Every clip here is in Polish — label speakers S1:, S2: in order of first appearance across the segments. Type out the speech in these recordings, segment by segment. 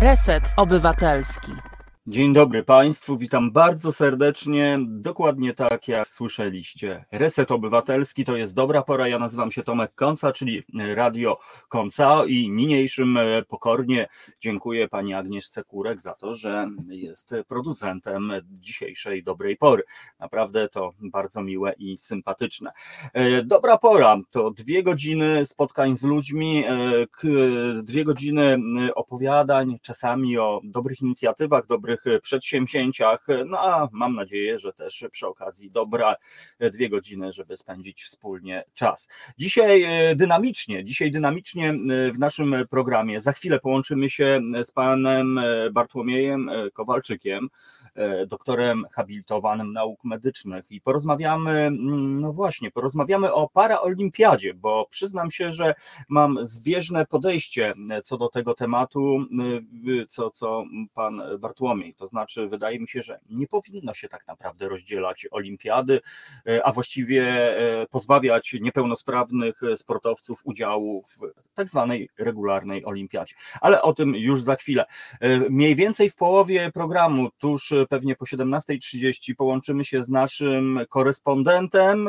S1: Reset Obywatelski.
S2: Dzień dobry Państwu, witam bardzo serdecznie, dokładnie tak jak słyszeliście. Reset Obywatelski to jest dobra pora, ja nazywam się Tomek Konca, czyli Radio Konca i niniejszym pokornie dziękuję pani Agnieszce Kurek za to, że jest producentem dzisiejszej dobrej pory. Naprawdę to bardzo miłe i sympatyczne. Dobra pora to 2 godziny spotkań z ludźmi, 2 godziny opowiadań, czasami o dobrych inicjatywach, dobrych przedsięwzięciach, no a mam nadzieję, że też przy okazji dobra 2 godziny, żeby spędzić wspólnie czas. Dzisiaj dynamicznie w naszym programie. Za chwilę połączymy się z panem Bartłomiejem Kowalczykiem, doktorem habilitowanym nauk medycznych i porozmawiamy o paraolimpiadzie, bo przyznam się, że mam zbieżne podejście co do tego tematu, co pan Bartłomiej. To znaczy, wydaje mi się, że nie powinno się tak naprawdę rozdzielać olimpiady, a właściwie pozbawiać niepełnosprawnych sportowców udziału w tak zwanej regularnej olimpiadzie. Ale o tym już za chwilę. Mniej więcej w połowie programu, tuż pewnie po 17:30 połączymy się z naszym korespondentem,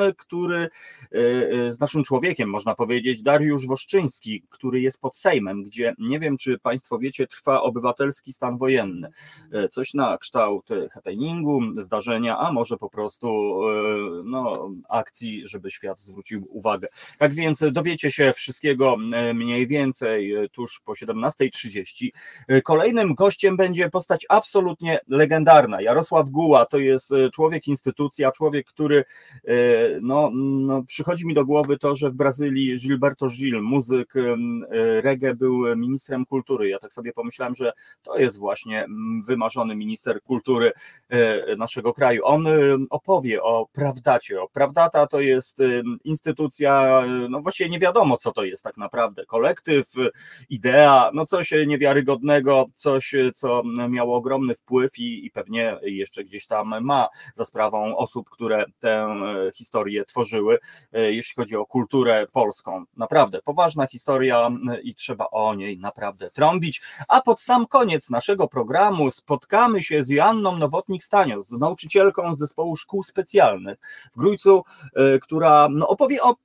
S2: z naszym człowiekiem, można powiedzieć, Dariusz Woszczyński, który jest pod Sejmem, gdzie, nie wiem czy Państwo wiecie, trwa obywatelski stan wojenny. Coś na kształt happeningu, zdarzenia, a może po prostu akcji, żeby świat zwrócił uwagę. Tak więc dowiecie się wszystkiego mniej więcej tuż po 17:30. Kolejnym gościem będzie postać absolutnie legendarna. Jarosław Guła to jest człowiek, instytucja, człowiek, który przychodzi mi do głowy to, że w Brazylii Gilberto Gil, muzyk reggae, był ministrem kultury. Ja tak sobie pomyślałem, że to jest właśnie wymarzony minister kultury naszego kraju. On opowie o Prawdacie. Prawdata to jest instytucja, właściwie nie wiadomo co to jest tak naprawdę. Kolektyw, idea, coś niewiarygodnego, coś co miało ogromny wpływ i pewnie jeszcze gdzieś tam ma za sprawą osób, które tę historię tworzyły, jeśli chodzi o kulturę polską. Naprawdę poważna historia i trzeba o niej naprawdę trąbić. A pod sam koniec naszego programu spotkamy się z Joanną Nowotnik-Stanios, z nauczycielką z zespołu szkół specjalnych w Grójcu, która opowie o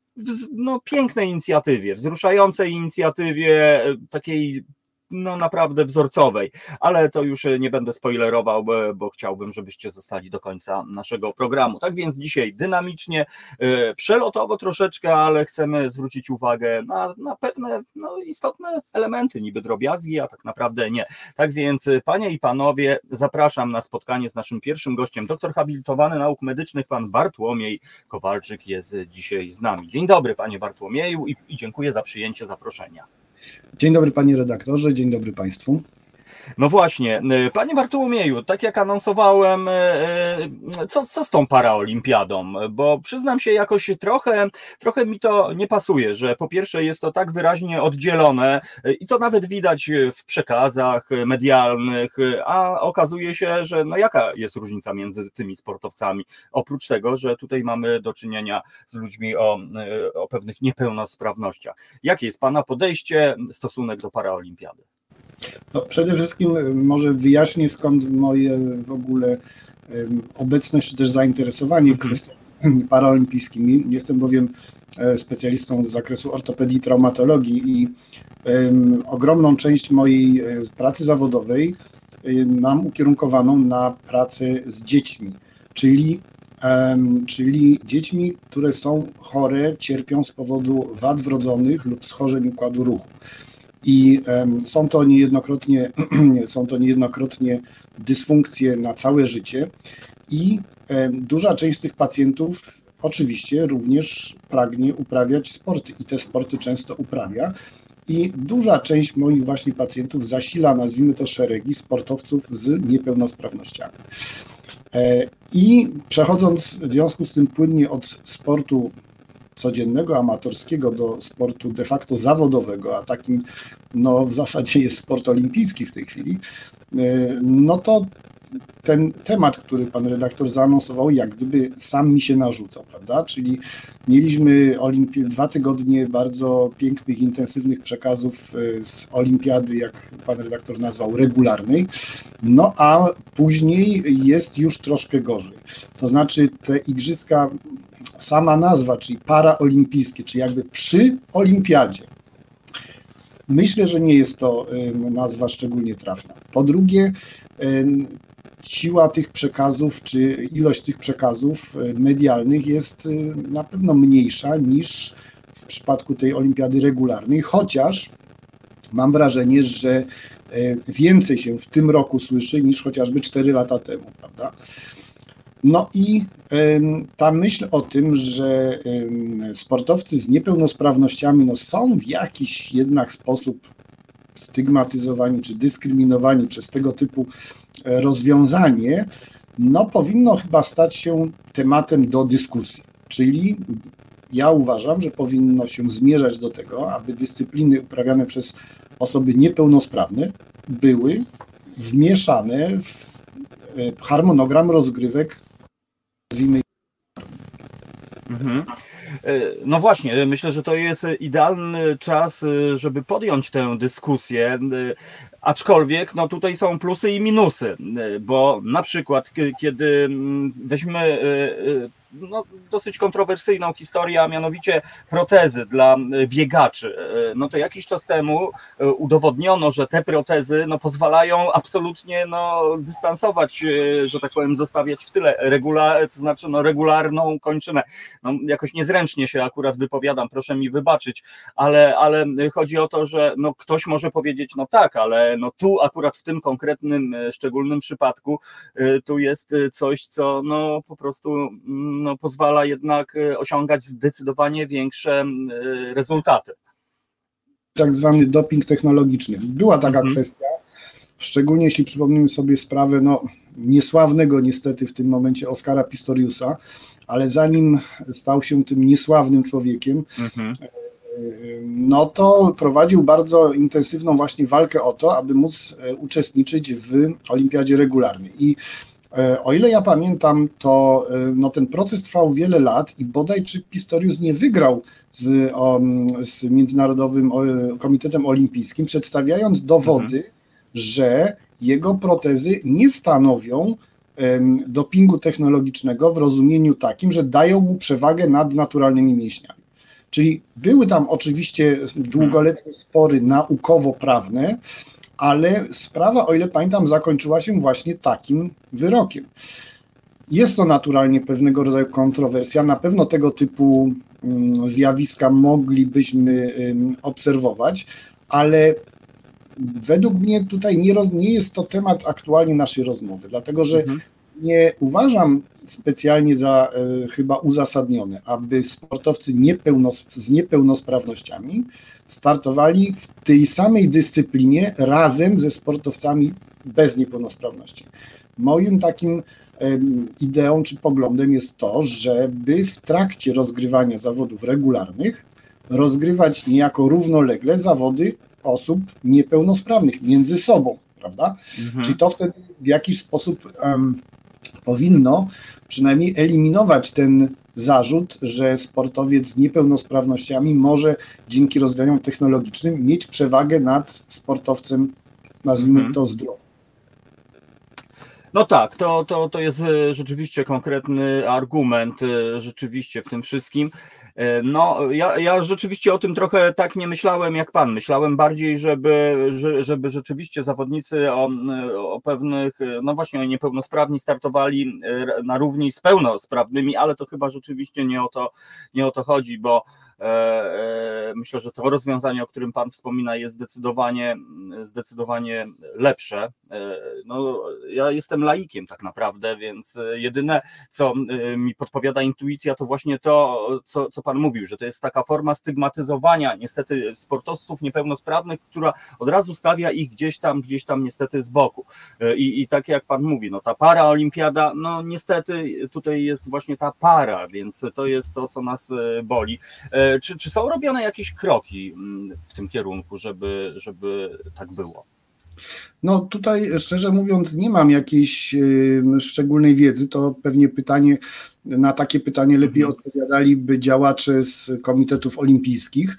S2: pięknej inicjatywie, wzruszającej inicjatywie, takiej naprawdę wzorcowej, ale to już nie będę spoilerował, bo chciałbym, żebyście zostali do końca naszego programu. Tak więc dzisiaj dynamicznie, przelotowo troszeczkę, ale chcemy zwrócić uwagę na pewne istotne elementy, niby drobiazgi, a tak naprawdę nie. Tak więc panie i panowie, zapraszam na spotkanie z naszym pierwszym gościem, doktor habilitowany nauk medycznych, pan Bartłomiej Kowalczyk jest dzisiaj z nami. Dzień dobry panie Bartłomieju i dziękuję za przyjęcie zaproszenia.
S3: Dzień dobry panie redaktorze, dzień dobry państwu.
S2: No właśnie, panie Bartłomieju, tak jak anonsowałem, co z tą paraolimpiadą? Bo przyznam się, jakoś trochę mi to nie pasuje, że po pierwsze jest to tak wyraźnie oddzielone i to nawet widać w przekazach medialnych, a okazuje się, że jaka jest różnica między tymi sportowcami, oprócz tego, że tutaj mamy do czynienia z ludźmi o pewnych niepełnosprawnościach. Jakie jest pana podejście, stosunek do paraolimpiady?
S3: Przede wszystkim może wyjaśnię, skąd moje w ogóle obecność czy też zainteresowanie kwestiami paraolimpijskimi. Jestem bowiem specjalistą z zakresu ortopedii i traumatologii i ogromną część mojej pracy zawodowej mam ukierunkowaną na pracę z dziećmi, czyli dziećmi, które są chore, cierpią z powodu wad wrodzonych lub schorzeń układu ruchu. I są to niejednokrotnie dysfunkcje na całe życie i duża część z tych pacjentów oczywiście również pragnie uprawiać sporty i te sporty często uprawia. I duża część moich właśnie pacjentów zasila, nazwijmy to, szeregi sportowców z niepełnosprawnościami. I przechodząc w związku z tym płynnie od sportu codziennego, amatorskiego do sportu de facto zawodowego, a takim w zasadzie jest sport olimpijski w tej chwili, to ten temat, który pan redaktor zaanonsował, jak gdyby sam mi się narzucał, prawda? Czyli mieliśmy 2 tygodnie bardzo pięknych, intensywnych przekazów z olimpiady, jak pan redaktor nazwał, regularnej, no a później jest już troszkę gorzej. To znaczy te igrzyska, sama nazwa, czyli paraolimpijskie, czyli jakby przy olimpiadzie, myślę, że nie jest to nazwa szczególnie trafna. Po drugie, siła tych przekazów, czy ilość tych przekazów medialnych jest na pewno mniejsza niż w przypadku tej olimpiady regularnej, chociaż mam wrażenie, że więcej się w tym roku słyszy niż chociażby 4 lata temu, prawda? No i ta myśl o tym, że sportowcy z niepełnosprawnościami no, są w jakiś jednak sposób stygmatyzowani czy dyskryminowani przez tego typu rozwiązanie, no powinno chyba stać się tematem do dyskusji. Czyli ja uważam, że powinno się zmierzać do tego, aby dyscypliny uprawiane przez osoby niepełnosprawne były wmieszane w harmonogram rozgrywek, nazwijmy.
S2: No właśnie, myślę, że to jest idealny czas, żeby podjąć tę dyskusję, aczkolwiek no tutaj są plusy i minusy, bo na przykład kiedy weźmy no, dosyć kontrowersyjną historię, a mianowicie protezy dla biegaczy, no to jakiś czas temu udowodniono, że te protezy no, pozwalają absolutnie no, dystansować, że tak powiem, zostawiać w tyle to znaczy no, regularną kończynę. No, jakoś niezręcznie się akurat wypowiadam, proszę mi wybaczyć, ale chodzi o to, że no, ktoś może powiedzieć, no tak, ale no, tu akurat w tym konkretnym, szczególnym przypadku tu jest coś, co no, po prostu no, pozwala jednak osiągać zdecydowanie większe rezultaty.
S3: Tak zwany doping technologiczny. Była taka kwestia, szczególnie jeśli przypomnimy sobie sprawę no, niesławnego niestety w tym momencie Oskara Pistoriusa, ale zanim stał się tym niesławnym człowiekiem, no to prowadził bardzo intensywną właśnie walkę o to, aby móc uczestniczyć w olimpiadzie regularnej. I o ile ja pamiętam, to no, ten proces trwał wiele lat i bodaj czy Pistorius nie wygrał z Międzynarodowym Komitetem Olimpijskim, przedstawiając dowody, że jego protezy nie stanowią dopingu technologicznego w rozumieniu takim, że dają mu przewagę nad naturalnymi mięśniami. Czyli były tam oczywiście długoletnie spory naukowo-prawne, ale sprawa, o ile pamiętam, zakończyła się właśnie takim wyrokiem. Jest to naturalnie pewnego rodzaju kontrowersja, na pewno tego typu zjawiska moglibyśmy obserwować, ale według mnie tutaj nie jest to temat aktualnie naszej rozmowy, dlatego że nie uważam specjalnie za chyba uzasadnione, aby sportowcy z niepełnosprawnościami startowali w tej samej dyscyplinie razem ze sportowcami bez niepełnosprawności. Moim takim ideą czy poglądem jest to, żeby w trakcie rozgrywania zawodów regularnych rozgrywać niejako równolegle zawody osób niepełnosprawnych między sobą, prawda? Czyli to wtedy w jakiś sposób powinno przynajmniej eliminować ten zarzut, że sportowiec z niepełnosprawnościami może dzięki rozwiązaniom technologicznym mieć przewagę nad sportowcem, nazwijmy to zdrowym.
S2: No tak, to jest rzeczywiście konkretny argument, rzeczywiście w tym wszystkim. No, ja rzeczywiście o tym trochę tak nie myślałem jak pan. Myślałem bardziej, żeby rzeczywiście zawodnicy o pewnych, no właśnie o niepełnosprawni startowali na równi z pełnosprawnymi, ale to chyba rzeczywiście nie o to chodzi, bo myślę, że to rozwiązanie, o którym pan wspomina, jest zdecydowanie lepsze. No, ja jestem laikiem tak naprawdę, więc jedyne, co mi podpowiada intuicja, to właśnie to, co pan mówił, że to jest taka forma stygmatyzowania niestety sportowców niepełnosprawnych, która od razu stawia ich gdzieś tam niestety z boku. I tak jak pan mówi, no ta paraolimpiada, no niestety tutaj jest właśnie ta para, więc to jest to, co nas boli. Czy są robione jakieś kroki w tym kierunku, żeby tak było?
S3: No tutaj szczerze mówiąc nie mam jakiejś szczególnej wiedzy, to pewnie na takie pytanie lepiej odpowiadaliby działacze z komitetów olimpijskich.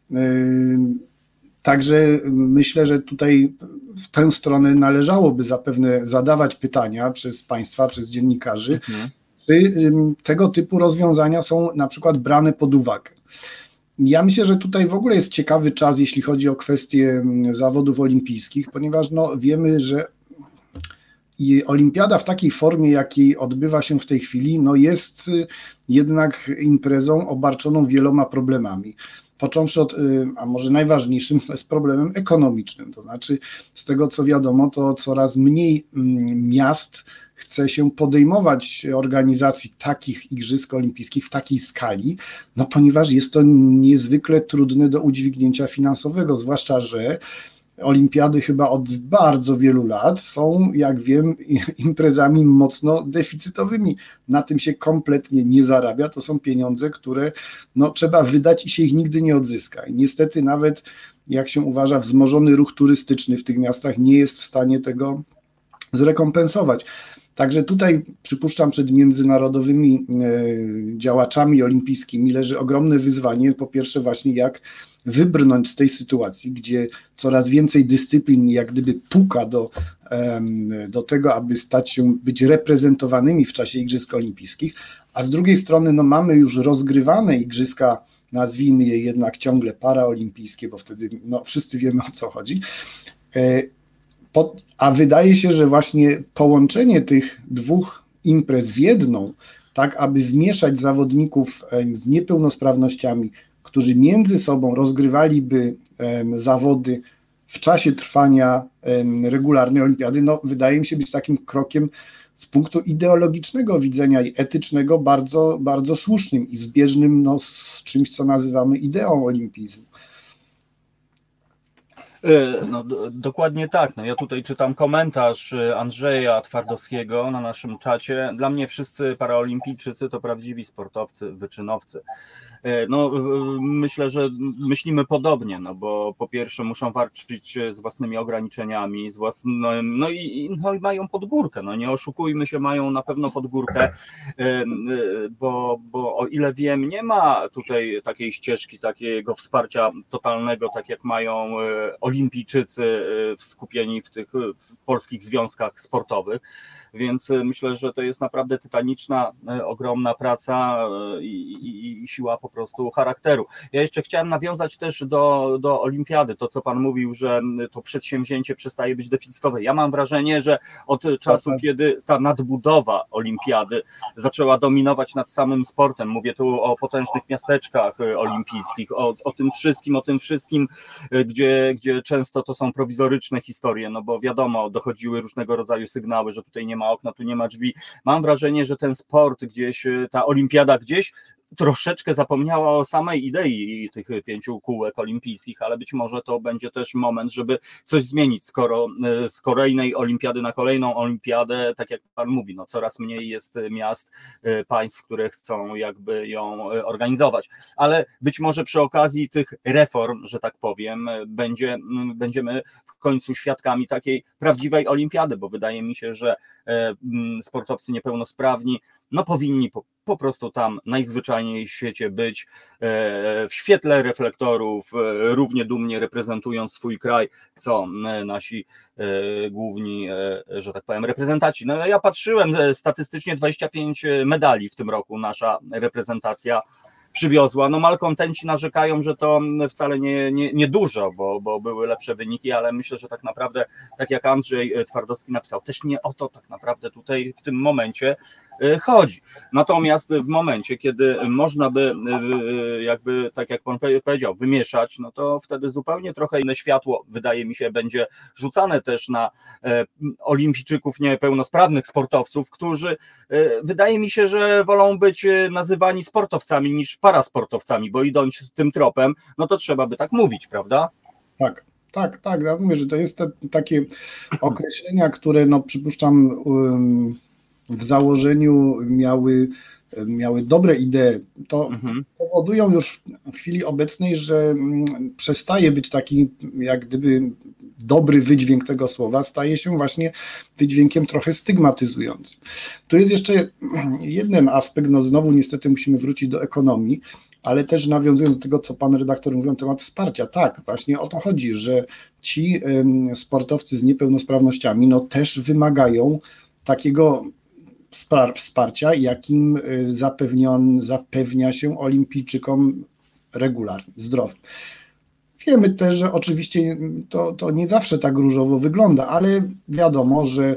S3: Także myślę, że tutaj w tę stronę należałoby zapewne zadawać pytania przez państwa, przez dziennikarzy, czy tego typu rozwiązania są na przykład brane pod uwagę. Ja myślę, że tutaj w ogóle jest ciekawy czas, jeśli chodzi o kwestie zawodów olimpijskich, ponieważ wiemy, że olimpiada w takiej formie, jakiej odbywa się w tej chwili, jest jednak imprezą obarczoną wieloma problemami. Począwszy od, a może najważniejszym, to jest problemem ekonomicznym. To znaczy, z tego co wiadomo, to coraz mniej miast chce się podejmować organizacji takich igrzysk olimpijskich w takiej skali, ponieważ jest to niezwykle trudne do udźwignięcia finansowego, zwłaszcza że olimpiady chyba od bardzo wielu lat są, jak wiem, imprezami mocno deficytowymi. Na tym się kompletnie nie zarabia. To są pieniądze, które trzeba wydać i się ich nigdy nie odzyska. I niestety nawet, jak się uważa, wzmożony ruch turystyczny w tych miastach nie jest w stanie tego zrekompensować. Także tutaj przypuszczam, przed międzynarodowymi działaczami olimpijskimi leży ogromne wyzwanie. Po pierwsze właśnie jak wybrnąć z tej sytuacji, gdzie coraz więcej dyscyplin jak gdyby puka do tego, aby być reprezentowanymi w czasie Igrzysk Olimpijskich, a z drugiej strony mamy już rozgrywane igrzyska, nazwijmy je jednak ciągle paraolimpijskie, bo wtedy wszyscy wiemy, o co chodzi. A wydaje się, że właśnie połączenie tych dwóch imprez w jedną, tak aby wmieszać zawodników z niepełnosprawnościami, którzy między sobą rozgrywaliby zawody w czasie trwania regularnej olimpiady, wydaje mi się być takim krokiem z punktu ideologicznego widzenia i etycznego bardzo, bardzo słusznym i zbieżnym z czymś, co nazywamy ideą olimpizmu.
S2: Dokładnie tak. Ja tutaj czytam komentarz Andrzeja Twardowskiego na naszym czacie. Dla mnie wszyscy paraolimpijczycy to prawdziwi sportowcy, wyczynowcy. Myślę, że myślimy podobnie, bo po pierwsze muszą walczyć z własnymi ograniczeniami, i mają podgórkę. Nie oszukujmy się, mają na pewno podgórkę, bo o ile wiem, nie ma tutaj takiej ścieżki, takiego wsparcia totalnego, tak jak mają olimpijczycy skupieni w polskich związkach sportowych, więc myślę, że to jest naprawdę tytaniczna, ogromna praca i siła po prostu charakteru. Ja jeszcze chciałem nawiązać też do olimpiady, to co pan mówił, że to przedsięwzięcie przestaje być deficytowe. Ja mam wrażenie, że od czasu, kiedy ta nadbudowa olimpiady zaczęła dominować nad samym sportem, mówię tu o potężnych miasteczkach olimpijskich, o tym wszystkim, gdzie często to są prowizoryczne historie, bo wiadomo, dochodziły różnego rodzaju sygnały, że tutaj nie ma okna, tu nie ma drzwi. Mam wrażenie, że ten sport gdzieś, ta olimpiada gdzieś troszeczkę zapomniała o samej idei tych 5 kółek olimpijskich, ale być może to będzie też moment, żeby coś zmienić, skoro z kolejnej olimpiady na kolejną olimpiadę, tak jak pan mówi, coraz mniej jest miast, państw, które chcą jakby ją organizować. Ale być może przy okazji tych reform, że tak powiem, będziemy w końcu świadkami takiej prawdziwej olimpiady, bo wydaje mi się, że sportowcy niepełnosprawni powinni po prostu tam najzwyczajniej w świecie być w świetle reflektorów, równie dumnie reprezentując swój kraj, co nasi główni, że tak powiem, reprezentaci. Ja patrzyłem statystycznie 25 medali w tym roku nasza reprezentacja przywiozła. Malkontenci narzekają, że to wcale nie dużo, bo były lepsze wyniki, ale myślę, że tak naprawdę, tak jak Andrzej Twardowski napisał, też nie o to tak naprawdę tutaj w tym momencie chodzi. Natomiast w momencie, kiedy można by jakby, tak jak pan powiedział, wymieszać, to wtedy zupełnie trochę inne światło, wydaje mi się, będzie rzucane też na olimpijczyków niepełnosprawnych sportowców, którzy wydaje mi się, że wolą być nazywani sportowcami niż parasportowcami, bo idąc tym tropem, to trzeba by tak mówić, prawda?
S3: Tak. Ja mówię, że to jest takie określenia, które przypuszczam w założeniu miały dobre idee. To powodują już w chwili obecnej, że przestaje być taki jak gdyby dobry wydźwięk tego słowa staje się właśnie wydźwiękiem trochę stygmatyzującym. Tu jest jeszcze jeden aspekt, no znowu niestety musimy wrócić do ekonomii, ale też nawiązując do tego, co pan redaktor mówił na temat wsparcia, tak, właśnie o to chodzi, że ci sportowcy z niepełnosprawnościami no też wymagają takiego wsparcia, jakim zapewnia się olimpijczykom regularnie, zdrowym. Wiemy też, że oczywiście to nie zawsze tak różowo wygląda, ale wiadomo, że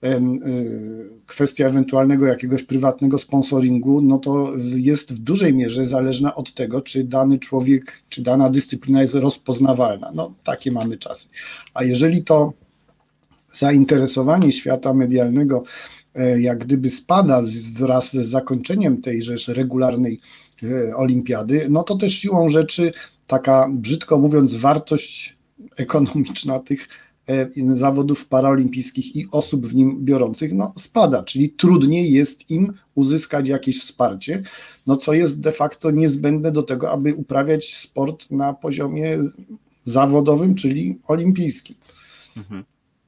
S3: kwestia ewentualnego jakiegoś prywatnego sponsoringu, no to jest w dużej mierze zależna od tego, czy dany człowiek, czy dana dyscyplina jest rozpoznawalna. No takie mamy czasy. A jeżeli to zainteresowanie świata medialnego jak gdyby spada wraz z zakończeniem tejże regularnej olimpiady, no to też siłą rzeczy taka, brzydko mówiąc, wartość ekonomiczna tych zawodów paraolimpijskich i osób w nim biorących no, spada, czyli trudniej jest im uzyskać jakieś wsparcie, no co jest de facto niezbędne do tego, aby uprawiać sport na poziomie zawodowym, czyli olimpijskim.
S2: Mhm.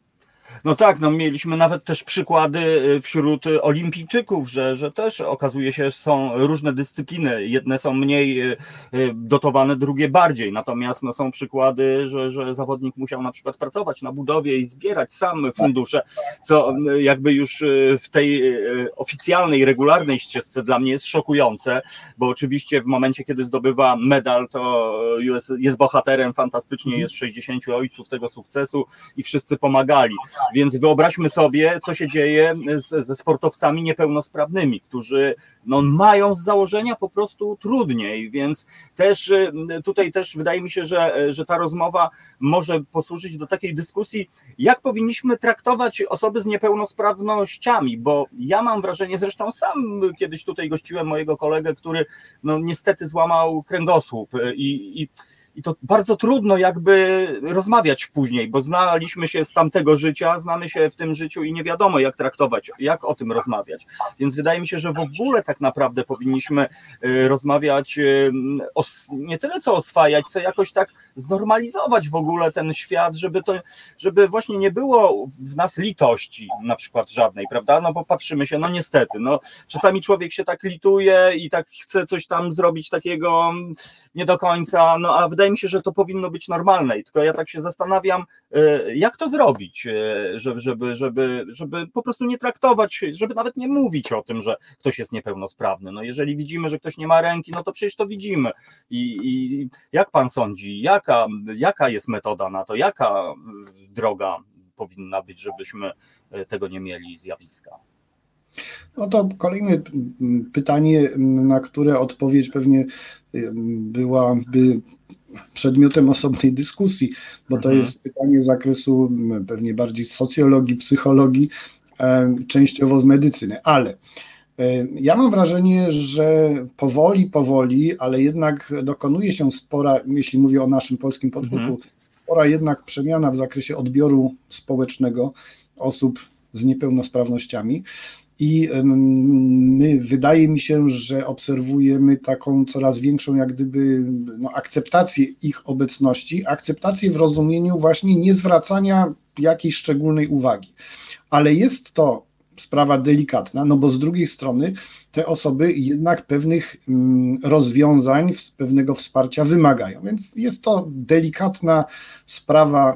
S2: No tak, no mieliśmy nawet też przykłady wśród olimpijczyków, że też okazuje się, że są różne dyscypliny. Jedne są mniej dotowane, drugie bardziej. Natomiast no, są przykłady, że zawodnik musiał na przykład pracować na budowie i zbierać sam fundusze, co jakby już w tej oficjalnej, regularnej ścieżce dla mnie jest szokujące, bo oczywiście w momencie, kiedy zdobywa medal, to jest bohaterem, fantastycznie, jest 60 ojców tego sukcesu i wszyscy pomagali. Więc wyobraźmy sobie, co się dzieje ze sportowcami niepełnosprawnymi, którzy no, mają z założenia po prostu trudniej, więc też tutaj też wydaje mi się, że ta rozmowa może posłużyć do takiej dyskusji, jak powinniśmy traktować osoby z niepełnosprawnościami, bo ja mam wrażenie, zresztą sam kiedyś tutaj gościłem mojego kolegę, który no, niestety złamał kręgosłup i to bardzo trudno jakby rozmawiać później, bo znaliśmy się z tamtego życia, znamy się w tym życiu i nie wiadomo jak traktować, jak o tym rozmawiać. Więc wydaje mi się, że w ogóle tak naprawdę powinniśmy rozmawiać nie tyle co oswajać, co jakoś tak znormalizować w ogóle ten świat, żeby właśnie nie było w nas litości na przykład żadnej, prawda? No bo patrzymy się, no niestety, no czasami człowiek się tak lituje i tak chce coś tam zrobić takiego nie do końca, no a wydaje mi się, że to powinno być normalne. I tylko ja tak się zastanawiam, jak to zrobić, żeby po prostu nie traktować, żeby nawet nie mówić o tym, że ktoś jest niepełnosprawny. No jeżeli widzimy, że ktoś nie ma ręki, no to przecież to widzimy. I jak pan sądzi, jaka jest metoda na to, jaka droga powinna być, żebyśmy tego nie mieli zjawiska?
S3: No to kolejne pytanie, na które odpowiedź pewnie byłaby przedmiotem osobnej dyskusji, bo to jest pytanie z zakresu pewnie bardziej socjologii, psychologii, częściowo z medycyny, ale ja mam wrażenie, że powoli, ale jednak dokonuje się spora, jeśli mówię o naszym polskim podwórku, spora jednak przemiana w zakresie odbioru społecznego osób z niepełnosprawnościami. I wydaje mi się, że obserwujemy taką coraz większą jak gdyby akceptację ich obecności, akceptację w rozumieniu właśnie niezwracania jakiejś szczególnej uwagi. Ale jest to sprawa delikatna, no bo z drugiej strony te osoby jednak pewnych rozwiązań, pewnego wsparcia wymagają, więc jest to delikatna sprawa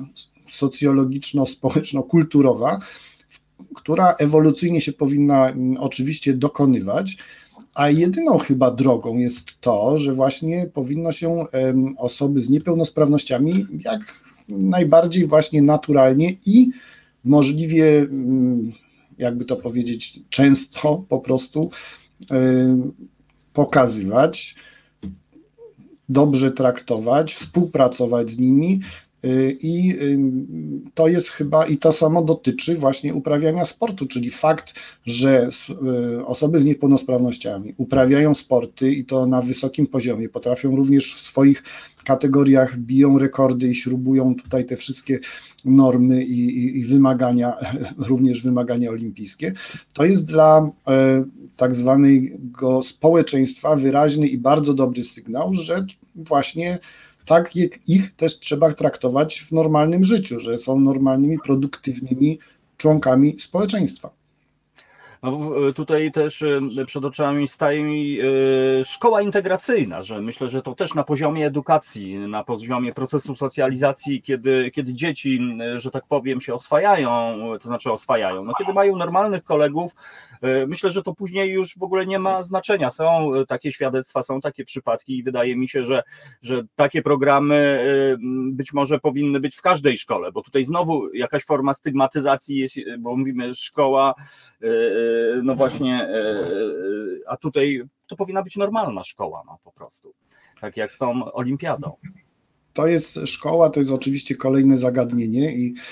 S3: socjologiczno-społeczno-kulturowa, która ewolucyjnie się powinna oczywiście dokonywać, a jedyną chyba drogą jest to, że właśnie powinno się osoby z niepełnosprawnościami jak najbardziej właśnie naturalnie i możliwie, jakby to powiedzieć, często po prostu pokazywać, dobrze traktować, współpracować z nimi. I to jest chyba, i to samo dotyczy właśnie uprawiania sportu, czyli fakt, że osoby z niepełnosprawnościami uprawiają sporty i to na wysokim poziomie, potrafią również w swoich kategoriach, biją rekordy i śrubują tutaj te wszystkie normy i wymagania, również wymagania olimpijskie. To jest dla tak zwanego społeczeństwa wyraźny i bardzo dobry sygnał, że właśnie tak ich też trzeba traktować w normalnym życiu, że są normalnymi, produktywnymi członkami społeczeństwa.
S2: No, tutaj też przed oczami staje mi szkoła integracyjna, że myślę, że to też na poziomie edukacji, na poziomie procesu socjalizacji, kiedy dzieci, że tak powiem, się oswajają, to znaczy oswajają, no kiedy mają normalnych kolegów, myślę, że to później już w ogóle nie ma znaczenia. Są takie świadectwa, są takie przypadki i wydaje mi się, że takie programy być może powinny być w każdej szkole, bo tutaj znowu jakaś forma stygmatyzacji jest, bo mówimy szkoła, no właśnie, a tutaj to powinna być normalna szkoła, no po prostu, tak jak z tą olimpiadą.
S3: To jest szkoła, to jest oczywiście kolejne zagadnienie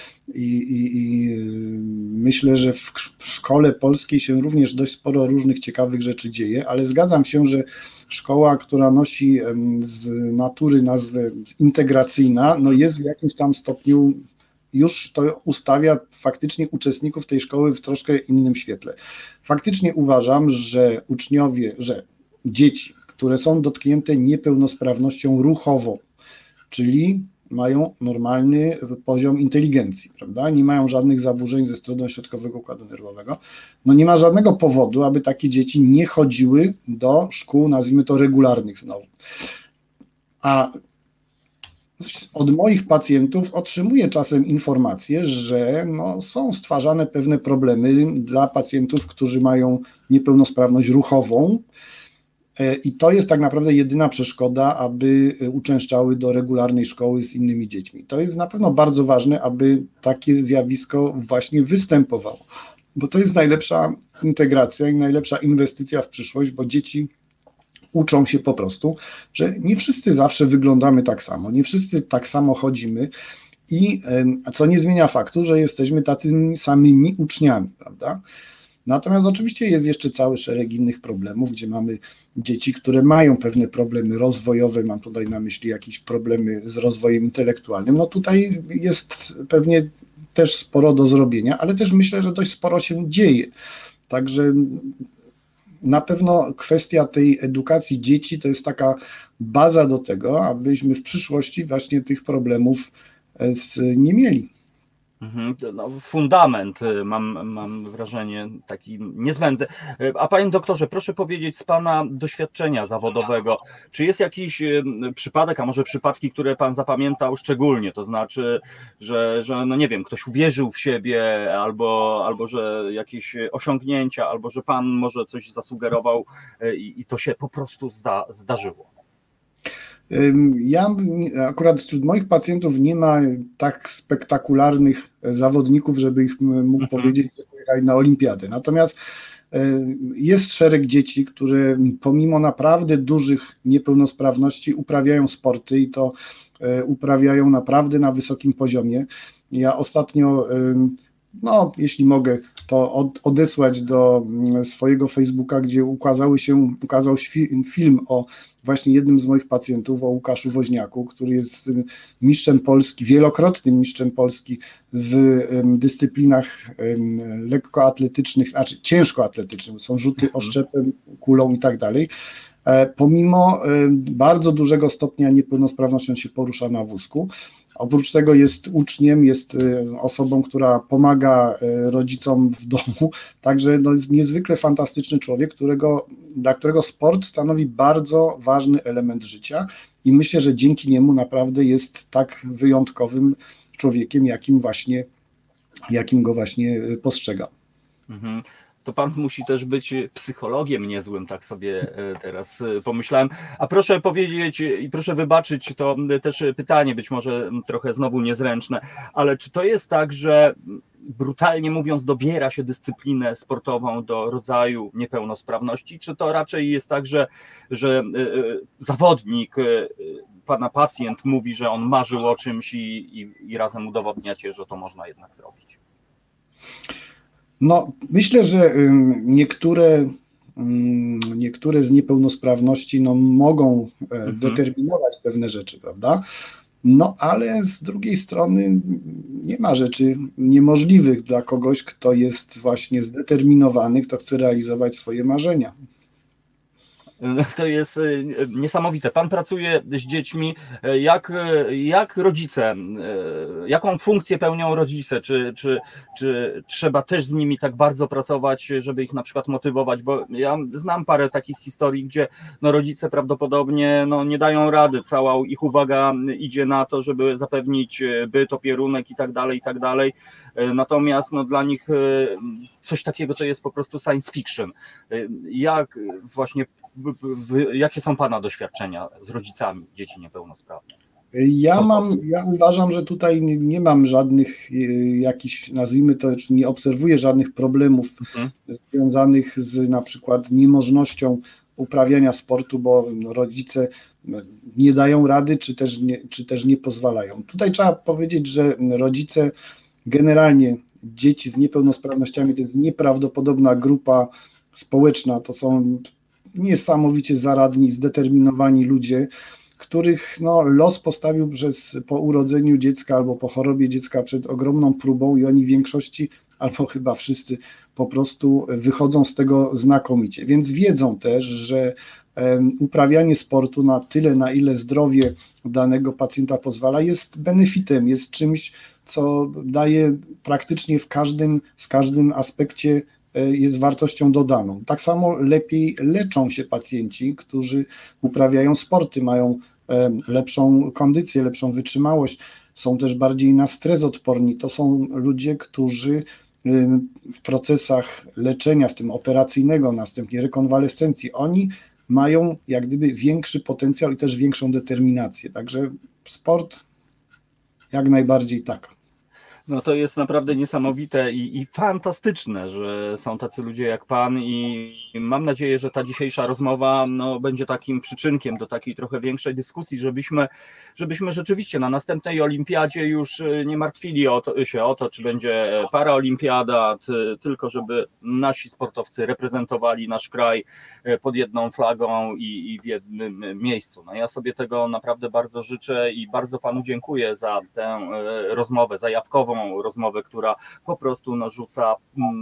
S3: i myślę, że w szkole polskiej się również dość sporo różnych ciekawych rzeczy dzieje, ale zgadzam się, że szkoła, która nosi z natury nazwę integracyjna, no jest w jakimś tam stopniu, już to ustawia faktycznie uczestników tej szkoły w troszkę innym świetle. Faktycznie uważam, że uczniowie, że dzieci, które są dotknięte niepełnosprawnością ruchową, czyli mają normalny poziom inteligencji, prawda? Nie mają żadnych zaburzeń ze strony środkowego układu nerwowego. No nie ma żadnego powodu, aby takie dzieci nie chodziły do szkół, nazwijmy to regularnych znowu. A od moich pacjentów otrzymuję czasem informacje, że no, są stwarzane pewne problemy dla pacjentów, którzy mają niepełnosprawność ruchową, i to jest tak naprawdę jedyna przeszkoda, aby uczęszczały do regularnej szkoły z innymi dziećmi. To jest na pewno bardzo ważne, aby takie zjawisko właśnie występowało, bo to jest najlepsza integracja i najlepsza inwestycja w przyszłość, bo dzieci uczą się po prostu, że nie wszyscy zawsze wyglądamy tak samo, nie wszyscy tak samo chodzimy, i co nie zmienia faktu, że jesteśmy tacymi samymi uczniami, prawda? Natomiast oczywiście jest jeszcze cały szereg innych problemów, gdzie mamy dzieci, które mają pewne problemy rozwojowe, mam tutaj na myśli jakieś problemy z rozwojem intelektualnym. No tutaj jest pewnie też sporo do zrobienia, ale też myślę, że dość sporo się dzieje. Także na pewno kwestia tej edukacji dzieci to jest taka baza do tego, abyśmy w przyszłości właśnie tych problemów nie mieli.
S2: No, fundament, mam wrażenie, taki niezbędny. A panie doktorze, proszę powiedzieć z pana doświadczenia zawodowego, czy jest jakiś przypadek, a może przypadki, które pan zapamiętał szczególnie, to znaczy, że no nie wiem, ktoś uwierzył w siebie, albo że jakieś osiągnięcia, albo że pan może coś zasugerował i to się po prostu zdarzyło?
S3: Ja akurat wśród moich pacjentów nie ma tak spektakularnych zawodników, żeby ich mógł powiedzieć, że pojechali na olimpiadę. Natomiast jest szereg dzieci, które pomimo naprawdę dużych niepełnosprawności uprawiają sporty i to uprawiają naprawdę na wysokim poziomie. Ja ostatnio, no jeśli mogę to odesłać do swojego Facebooka, gdzie ukazał film o właśnie jednym z moich pacjentów, o Łukaszu Woźniaku, który jest mistrzem Polski, wielokrotnym mistrzem Polski w dyscyplinach lekkoatletycznych, znaczy ciężkoatletycznych, są rzuty oszczepem, kulą i tak dalej. Pomimo bardzo dużego stopnia niepełnosprawności on się porusza na wózku. Oprócz tego jest uczniem, jest osobą, która pomaga rodzicom w domu, także no jest niezwykle fantastyczny człowiek, dla którego sport stanowi bardzo ważny element życia i myślę, że dzięki niemu naprawdę jest tak wyjątkowym człowiekiem, jakim go właśnie postrzegam.
S2: To pan musi też być psychologiem niezłym, tak sobie teraz pomyślałem. A proszę powiedzieć i proszę wybaczyć, to też pytanie być może trochę znowu niezręczne, ale czy to jest tak, że brutalnie mówiąc dobiera się dyscyplinę sportową do rodzaju niepełnosprawności, czy to raczej jest tak, że zawodnik, pana pacjent mówi, że on marzył o czymś i razem udowodniacie, że to można jednak zrobić?
S3: No, myślę, że niektóre z niepełnosprawności no, mogą determinować pewne rzeczy, prawda? No, ale z drugiej strony nie ma rzeczy niemożliwych dla kogoś, kto jest właśnie zdeterminowany, kto chce realizować swoje marzenia.
S2: To jest niesamowite. Pan pracuje z dziećmi. Jak rodzice, jaką funkcję pełnią rodzice? Czy trzeba też z nimi tak bardzo pracować, żeby ich na przykład motywować? Bo ja znam parę takich historii, gdzie no, rodzice prawdopodobnie no, nie dają rady. Cała ich uwaga idzie na to, żeby zapewnić byt, opierunek i tak dalej, i tak dalej. Natomiast no, dla nich coś takiego to jest po prostu science fiction. Jak właśnie, jakie są Pana doświadczenia z rodzicami dzieci niepełnosprawnych?
S3: Ja uważam, że tutaj nie mam żadnych jakichś, nazwijmy to, czy nie obserwuję żadnych problemów związanych z na przykład niemożnością uprawiania sportu, bo rodzice nie dają rady, czy też nie pozwalają. Tutaj trzeba powiedzieć, że rodzice generalnie dzieci z niepełnosprawnościami to jest nieprawdopodobna grupa społeczna, to są niesamowicie zaradni, zdeterminowani ludzie, których no, los postawił po urodzeniu dziecka albo po chorobie dziecka przed ogromną próbą i oni w większości, albo chyba wszyscy po prostu wychodzą z tego znakomicie, więc wiedzą też, że uprawianie sportu na tyle, na ile zdrowie danego pacjenta pozwala, jest benefitem, jest czymś, co daje praktycznie z każdym aspekcie jest wartością dodaną. Tak samo lepiej leczą się pacjenci, którzy uprawiają sporty, mają lepszą kondycję, lepszą wytrzymałość, są też bardziej na stres odporni. To są ludzie, którzy w procesach leczenia, w tym operacyjnego, następnie rekonwalescencji, oni mają jak gdyby większy potencjał i też większą determinację. Także sport jak najbardziej tak.
S2: No to jest naprawdę niesamowite i fantastyczne, że są tacy ludzie jak Pan i mam nadzieję, że ta dzisiejsza rozmowa no, będzie takim przyczynkiem do takiej trochę większej dyskusji, żebyśmy rzeczywiście na następnej olimpiadzie już nie martwili się o to, czy będzie paraolimpiada, tylko żeby nasi sportowcy reprezentowali nasz kraj pod jedną flagą i w jednym miejscu. No ja sobie tego naprawdę bardzo życzę i bardzo Panu dziękuję za tę rozmowę zajawkową, rozmowę, która po prostu narzuca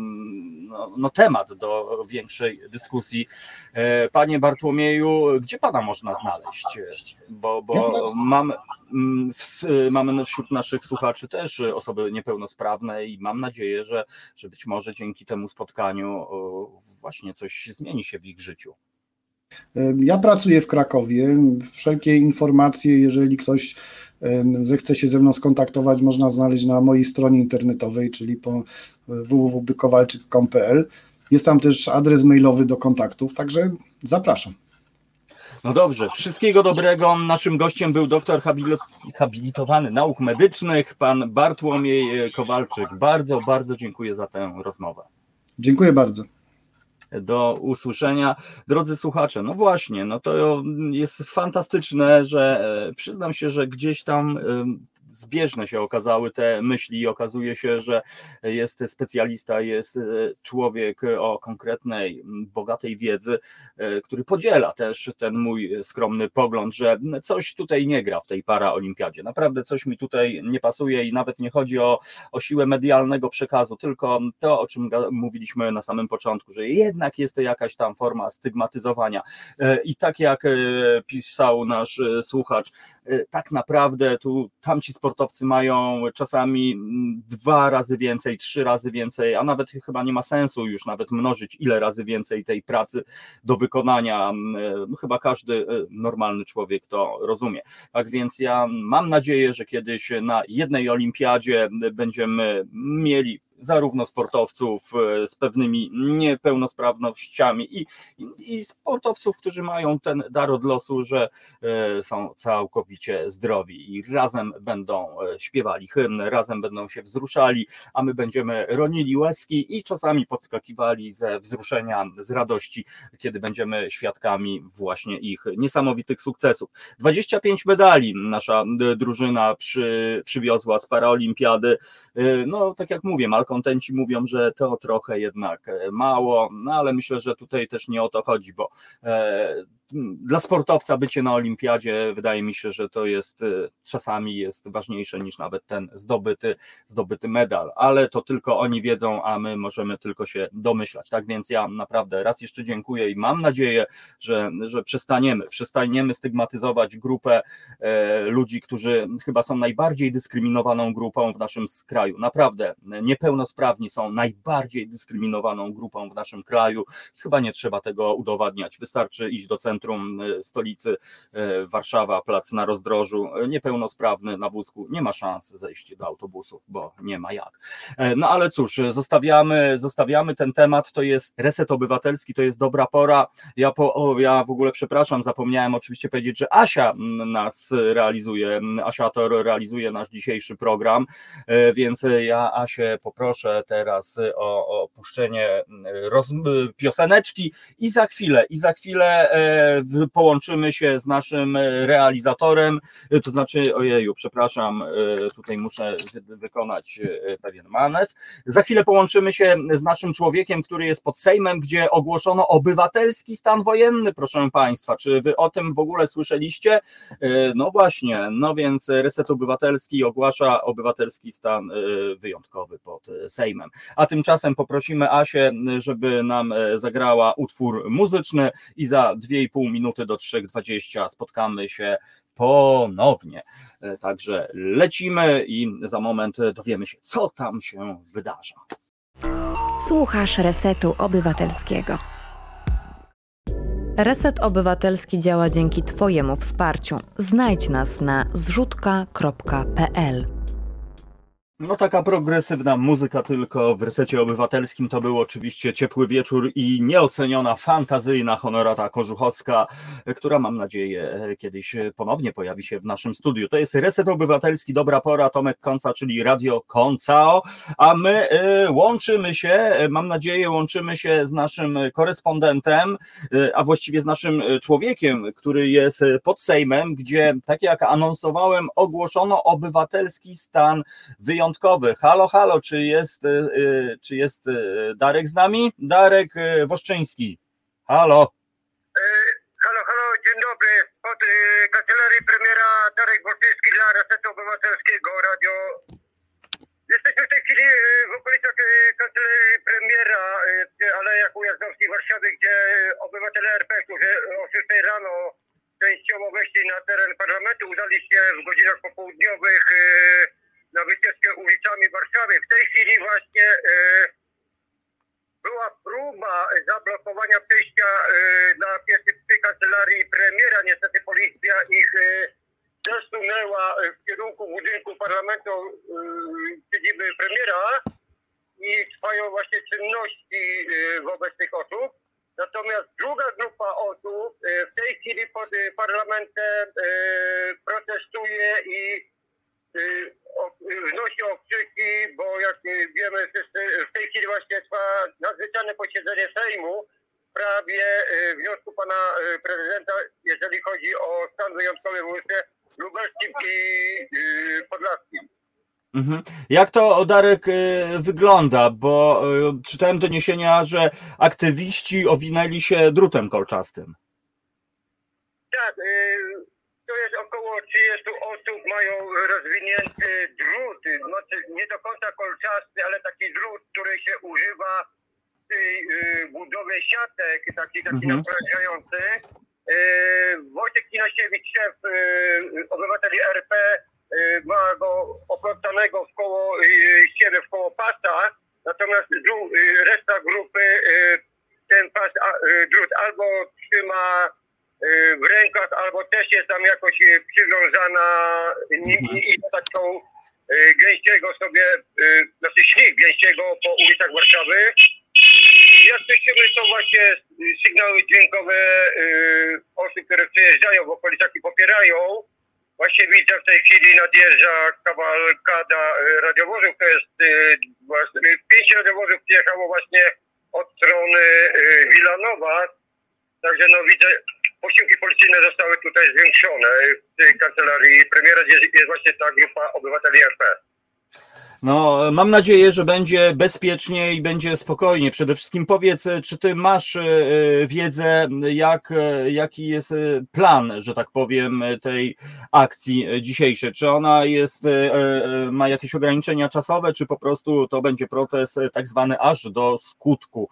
S2: temat do większej dyskusji. Panie Bartłomieju, gdzie Pana można znaleźć? Bo mamy wśród naszych słuchaczy też osoby niepełnosprawne i mam nadzieję, że być może dzięki temu spotkaniu właśnie coś zmieni się w ich życiu.
S3: Ja pracuję w Krakowie. Wszelkie informacje, jeżeli ktoś zechce się ze mną skontaktować, można znaleźć na mojej stronie internetowej, czyli po www.kowalczyk.pl. Jest tam też adres mailowy do kontaktów, także zapraszam.
S2: No dobrze, wszystkiego dobrego. Naszym gościem był doktor habilitowany nauk medycznych, pan Bartłomiej Kowalczyk. Bardzo, bardzo dziękuję za tę rozmowę.
S3: Dziękuję bardzo.
S2: Do usłyszenia. Drodzy słuchacze, no właśnie, no to jest fantastyczne, że przyznam się, że gdzieś tam zbieżne się okazały te myśli i okazuje się, że jest specjalista, jest człowiek o konkretnej, bogatej wiedzy, który podziela też ten mój skromny pogląd, że coś tutaj nie gra w tej paraolimpiadzie. Naprawdę coś mi tutaj nie pasuje i nawet nie chodzi o siłę medialnego przekazu, tylko to, o czym mówiliśmy na samym początku, że jednak jest to jakaś tam forma stygmatyzowania. I tak jak pisał nasz słuchacz, tak naprawdę tamci sportowcy mają czasami 2 razy więcej, 3 razy więcej, a nawet chyba nie ma sensu już nawet mnożyć ile razy więcej tej pracy do wykonania. Chyba każdy normalny człowiek to rozumie. Tak więc ja mam nadzieję, że kiedyś na jednej olimpiadzie będziemy mieli zarówno sportowców z pewnymi niepełnosprawnościami i sportowców, którzy mają ten dar od losu, że są całkowicie zdrowi i razem będą śpiewali hymn, razem będą się wzruszali, a my będziemy ronili łezki i czasami podskakiwali ze wzruszenia, z radości, kiedy będziemy świadkami właśnie ich niesamowitych sukcesów. 25 medali nasza drużyna przywiozła z paraolimpiady. No tak jak mówię, malkontenci mówią, że to trochę jednak mało, no ale myślę, że tutaj też nie o to chodzi, bo dla sportowca bycie na olimpiadzie, wydaje mi się, że to jest czasami jest ważniejsze niż nawet ten zdobyty medal, ale to tylko oni wiedzą, a my możemy tylko się domyślać. Tak więc ja naprawdę raz jeszcze dziękuję i mam nadzieję, że przestaniemy stygmatyzować grupę ludzi, którzy chyba są najbardziej dyskryminowaną grupą w naszym kraju. Naprawdę, niepełnosprawni są najbardziej dyskryminowaną grupą w naszym kraju. Chyba nie trzeba tego udowadniać. Wystarczy iść do centrum stolicy Warszawa, plac na Rozdrożu. Niepełnosprawny na wózku nie ma szans zejść do autobusu, bo nie ma jak. No ale cóż, zostawiamy ten temat. To jest Reset Obywatelski, to jest dobra pora. Ja w ogóle przepraszam, zapomniałem oczywiście powiedzieć, że Asia nas realizuje. Asia to realizuje nasz dzisiejszy program, więc ja Asię poproszę teraz o puszczenie pioseneczki i za chwilę połączymy się z naszym realizatorem, to znaczy, ojeju, przepraszam, tutaj muszę wykonać pewien manewr. Za chwilę połączymy się z naszym człowiekiem, który jest pod Sejmem, gdzie ogłoszono obywatelski stan wojenny, proszę Państwa. Czy Wy o tym w ogóle słyszeliście? No właśnie, no więc Reset Obywatelski ogłasza obywatelski stan wyjątkowy pod Sejmem. A tymczasem poprosimy Asię, żeby nam zagrała utwór muzyczny i za 2,5 minuty do 3:20 spotkamy się ponownie. Także lecimy i za moment dowiemy się, co tam się wydarza.
S4: Słuchasz Resetu Obywatelskiego.
S1: Reset Obywatelski działa dzięki Twojemu wsparciu. Znajdź nas na zrzutka.pl.
S2: No taka progresywna muzyka tylko w Resecie Obywatelskim to był oczywiście Ciepły Wieczór i nieoceniona, fantazyjna Honorata Kożuchowska, która mam nadzieję kiedyś ponownie pojawi się w naszym studiu. To jest Reset Obywatelski, dobra pora, Tomek Konca, czyli Radio Koncao, a my łączymy się z naszym korespondentem, a właściwie z naszym człowiekiem, który jest pod Sejmem, gdzie, tak jak anonsowałem, ogłoszono obywatelski stan wyjątkowy. Halo, czy jest Darek z nami? Darek Woszczyński. Halo.
S5: Halo, dzień dobry. Od kancelarii premiera Darek Woszczyński dla Resetu Obywatelskiego Radio. Jesteśmy w tej chwili w okolicach kancelarii premiera przy Alejach Ujazdowskich w Warszawie, gdzie obywatele RP, którzy o 6 rano częściowo weszli na teren parlamentu, udali się w godzinach popołudniowych na wycieczkę ulicami Warszawy. W tej chwili właśnie była próba zablokowania przejścia na pieszych przy kancelarii premiera. Niestety policja ich przesunęła w kierunku budynku parlamentu siedziby premiera i trwają właśnie czynności wobec tych osób. Natomiast druga grupa osób w tej chwili pod parlamentem protestuje i wnosi okrzyki, bo jak wiemy wszyscy, w tej chwili właśnie trwa nadzwyczajne posiedzenie Sejmu w sprawie wniosku pana prezydenta, jeżeli chodzi o stan wyjątkowy w województwie lubelskim i podlaskim.
S2: Jak to, Darek, wygląda? Bo czytałem doniesienia, że aktywiści owinęli się drutem kolczastym.
S5: Tak, to jest około 30 osób, mają rozwinięty drut, znaczy nie do końca kolczasty, ale taki drut, który się używa w tej budowie siatek, taki naprężający. Wojciech Kinasiewicz, szef obywateli RP, ma go oplątanego w koło siebie, w koło pasa, natomiast reszta grupy ten pas, drut albo trzyma w rękach, albo też jest tam jakoś przywiązana i taką gęściego sobie, znaczy ślip gęściego po ulicach Warszawy. Jak słyszymy, są właśnie sygnały dźwiękowe osób, które przejeżdżają w okolicach i popierają. Właśnie widzę, w tej chwili nadjeżdża kawalkada radiowozów, to jest 5 radiowozów przyjechało właśnie od strony Wilanowa. Także no widzę, posiłki policyjne zostały tutaj zwiększone w tej kancelarii premiera, gdzie jest właśnie ta grupa obywateli RP.
S2: No, mam nadzieję, że będzie bezpiecznie i będzie spokojnie. Przede wszystkim powiedz, czy ty masz wiedzę, jaki jest plan, że tak powiem, tej akcji dzisiejszej? Czy ona ma jakieś ograniczenia czasowe, czy po prostu to będzie protest tak zwany aż do skutku,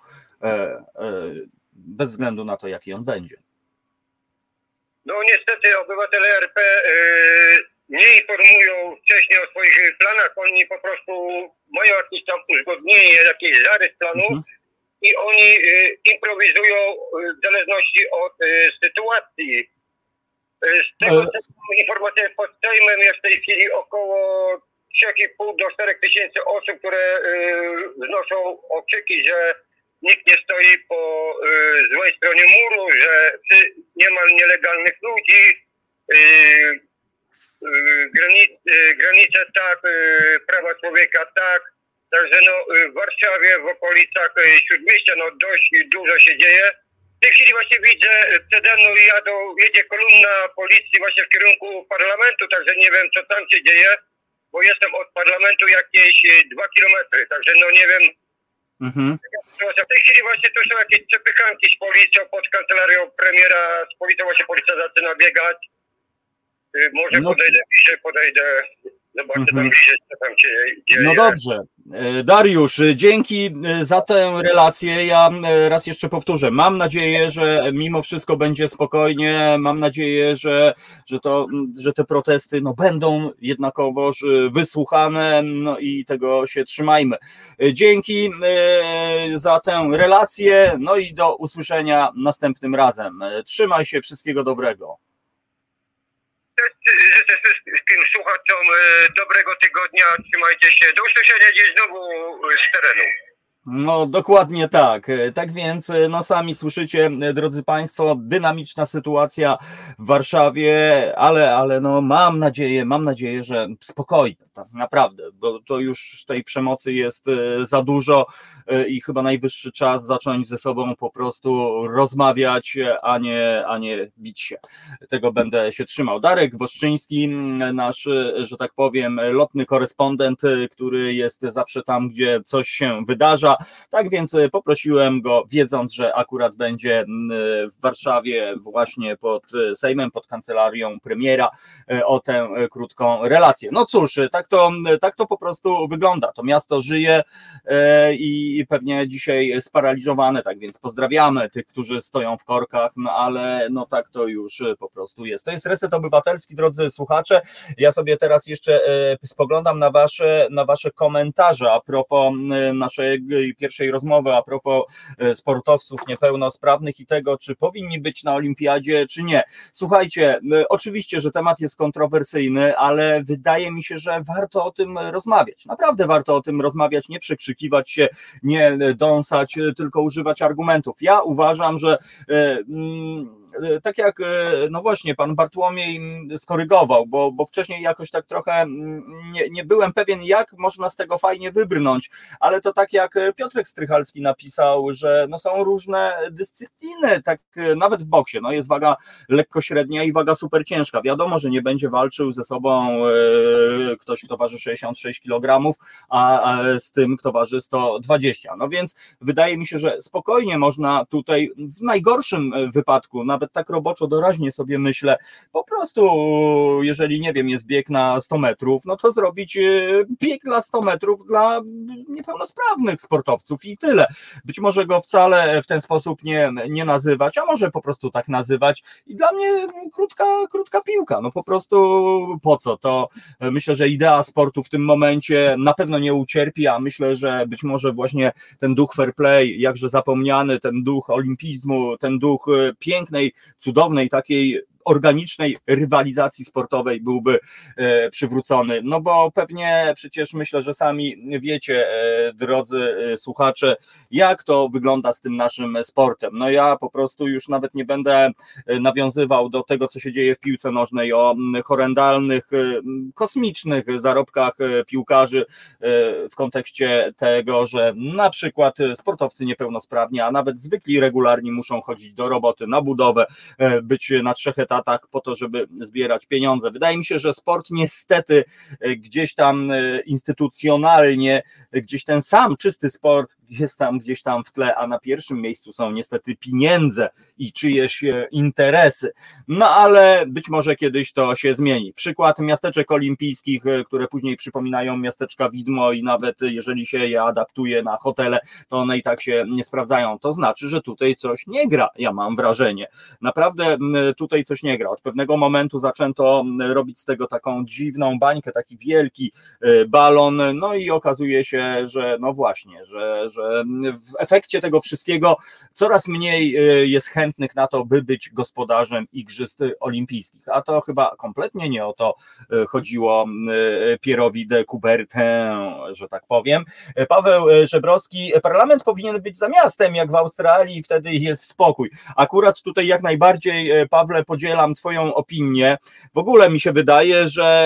S2: bez względu na to, jaki on będzie?
S5: No niestety obywatele RP nie informują wcześniej o swoich planach, oni po prostu mają jakieś tam uzgodnienie, jakiś zarys planu i oni improwizują w zależności od sytuacji. Z tego co mam informację pod Sejmem jest w tej chwili około 3,5 do 4 tysięcy osób, które wznoszą okrzyki, że nikt nie stoi po złej stronie muru, że nie ma nielegalnych ludzi, granice tak, prawa człowieka tak. Także no, w Warszawie, w okolicach Śródmieścia, no dość dużo się dzieje. W tej chwili właśnie widzę, przede mną jedzie kolumna policji właśnie w kierunku parlamentu, także nie wiem, co tam się dzieje, bo jestem od parlamentu jakieś 2 kilometry, także no nie wiem. W tej chwili właśnie tu są jakieś przepychanki z policją, pod kancelarią premiera, z policją właśnie policja zaczyna biegać. Może podejdę, zobaczę tam bliżej, co tam się dzieje.
S2: No dobrze. Dariusz, dzięki za tę relację. Ja raz jeszcze powtórzę. Mam nadzieję, że mimo wszystko będzie spokojnie. Mam nadzieję, że te protesty będą jednakowoż wysłuchane, no i tego się trzymajmy. Dzięki za tę relację, no i do usłyszenia następnym razem. Trzymaj się, wszystkiego dobrego.
S5: Życzę wszystkim słuchaczom dobrego tygodnia, trzymajcie się, do usłyszenia gdzieś znowu z terenu.
S2: No dokładnie tak. Tak więc sami słyszycie, drodzy Państwo, dynamiczna sytuacja w Warszawie, ale mam nadzieję, że spokojnie, tak naprawdę, bo to już tej przemocy jest za dużo i chyba najwyższy czas zacząć ze sobą po prostu rozmawiać, a nie bić się. Tego będę się trzymał. Darek Woszczyński, nasz, że tak powiem, lotny korespondent, który jest zawsze tam, gdzie coś się wydarza. Tak więc poprosiłem go, wiedząc, że akurat będzie w Warszawie właśnie pod Sejmem, pod kancelarią premiera, o tę krótką relację. No cóż, tak to po prostu wygląda. To miasto żyje i pewnie dzisiaj sparaliżowane, tak więc pozdrawiamy tych, którzy stoją w korkach, ale tak to już po prostu jest. To jest Reset Obywatelski, drodzy słuchacze. Ja sobie teraz jeszcze spoglądam na wasze komentarze a propos naszej pierwszej rozmowy, a propos sportowców niepełnosprawnych i tego, czy powinni być na olimpiadzie, czy nie. Słuchajcie, oczywiście, że temat jest kontrowersyjny, ale wydaje mi się, że warto o tym rozmawiać. Naprawdę warto o tym rozmawiać, nie przekrzykiwać się, nie dąsać, tylko używać argumentów. Ja uważam, że tak jak właśnie pan Bartłomiej skorygował, bo wcześniej jakoś tak trochę nie byłem pewien, jak można z tego fajnie wybrnąć, ale to tak jak Piotrek Strychalski napisał, że są różne dyscypliny, tak nawet w boksie, jest waga lekkośrednia i waga super ciężka. Wiadomo, że nie będzie walczył ze sobą ktoś, kto waży 66 kg, a z tym, kto waży 120. No więc wydaje mi się, że spokojnie można tutaj w najgorszym wypadku, nawet tak roboczo doraźnie sobie myślę, po prostu jeżeli nie wiem, jest bieg na 100 metrów, to zrobić bieg na 100 metrów dla niepełnosprawnych sportowców i tyle. Być może go wcale w ten sposób nie nazywać, a może po prostu tak nazywać i dla mnie krótka piłka, po prostu po co? To myślę, że idea sportu w tym momencie na pewno nie ucierpi, a myślę, że być może właśnie ten duch fair play, jakże zapomniany, ten duch olimpizmu, ten duch pięknej, cudownej, takiej organicznej rywalizacji sportowej byłby przywrócony, bo pewnie przecież myślę, że sami wiecie, drodzy słuchacze, jak to wygląda z tym naszym sportem. Ja po prostu już nawet nie będę nawiązywał do tego, co się dzieje w piłce nożnej, o horrendalnych, kosmicznych zarobkach piłkarzy w kontekście tego, że na przykład sportowcy niepełnosprawni, a nawet zwykli regularni muszą chodzić do roboty, na budowę, być na 3 etatach etatach po to, żeby zbierać pieniądze. Wydaje mi się, że sport niestety gdzieś tam instytucjonalnie, gdzieś ten sam czysty sport jest tam gdzieś tam w tle, a na pierwszym miejscu są niestety pieniądze i czyjeś interesy. No ale być może kiedyś to się zmieni. Przykład miasteczek olimpijskich, które później przypominają miasteczka widmo i nawet jeżeli się je adaptuje na hotele, to one i tak się nie sprawdzają. To znaczy, że tutaj coś nie gra, ja mam wrażenie. Naprawdę tutaj coś nie gra. Od pewnego momentu zaczęto robić z tego taką dziwną bańkę, taki wielki balon, no i okazuje się, że no właśnie, że w efekcie tego wszystkiego coraz mniej jest chętnych na to, by być gospodarzem Igrzysk Olimpijskich, a to chyba kompletnie nie o to chodziło Pierre'owi de Coubertin, że tak powiem. Paweł Żebrowski, parlament powinien być za miastem, jak w Australii, wtedy jest spokój. Akurat tutaj jak najbardziej, Pawle, podzielam twoją opinię. W ogóle mi się wydaje,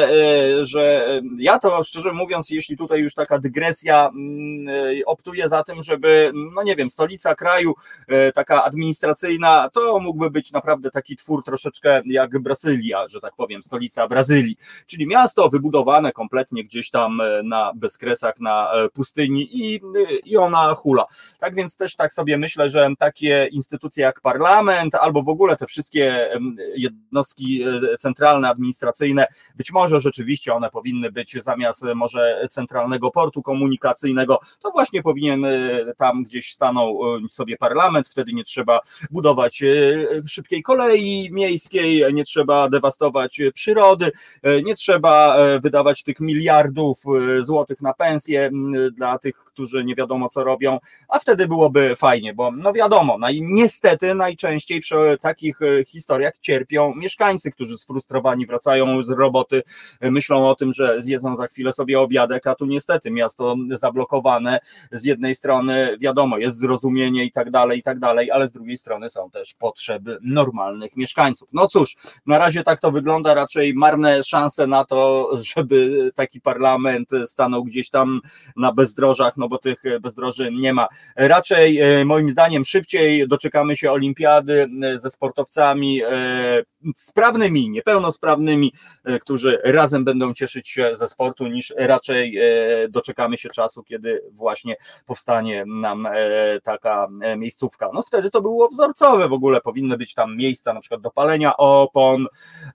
S2: że ja to szczerze mówiąc, jeśli tutaj już taka dygresja, optuję za tym, żeby, no nie wiem, stolica kraju, taka administracyjna, to mógłby być naprawdę taki twór troszeczkę jak Brazylia, że tak powiem, stolica Brazylii, czyli miasto wybudowane kompletnie gdzieś tam na bezkresach, na pustyni i ona hula. Tak więc też tak sobie myślę, że takie instytucje jak parlament albo w ogóle te wszystkie jednostki centralne, administracyjne, być może rzeczywiście one powinny być zamiast może centralnego portu komunikacyjnego, to właśnie powinien tam gdzieś stanął sobie parlament, wtedy nie trzeba budować szybkiej kolei miejskiej, nie trzeba dewastować przyrody, nie trzeba wydawać tych miliardów złotych na pensje dla tych, którzy nie wiadomo co robią, a wtedy byłoby fajnie, bo no wiadomo, niestety najczęściej przy takich historiach cierpią mieszkańcy, którzy sfrustrowani wracają z roboty, myślą o tym, że zjedzą za chwilę sobie obiadek, a tu niestety miasto zablokowane, z jednej strony wiadomo, jest zrozumienie i tak dalej, ale z drugiej strony są też potrzeby normalnych mieszkańców. No cóż, na razie tak to wygląda, raczej marne szanse na to, żeby taki parlament stanął gdzieś tam na bezdrożach, no bo tych bezdroży nie ma. Raczej moim zdaniem szybciej doczekamy się olimpiady ze sportowcami sprawnymi, niepełnosprawnymi, którzy razem będą cieszyć się ze sportu, niż raczej doczekamy się czasu, kiedy właśnie powstanie nam taka miejscówka. No wtedy to było wzorcowe, w ogóle powinny być tam miejsca na przykład do palenia opon,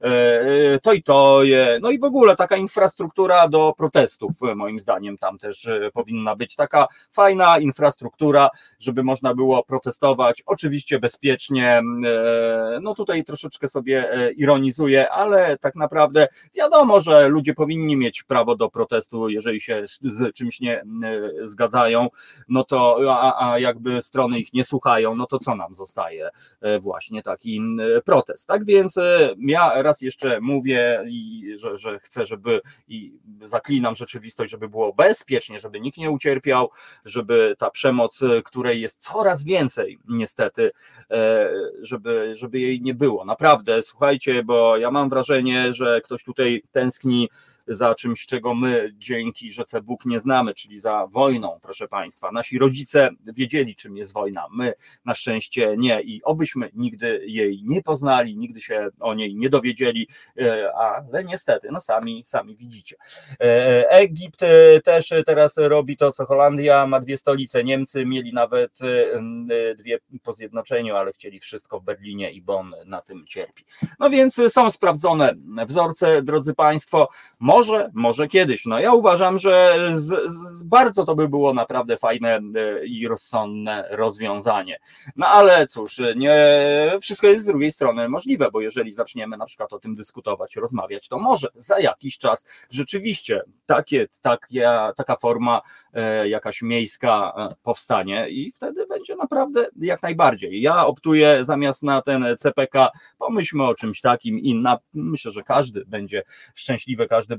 S2: no i w ogóle taka infrastruktura do protestów, moim zdaniem tam też powinna być taka fajna infrastruktura, żeby można było protestować, oczywiście bezpiecznie, no tutaj troszeczkę sobie ironizuję, ale tak naprawdę wiadomo, że ludzie powinni mieć prawo do protestu, jeżeli się z czymś nie zgadzają, no to a jakby strony ich nie słuchają, no to co nam zostaje? Właśnie taki protest. Tak więc ja raz jeszcze mówię, że chcę, żeby i zaklinam rzeczywistość, żeby było bezpiecznie, żeby nikt nie ucierpiał, żeby ta przemoc, której jest coraz więcej niestety, żeby jej nie było. Naprawdę, słuchajcie, bo ja mam wrażenie, że ktoś tutaj tęskni za czymś, czego my dzięki rzece Bóg nie znamy, czyli za wojną, proszę Państwa. Nasi rodzice wiedzieli, czym jest wojna, my na szczęście nie i obyśmy nigdy jej nie poznali, nigdy się o niej nie dowiedzieli, ale niestety, no sami widzicie. Egipt też teraz robi to, co Holandia, ma 2 stolice, Niemcy mieli nawet 2 po zjednoczeniu, ale chcieli wszystko w Berlinie i Bonn na tym cierpi. No więc są sprawdzone wzorce, drodzy Państwo, może kiedyś. No ja uważam, że bardzo to by było naprawdę fajne i rozsądne rozwiązanie. No ale cóż, nie wszystko jest z drugiej strony możliwe, bo jeżeli zaczniemy na przykład o tym dyskutować, rozmawiać, to może za jakiś czas rzeczywiście taka forma jakaś miejska powstanie i wtedy będzie naprawdę jak najbardziej. Ja optuję zamiast na ten CPK, pomyślmy o czymś takim i myślę, że każdy będzie szczęśliwy, każdy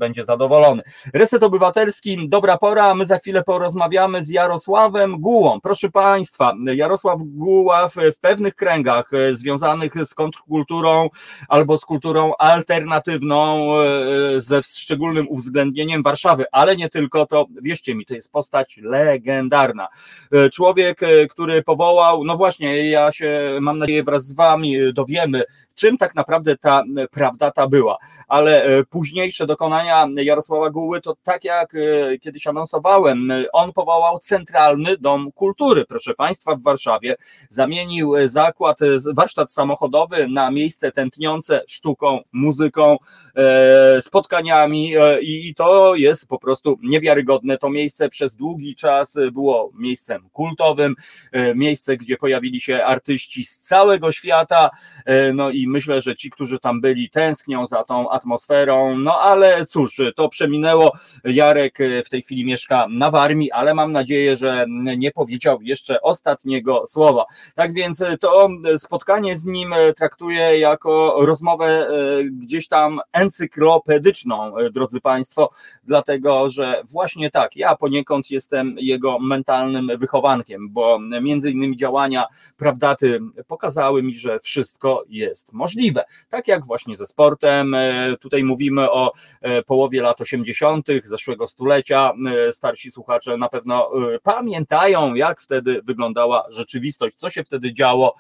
S2: będzie zadowolony. Reset Obywatelski, dobra pora, my za chwilę porozmawiamy z Jarosławem Gułą. Proszę Państwa, Jarosław Guła w pewnych kręgach związanych z kontrkulturą albo z kulturą alternatywną ze szczególnym uwzględnieniem Warszawy, ale nie tylko, to wierzcie mi, to jest postać legendarna. Człowiek, który powołał, no właśnie, ja się, mam nadzieję, wraz z Wami dowiemy, czym tak naprawdę ta prawda ta była, ale późniejsze dokonania Jarosława Guły to tak jak kiedyś anonsowałem, on powołał Centralny Dom Kultury, proszę Państwa, w Warszawie, zamienił warsztat samochodowy na miejsce tętniące sztuką, muzyką, spotkaniami i to jest po prostu niewiarygodne. To miejsce przez długi czas było miejscem kultowym, miejsce, gdzie pojawili się artyści z całego świata, no i myślę, że ci, którzy tam byli, tęsknią za tą atmosferą, no ale cóż, to przeminęło. Jarek w tej chwili mieszka na Warmii, ale mam nadzieję, że nie powiedział jeszcze ostatniego słowa. Tak więc to spotkanie z nim traktuję jako rozmowę gdzieś tam encyklopedyczną, drodzy Państwo, dlatego, że właśnie tak, ja poniekąd jestem jego mentalnym wychowankiem, bo między innymi działania Prawdaty pokazały mi, że wszystko jest możliwe. Tak jak właśnie ze sportem, tutaj mówimy o połowie lat 80. zeszłego stulecia, starsi słuchacze na pewno pamiętają, jak wtedy wyglądała rzeczywistość, co się wtedy działo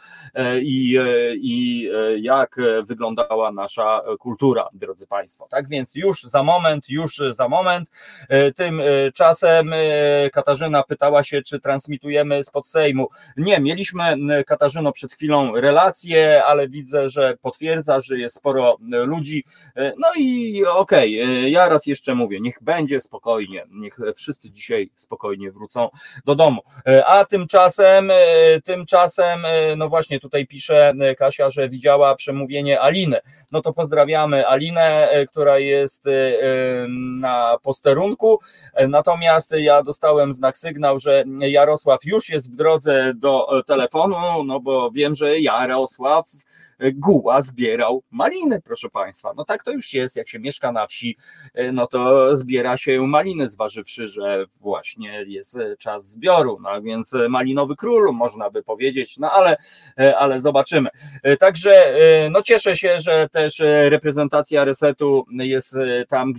S2: i jak wyglądała nasza kultura, drodzy Państwo. Tak więc już za moment. Tymczasem Katarzyna pytała się, czy transmitujemy spod Sejmu. Nie, mieliśmy, Katarzyno, przed chwilą relację, ale widzę, że potwierdza, że jest sporo ludzi. No i okej, ja raz jeszcze mówię, niech będzie spokojnie, niech wszyscy dzisiaj spokojnie wrócą do domu. A tymczasem, no właśnie tutaj pisze Kasia, że widziała przemówienie Aliny. No to pozdrawiamy Alinę, która jest na posterunku. Natomiast ja dostałem sygnał, że Jarosław już jest w drodze do telefonu, no bo wiem, że Jarosław Guła zbierał maliny, proszę Państwa. No tak to już jest, jak się mieszka na wsi, no to zbiera się maliny, zważywszy, że właśnie jest czas zbioru, no więc malinowy król, można by powiedzieć, no ale zobaczymy. Także no cieszę się, że też reprezentacja Resetu jest tam,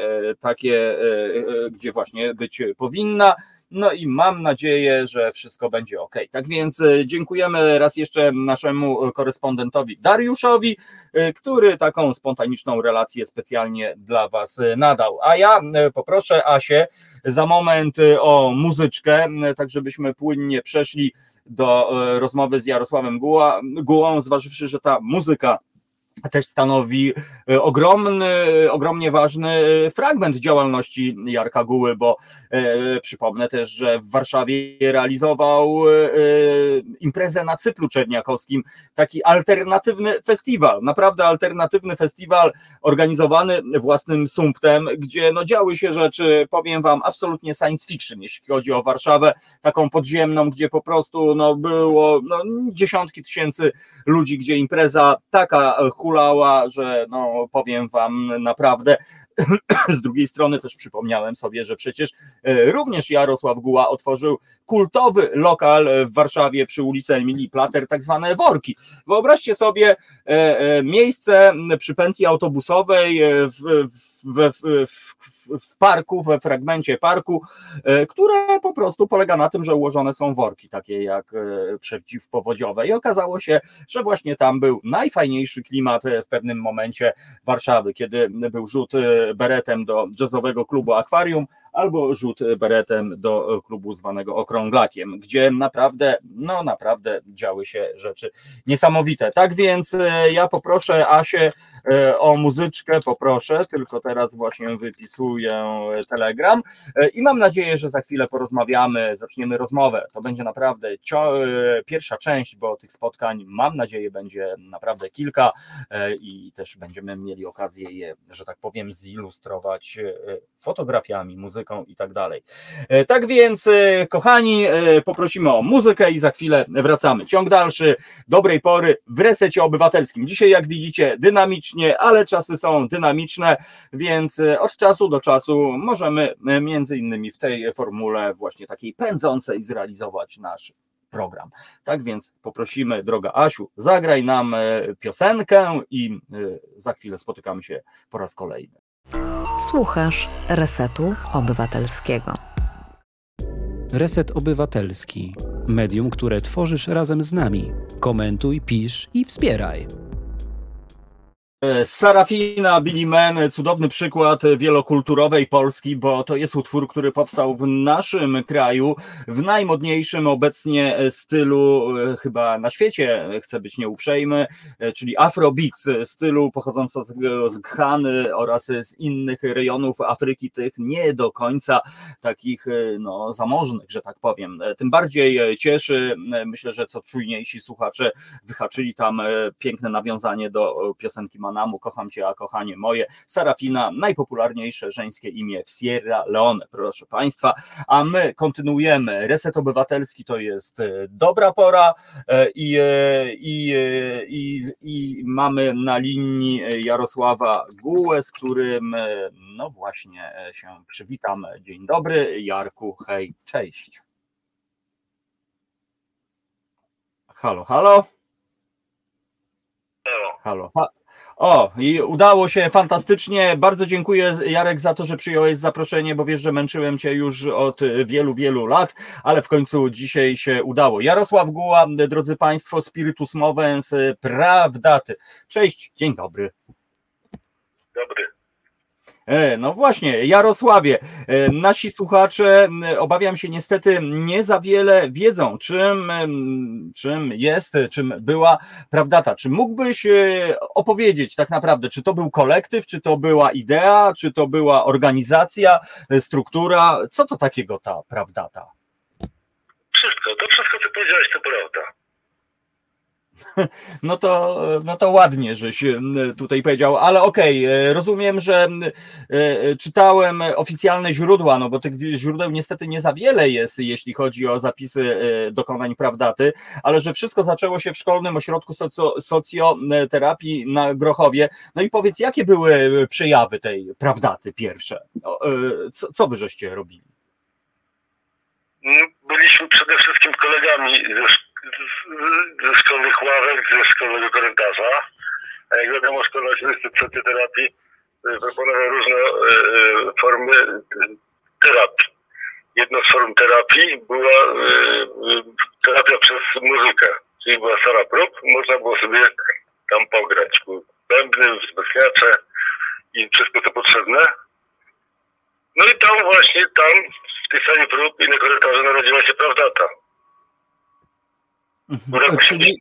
S2: gdzie właśnie być powinna. No i mam nadzieję, że wszystko będzie ok. Tak więc dziękujemy raz jeszcze naszemu korespondentowi Dariuszowi, który taką spontaniczną relację specjalnie dla Was nadał. A ja poproszę Asię za moment o muzyczkę, tak żebyśmy płynnie przeszli do rozmowy z Jarosławem Gułą, zważywszy, że ta muzyka też stanowi ogromnie ważny fragment działalności Jarka Guły, bo przypomnę też, że w Warszawie realizował imprezę na Cyplu Czerniakowskim, taki alternatywny festiwal, naprawdę alternatywny festiwal organizowany własnym sumptem, gdzie no działy się rzeczy, powiem Wam, absolutnie science fiction, jeśli chodzi o Warszawę, taką podziemną, gdzie po prostu no, było dziesiątki tysięcy ludzi, gdzie impreza taka hulała, że no powiem Wam naprawdę. Z drugiej strony też przypomniałem sobie, że przecież również Jarosław Guła otworzył kultowy lokal w Warszawie przy ulicy Emilii Plater, tak zwane Worki. Wyobraźcie sobie miejsce przy pętli autobusowej w parku, we fragmencie parku, które po prostu polega na tym, że ułożone są worki, takie jak przeciwpowodziowe. I okazało się, że właśnie tam był najfajniejszy klimat w pewnym momencie Warszawy, kiedy był rzut beretem do jazzowego klubu Akwarium albo rzut beretem do klubu zwanego Okrąglakiem, gdzie naprawdę działy się rzeczy niesamowite. Tak więc ja poproszę Asię o muzyczkę, tylko teraz właśnie wypisuję telegram i mam nadzieję, że za chwilę porozmawiamy, zaczniemy rozmowę. To będzie naprawdę pierwsza część, bo tych spotkań mam nadzieję będzie naprawdę kilka i też będziemy mieli okazję je, że tak powiem, zilustrować fotografiami, muzyką. muzyką i tak dalej. Tak więc, kochani, poprosimy o muzykę i za chwilę wracamy. Ciąg dalszy dobrej pory w Resecie Obywatelskim. Dzisiaj, jak widzicie, dynamicznie, ale czasy są dynamiczne, więc od czasu do czasu możemy między innymi w tej formule właśnie takiej pędzącej zrealizować nasz program. Tak więc poprosimy, droga Asiu, zagraj nam piosenkę i za chwilę spotykamy się po raz kolejny.
S1: Słuchasz Resetu Obywatelskiego.
S6: Reset Obywatelski. Medium, które tworzysz razem z nami. Komentuj, pisz i wspieraj.
S2: Sarafina, Billy Mann, cudowny przykład wielokulturowej Polski, bo to jest utwór, który powstał w naszym kraju, w najmodniejszym obecnie stylu chyba na świecie, chcę być nieuprzejmy, czyli Afrobeats, stylu pochodzącego z Ghany oraz z innych rejonów Afryki, tych nie do końca takich no, zamożnych, że tak powiem. Tym bardziej cieszy, myślę, że co czujniejsi słuchacze wyhaczyli tam piękne nawiązanie do piosenki Manamu, Kocham Cię, a kochanie moje. Sarafina, najpopularniejsze żeńskie imię w Sierra Leone, proszę Państwa, a my kontynuujemy. Reset Obywatelski to jest dobra pora i mamy na linii Jarosława Gułę, z którym no właśnie się przywitam. Dzień dobry, Jarku, hej, cześć. Halo, halo. Halo. O, i udało się fantastycznie. Bardzo dziękuję, Jarek, za to, że przyjąłeś zaproszenie, bo wiesz, że męczyłem Cię już od wielu, wielu lat, ale w końcu dzisiaj się udało. Jarosław Guła, drodzy Państwo, Spiritus Movens, Prawdaty. Cześć, dzień dobry.
S5: Dobry.
S2: No właśnie, Jarosławie, nasi słuchacze, obawiam się niestety nie za wiele wiedzą, czym jest, czym była Prawdata. Czy mógłbyś opowiedzieć tak naprawdę, czy to był kolektyw, czy to była idea, czy to była organizacja, struktura, co to takiego ta Prawdata?
S5: Wszystko, co powiedziałeś, to prawda.
S2: No to ładnie, żeś tutaj powiedział, ale okej, rozumiem, że czytałem oficjalne źródła, no bo tych źródeł niestety nie za wiele jest, jeśli chodzi o zapisy dokonań Prawdaty, ale że wszystko zaczęło się w Szkolnym Ośrodku Socjoterapii na Grochowie. No i powiedz, jakie były przejawy tej Prawdaty pierwsze? Co wy żeście robili?
S5: Byliśmy przede wszystkim kolegami ze szkolnych ławek, ze szkolnego korytarza. A jak wiadomo, Szkolny Ośrodek Socjoterapii proponuje różne formy terapii. Jedną z form terapii była terapia przez muzykę, czyli była sala prób, można było sobie tam pograć. Były bębny, wzmacniacze i wszystko co potrzebne. No i tam właśnie, w tej sali prób i na korytarzu narodziła się Prawdata.
S2: Czyli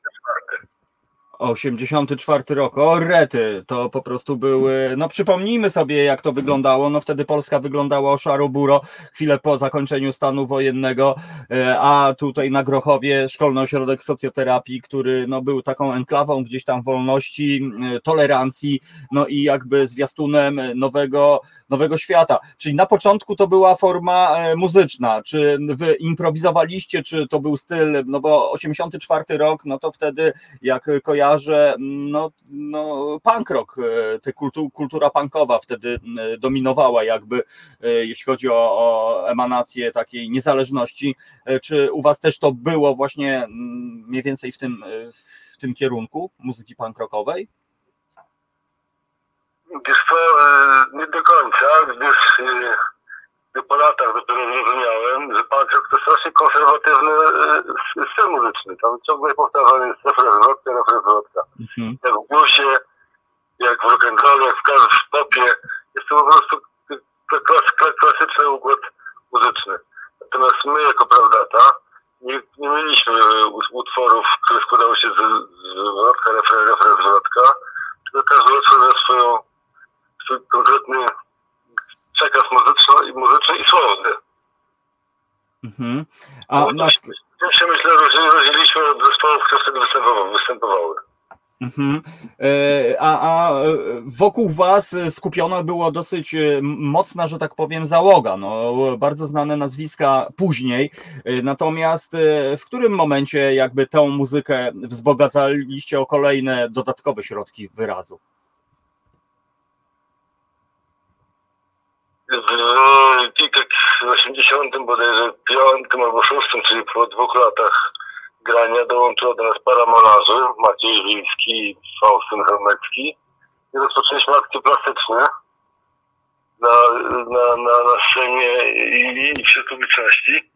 S2: 84 rok, o rety, to po prostu były, no przypomnijmy sobie jak to wyglądało, no wtedy Polska wyglądała szaro-buro, chwilę po zakończeniu stanu wojennego, a tutaj na Grochowie Szkolny Ośrodek Socjoterapii, który no był taką enklawą gdzieś tam wolności, tolerancji, no i jakby zwiastunem nowego świata, czyli na początku to była forma muzyczna, czy wy improwizowaliście, czy to był styl, no bo 84 rok, no to wtedy jak kojarzę, no punk rock, kultura punkowa wtedy dominowała jakby, jeśli chodzi o emanację takiej niezależności. Czy u was też to było właśnie mniej więcej w tym kierunku muzyki punk rockowej?
S5: Wiesz co, nie do końca, gdyż po latach dopiero zrozumiałem, że punk rock to strasznie konserwatywny styl muzyczny. Tam ciągle powtarzany jest refrezlotka. Jak w bluesie, jak w rock'n'rollu, jak w popie. Jest to po prostu klasyczny układ muzyczny. Natomiast my jako Prawdata nie mieliśmy utworów, które składały się z zwrotka, refren, zwrotka. Tylko każdy utwór miał swój konkretny przekaz muzyczny i słowny.
S2: A
S5: myślę, że rozdzieliliśmy od zespołów, które wtedy występowały.
S2: Mhm. A wokół was skupiona było dosyć mocna, że tak powiem, załoga. No, bardzo znane nazwiska później. Natomiast w którym momencie jakby tę muzykę wzbogacaliście o kolejne dodatkowe środki wyrazu?
S5: W 80 bodajże 5 albo 6, czyli po 2 latach grania dołączyła do nas para malarzy, Maciej Wilski i Faustyn Hermecki. I rozpoczęliśmy akcje plastyczne na scenie i wśród publiczności.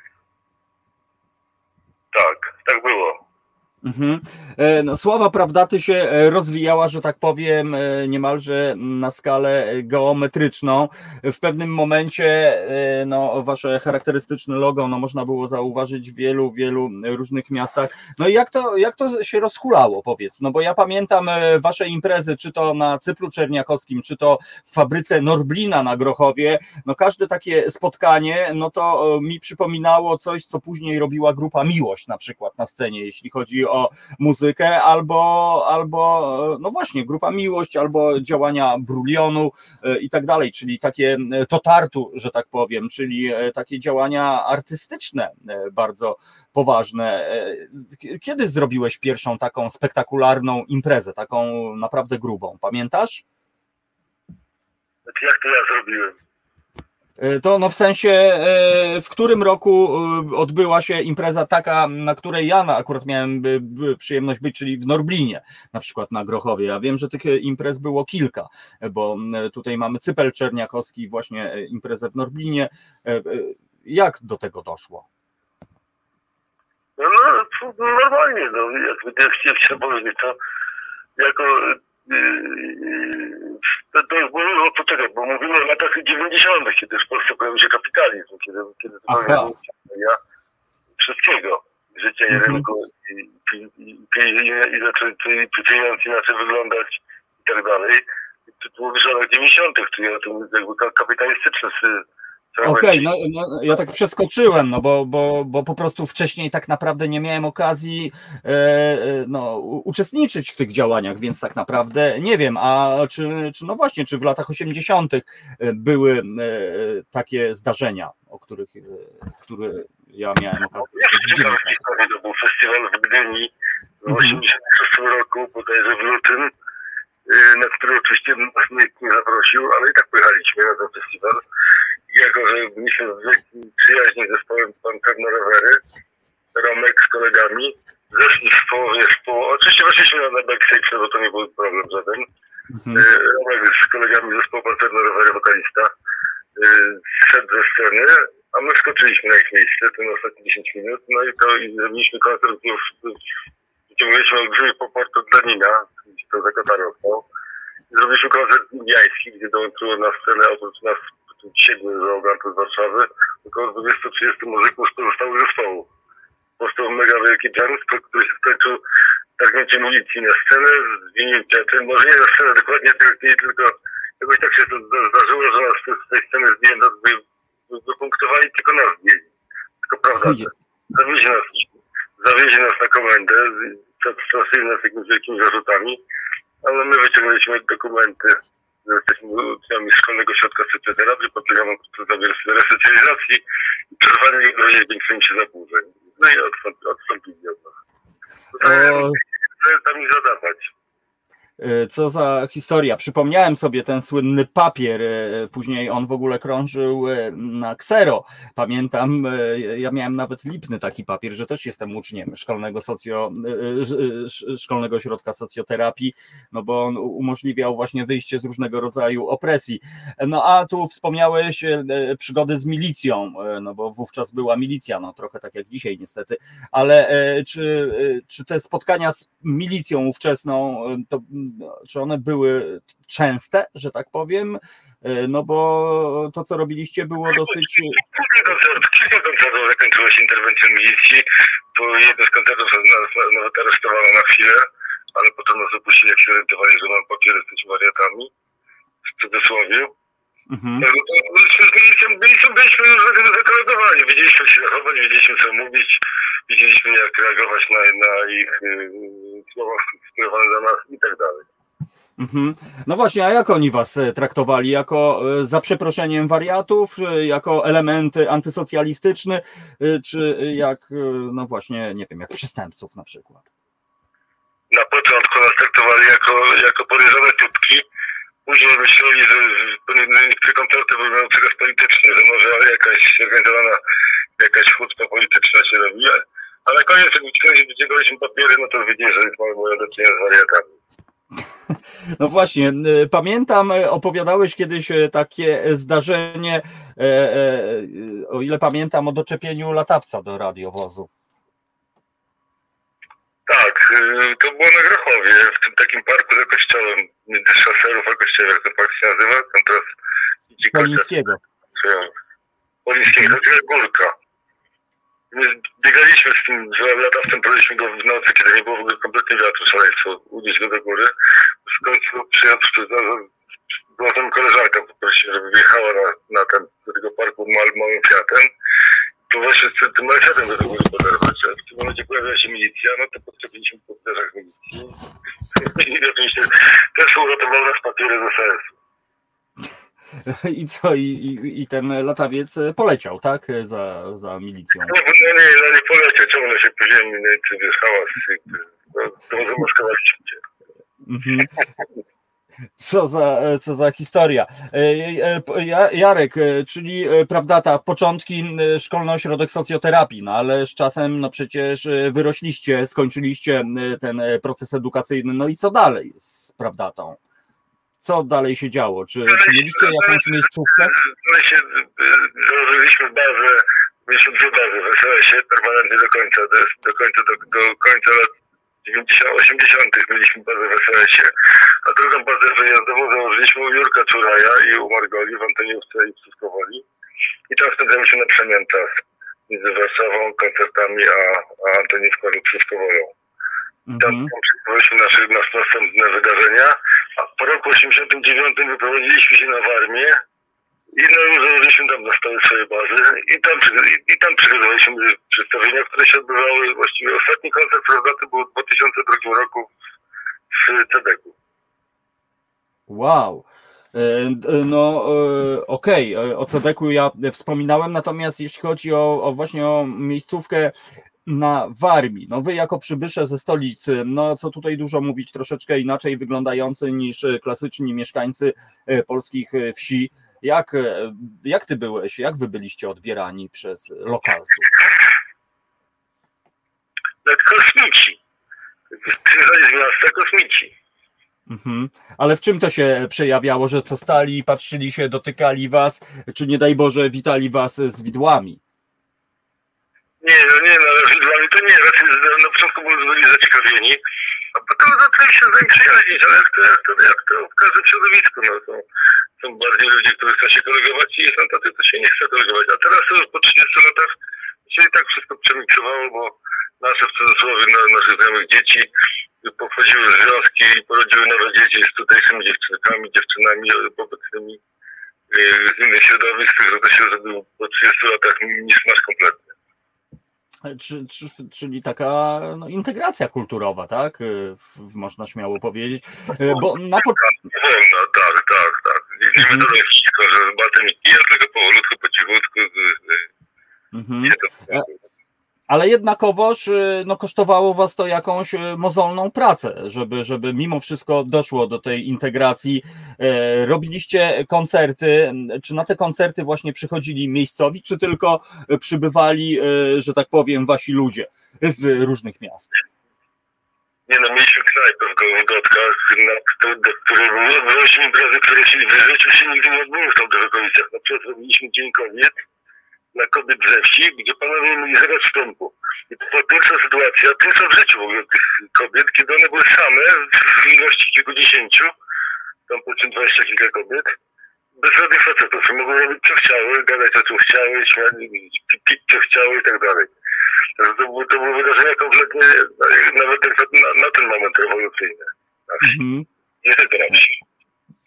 S5: Tak było.
S2: Mhm. No, sława Prawdaty się rozwijała, że tak powiem, niemalże na skalę geometryczną. W pewnym momencie no, wasze charakterystyczne logo no, można było zauważyć w wielu różnych miastach. No i jak to się rozhulało, powiedz? No bo ja pamiętam wasze imprezy, czy to na Cyplu Czerniakowskim, czy to w fabryce Norblina na Grochowie. No każde takie spotkanie, no to mi przypominało coś, co później robiła grupa Miłość na przykład na scenie, jeśli chodzi o muzykę, albo no właśnie, grupa Miłość, albo działania Brulionu i tak dalej, czyli takie totartu, że tak powiem, czyli takie działania artystyczne bardzo poważne. Kiedy zrobiłeś pierwszą taką spektakularną imprezę, taką naprawdę grubą? Pamiętasz?
S5: Jak to ja zrobiłem?
S2: To no w sensie, w którym roku odbyła się impreza taka, na której ja akurat miałem przyjemność być, czyli w Norblinie, na przykład na Grochowie. Ja wiem, że tych imprez było kilka, bo tutaj mamy Cypel Czerniakowski, właśnie imprezę w Norblinie. Jak do tego doszło?
S5: No normalnie, no, jak się powiedzieć, to jako to było, poczekaj, bo mówimy o latach 90., kiedy w Polsce pojawił się kapitalizm, kiedy to ja wszystkiego, życia i rynku i zaczęły pieniądze inaczej wyglądać i tak dalej. To było w latach 90., czyli jakby kapitalistyczny
S2: Okej, no ja tak przeskoczyłem, no bo po prostu wcześniej tak naprawdę nie miałem okazji no, uczestniczyć w tych działaniach, więc tak naprawdę nie wiem, a czy no właśnie, czy w latach 80. były takie zdarzenia, które ja miałem okazję widzieć.
S5: To był festiwal w Gdyni w 86 roku, bodajże w lutym, na który oczywiście nas nikt nie zaprosił, ale i tak pojechaliśmy na ten festiwal. Jako, że byliśmy przyjaźni z zespołem Pancerno Rowery, Romek z kolegami, zeszli w połowie, oczywiście weszliśmy na backstage, bo to nie był problem żaden. Romek z kolegami zespołu Pancerno Rowery, wokalista, zszedł ze sceny, a my skoczyliśmy na ich miejsce, ten ostatnie 10 minut, no i zrobiliśmy koncert, wyciągnęliśmy olbrzymi poport od Danina, to za Kotarą. Zrobiliśmy koncert indiański, gdzie dołączyło na scenę oprócz nas siedmiu załogantów z Warszawy, około 20-30 muzyków z pozostałych zespołów. Powstał mega wielki jam, który się skończył targnięciem milicji na scenę, zwinięciem, może nie na scenę dokładnie, tylko jakoś tak się to zdarzyło, że nas z tej sceny zdjęto, wypunktowali, tylko nas zdjęli. Tylko prawda, zawieźli nas na komendę, straszyli nas jakimiś wielkimi zarzutami, ale my wyciągnęliśmy dokumenty, że jesteśmy uczniami Szkolnego Ośrodka Socjoterapii, podlegamy resocjalizacji i przerwali nie grozi większym się zaburzeń. No i odstąpili od nas. To tam ich zadawać.
S2: Co za historia. Przypomniałem sobie ten słynny papier, później on w ogóle krążył na ksero. Pamiętam, ja miałem nawet lipny taki papier, że też jestem uczniem Szkolnego Ośrodka Socjoterapii, no bo on umożliwiał właśnie wyjście z różnego rodzaju opresji. No a tu wspomniałeś przygody z milicją, no bo wówczas była milicja, no trochę tak jak dzisiaj niestety, ale czy te spotkania z milicją ówczesną, to czy one były częste, że tak powiem? No bo to, co robiliście, było dosyć...
S5: Kilka koncertów zakończyło się interwencją milicji. Jedno z koncertów nas nawet aresztowano na chwilę, ale potem nas wypuścili, jak się orientowali, że mam papiery, jesteśmy wariatami, w cudzysłowie. Byliśmy już zakoledowani. normalnie, wiedzieliśmy się zachować, wiedzieliśmy co mówić, wiedzieliśmy jak reagować na ich słowa skierowane do nas i tak dalej.
S2: Mhm. No właśnie, a jak oni was traktowali? Jako, za przeproszeniem, wariatów, jako element antysocjalistyczny, czy jak, no właśnie, nie wiem, jak przestępców na przykład?
S5: Na początku nas traktowali jako podejrzane tutki. Później myśleli, że niektóre koncerty były miały przekaz polityczny, że może jakaś zorganizowana chucpa polityczna się robi. A na koniec, jak wyciągaliśmy papiery, no to wiedzieli, że mamy do czynienia z wariatami.
S2: No właśnie, pamiętam, opowiadałeś kiedyś takie zdarzenie, o ile pamiętam, o doczepieniu latawca do radiowozu.
S5: Tak, to było na Grochowie, w tym takim parku za kościołem, między Szaserów a kościołem, jak ten park się nazywa, tam teraz idzie
S2: Polińskiego.
S5: Polińskiego, to jest górka. My biegaliśmy z tym latawcem, prowadziliśmy go w nocy, kiedy nie było w ogóle kompletnie wiatru, szaleństwo, unieść go do góry. W końcu była tam koleżanka, poprosiła, żeby wjechała do tego parku małym Fiatem. Próbowaliśmy z tym małym Fiatem do tej góry poderwać, a w tym momencie pojawiła się milicja, no to podstawiliśmy po drzwiach milicji. I oczywiście też uratował nas papiery do sensu.
S2: I co? I ten latawiec poleciał, tak? Za milicją.
S5: Nie poleciał, ciągnął się po ziemi, no i tu jest hałas. To zamaskowaliśmy cię.
S2: Mhm. Co za historia. Jarek, czyli prawda, początki szkolny ośrodek socjoterapii, no ale z czasem no przecież wyrośliście, skończyliście ten proces edukacyjny, no i co dalej z prawdatą? Co dalej się działo? Czy mieliście jakąś miejscówkę?
S5: Założyliśmy bazę, mieliśmy 2 bazy w SLS-ie permanentnie do końca lat 80. mieliśmy bazę w SLS-ie, a drugą bazę wyjazdową założyliśmy u Jurka Czuraja i u Margoli w Antoniówce i w Pruskowoli. I tam spędzaliśmy na przemian między Warszawą, koncertami, a Antoniówką lub Pruskowolą. Tam przygotowaliśmy nasze następne wydarzenia, a po roku 89 wyprowadziliśmy się na Warmię i no już założyliśmy tam na stałe swoje bazy i tam przygotowaliśmy przedstawienia, które się odbywały. Właściwie ostatni koncert prawdaty był w 2002 roku w CDK-u.
S2: Wow. No okej, o CDK-u ja wspominałem, natomiast jeśli chodzi właśnie o miejscówkę na Warmii, no wy jako przybysze ze stolicy, no co tutaj dużo mówić, troszeczkę inaczej wyglądający niż klasyczni mieszkańcy polskich wsi. Jak ty byłeś, jak wy byliście odbierani przez lokalsów?
S5: Kosmici. Przyjechali z miasta kosmici.
S2: Mhm. Ale w czym to się przejawiało, że co stali, patrzyli się, dotykali was, czy nie daj Boże witali was z widłami?
S5: Nie, widłami to nie, raczej na początku byli zaciekawieni, a potem zaczęli się z nami przyjaźnić, ale jak to w każdym środowisku, no są bardziej ludzie, którzy chcą się kolegować i są tacy, co się nie chce kolegować, a teraz już po 30 latach się i tak wszystko przemiksowało, bo nasze w cudzysłowie, naszych znajomych dzieci pochodziły w związki i porodziły nowe dzieci z tutejszymi dziewczynami obecnymi z innych środowisk, że to się zrobiło po 30 latach miszmasz kompletny.
S2: Czyli taka no, integracja kulturowa, tak? Można śmiało powiedzieć. Bo na
S5: tak. Nie my to wszystko, że z batem i kijem, tylko powolutku, po cichutku.
S2: Ale jednakowoż no, kosztowało was to jakąś mozolną pracę, żeby mimo wszystko doszło do tej integracji. Robiliście koncerty, czy na te koncerty właśnie przychodzili miejscowi, czy tylko przybywali, że tak powiem, wasi ludzie z różnych miast?
S5: Nie no, mieliśmy knajpę w Gotkach, do której były imprezy, które się w życiu się nigdy nie odbyły w tamtych okolicach. Na przykład robiliśmy Dzień Kobiet dla kobiet ze wsi, gdzie panowie mieli zaraz wstępu. I to była pierwsza w życiu w ogóle tych kobiet, kiedy one były same w ilości kilkudziesięciu, tam po czym 20 kilka kobiet, bez żadnych facetów. Mogły robić co chciały, gadać o czym chciały, pić co chciały i tak dalej. To były wydarzenia kompletnie, nawet na ten moment rewolucyjne. Nie tylko na wsi.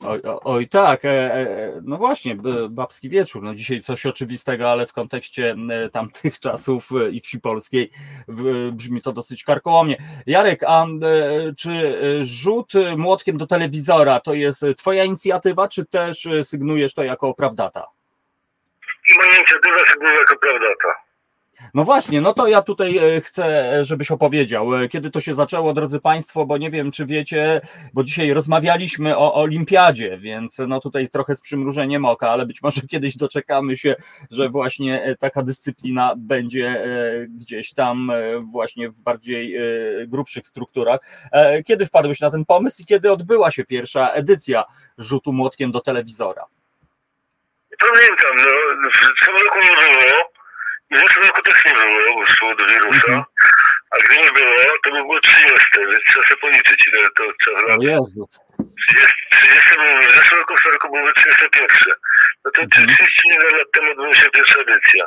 S2: Oj tak, no właśnie, babski wieczór, no dzisiaj coś oczywistego, ale w kontekście tamtych czasów i wsi polskiej brzmi to dosyć karkołomnie. Jarek, a czy rzut młotkiem do telewizora to jest twoja inicjatywa, czy też sygnujesz to jako prawdata?
S5: Moja inicjatywa sygnuje jako prawdata.
S2: No właśnie, no to ja tutaj chcę, żebyś opowiedział, kiedy to się zaczęło, drodzy Państwo, bo nie wiem, czy wiecie, bo dzisiaj rozmawialiśmy o olimpiadzie, więc no tutaj trochę z przymrużeniem oka, ale być może kiedyś doczekamy się, że właśnie taka dyscyplina będzie gdzieś tam właśnie w bardziej grubszych strukturach. Kiedy wpadłeś na ten pomysł i kiedy odbyła się pierwsza edycja rzutu młotkiem do telewizora?
S5: Pamiętam, no w tym roku nie było. I w zeszłym roku też nie było, bo szło do wirusa, a gdy nie było, to by było 30, więc trzeba sobie policzyć, ile to trzeba lat.
S2: O Jezus.
S5: 30 było, w zeszłym roku, w tym roku były 31. No to 31 lat temu odbyła się pierwsza edycja.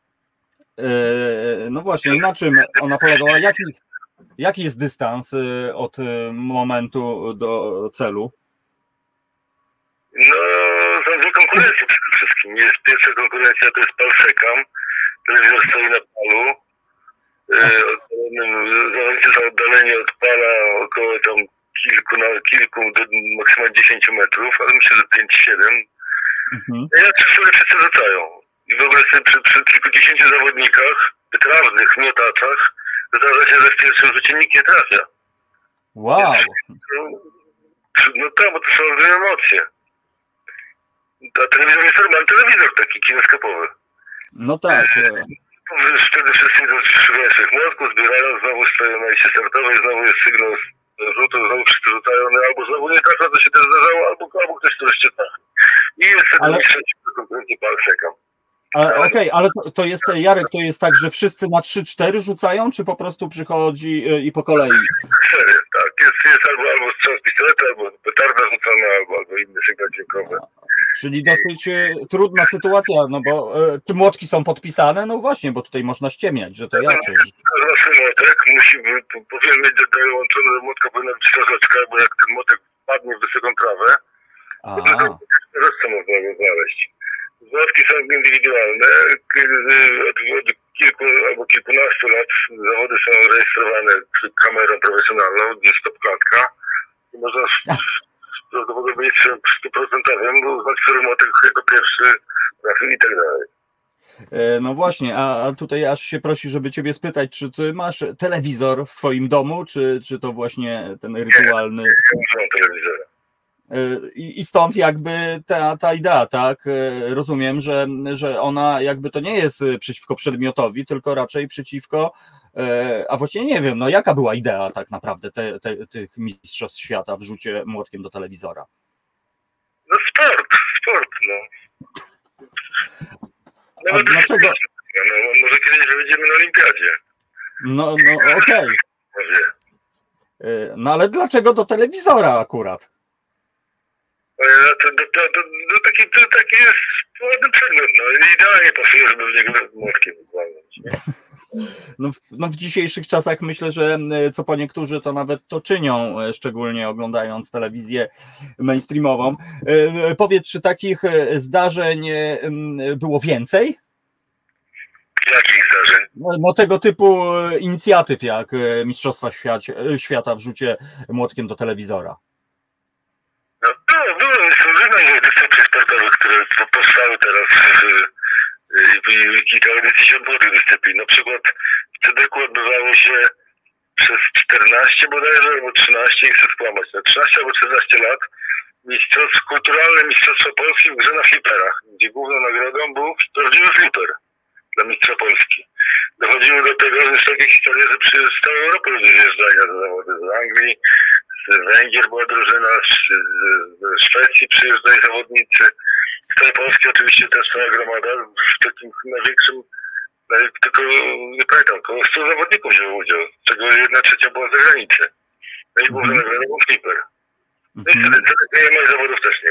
S2: No właśnie, i na czym ona polegała? Jaki jest dystans od momentu do celu?
S5: No, są dwie konkurencje przede wszystkim. Jest pierwsza konkurencja, to jest Palsekam. Telewizor stoi na palu. Zawodnicy są oddaleni od pala około tam kilku do maksymalnie 10 metrów, ale myślę, że 5-7. Ja wszyscy rzucają. I w ogóle przy kilkudziesięciu zawodnikach, wytrawnych miotaczach, zdarza się, że w pierwszym rzucie nikt nie trafia.
S2: Wow!
S5: No tak, bo to są olbrzymie emocje. A telewizor jest normalny telewizor taki kineskopowy.
S2: No tak.
S5: Wtedy wszyscy szukają swoich młotków, zbierają, znowu stoją na liście startowej, znowu jest sygnał rzutu, znowu wszyscy rzucają, no albo znowu nie trafia, to się też zdarzało, albo ktoś wreszcie trafi. I jest wtedy mistrzostwo konkurencji Palsekam.
S2: Okej, ale to jest, Jarek, to jest tak, że wszyscy na 3-4 rzucają, czy po prostu przychodzi i po kolei?
S5: 4, tak. Jest albo strzał z pistoletu, albo petarda rzucona, albo inny sygnał dźwiękowy.
S2: Czyli dosyć trudna sytuacja, no bo czy młotki są podpisane? No właśnie, bo tutaj można ściemniać, że to ja czy...
S5: Każdy młotek musi powinien mieć dołączony do młotka, powinna być troszeczkę, bo jak ten młotek padnie w wysoką trawę, to tylko rożce można go znaleźć. Młotki są indywidualne. Od kilku albo kilkunastu lat zawody są rejestrowane kamerą profesjonalną, gdzie jest stopklatka. I można prawdopodobieństwem 100% uznać, który młotek jako pierwszy trafił i tak dalej.
S2: No właśnie, a tutaj aż się prosi, żeby ciebie spytać, czy ty masz telewizor w swoim domu, czy to właśnie ten rytualny...
S5: Nie mam telewizora.
S2: I stąd jakby ta idea, tak? Rozumiem, że ona jakby to nie jest przeciwko przedmiotowi, tylko raczej przeciwko, a właściwie nie wiem, no jaka była idea tak naprawdę tych mistrzostw świata w rzucie młotkiem do telewizora?
S5: No sport, no.
S2: A dlaczego?
S5: No, może kiedyś będziemy na olimpiadzie.
S2: No okej. No ale dlaczego do telewizora akurat?
S5: To taki jest ładny przedmiot, no i idealnie pasuje, żeby w niego młotkiem walnąć.
S2: No w dzisiejszych czasach myślę, że co po niektórzy to nawet to czynią, szczególnie oglądając telewizję mainstreamową. Powiedz, czy takich zdarzeń było więcej?
S5: Jakich zdarzeń?
S2: No tego typu inicjatyw jak Mistrzostwa Świata w rzucie młotkiem do telewizora.
S5: No były różne dyscypliny sportowe, które powstały teraz i kilka edycji się odbyło tych dyscyplin. Na przykład w CDK-u odbywało się przez 14 bodajże, albo 13, nie chcę skłamać, 13 albo 14 lat kulturalne mistrzostwa Polski w grze na fliperach, gdzie główną nagrodą był prawdziwy fliper dla mistrza Polski. Dochodziło do tego, że jest takie historie, że z całej Europy ludzie wjeżdżali na te zawody, z Anglii, z Węgier była drużyna, z Szwecji przyjeżdżali zawodnicy, z całej Polski oczywiście też cała gromada, w takim największym, tylko nie pamiętam, około 100 zawodników wzięło udział, z czego 1/3 była z zagranicy. No i główna nagroda był flipper. No i wtedy nie ma zawodów też nie ma.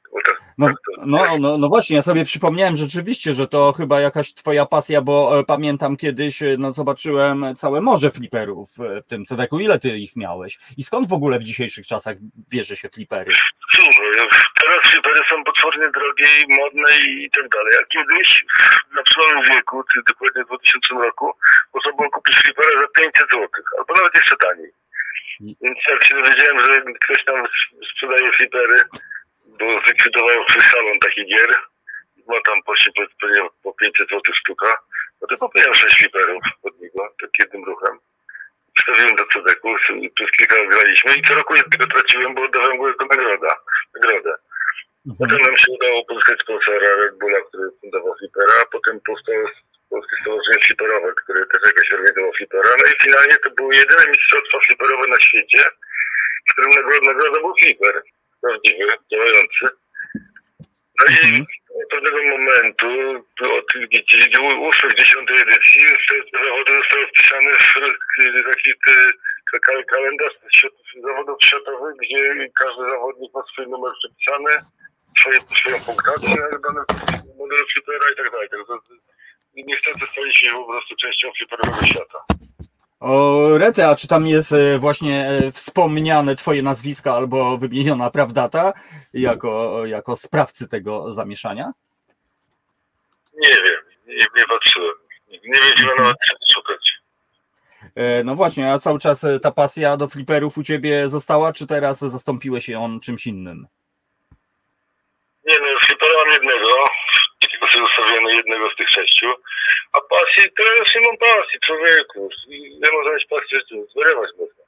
S5: Bo tak,
S2: No właśnie, ja sobie przypomniałem rzeczywiście, że to chyba jakaś twoja pasja, bo pamiętam kiedyś, zobaczyłem całe morze fliperów w tym CDK-u. Ile ty ich miałeś? I skąd w ogóle w dzisiejszych czasach bierze się flipery?
S5: Słuchaj, teraz flipery są potwornie drogie i modne i tak dalej. A kiedyś, na przełomie wieku, czyli dokładnie w 2000 roku, można było kupić flipera za 500 zł, albo nawet jeszcze taniej. Więc jak się dowiedziałem, że ktoś tam sprzedaje flipery, bo zlikwidował swój salon takich gier, ma tam po 500 zł sztuka, no to kupiłem 6 fliperów od niego, tak jednym ruchem. Wstawiłem do CDK-u, przez kilka graliśmy i co roku jednego traciłem, bo oddawałem go jako nagrodę. Potem nam się udało pozyskać sponsora Red Bulla, który fundował flipera, a potem powstało Polskie Stowarzyszenie Fliperowe, które też jakoś organizowało flipera. No i finalnie to były jedyne mistrzostwa fliperowe na świecie, w którym nagrodą był fliper. Prawdziwy, działający. No i od pewnego momentu, od 8-10 edycji, te zawody zostały wpisane w taki kalendarz zawodów światowych, gdzie każdy zawodnik ma swój numer przypisany, swoją punktację na danym modelu flipera i tak dalej. Niestety staliśmy się po prostu częścią fliperowego świata.
S2: O, Rete, a czy tam jest właśnie wspomniane twoje nazwisko albo wymieniona prawdata jako sprawcy tego zamieszania?
S5: Nie wiem, nie patrzyłem. Nie wiedziałem nawet czego szukać.
S2: No właśnie, a cały czas ta pasja do fliperów u ciebie została, czy teraz zastąpiłeś ją czymś innym?
S5: Nie no, flipera mam jednego, takiego sobie zostawiłem jednego z tych 6, a pasji, to ja już nie mam pasji, człowieku. Nie można mieć pasji, że zwariować można.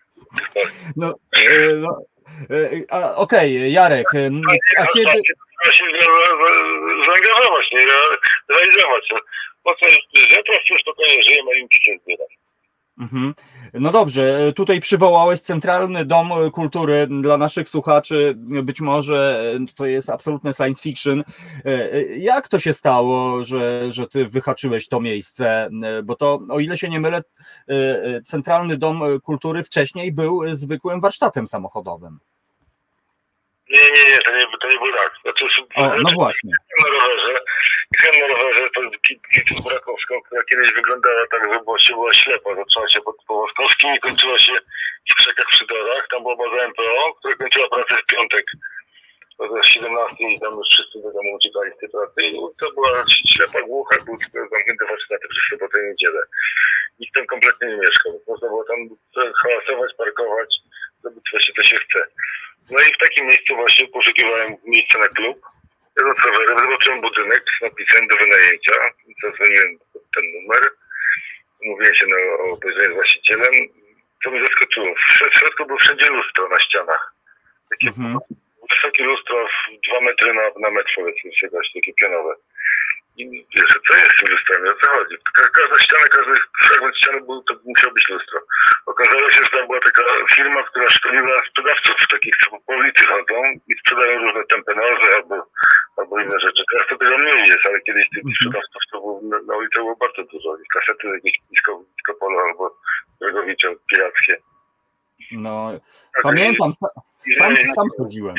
S2: Okej, Jarek, a kiedy...
S5: Trzeba się zaangażować, nie? Realizować. Po co ja teraz już spokojnie żyję, malinki się zbieram.
S2: No dobrze, tutaj przywołałeś Centralny Dom Kultury. Dla naszych słuchaczy być może to jest absolutne science fiction. Jak to się stało, że ty wyhaczyłeś to miejsce? Bo to, o ile się nie mylę, Centralny Dom Kultury wcześniej był zwykłym warsztatem samochodowym.
S5: Nie, to nie było tak. Znaczy,
S2: no właśnie.
S5: Jechałem na rowerze pod Brakowską, która kiedyś wyglądała tak, że była ślepa. Zaczęła się pod Woskowskim i kończyła się w Krzekach przy Dorach. Tam była baza MPO, która kończyła pracę w piątek o 17 i tam już wszyscy do domu uciekali z tej pracy. I to była ślepa, głucha, był zamknięty warsztaty przez sobotę i niedzielę. Nikt tam kompletnie nie mieszkał. Można było tam hałasować, parkować, zrobić właśnie co się chce. No i w takim miejscu właśnie poszukiwałem miejsca na klub. Jadąc rowerem, zobaczyłem budynek z napisem do wynajęcia. Zadzwoniłem ten numer. Umówiłem się na obejrzenie z właścicielem. Co mnie zaskoczyło? W środku było wszędzie lustro na ścianach. Takie wysokie lustro 2 metry na metr, powiedzmy się, takie pionowe. I wiesz, co jest z tym lustrami? O co chodzi? Każda ściana, każdy fragment ściany to musiał być lustro. Okazało się, że tam była taka firma, która szkoliła sprzedawców takich, co po ulicy chodzą i sprzedają różne tempenozy albo inne rzeczy. Teraz to tego mniej jest, ale kiedyś tych sprzedawców to było, na ulicy było bardzo dużo. I kasety jakieś disco polo albo Drogowicze pirackie.
S2: No, pamiętam, sam chodziłem.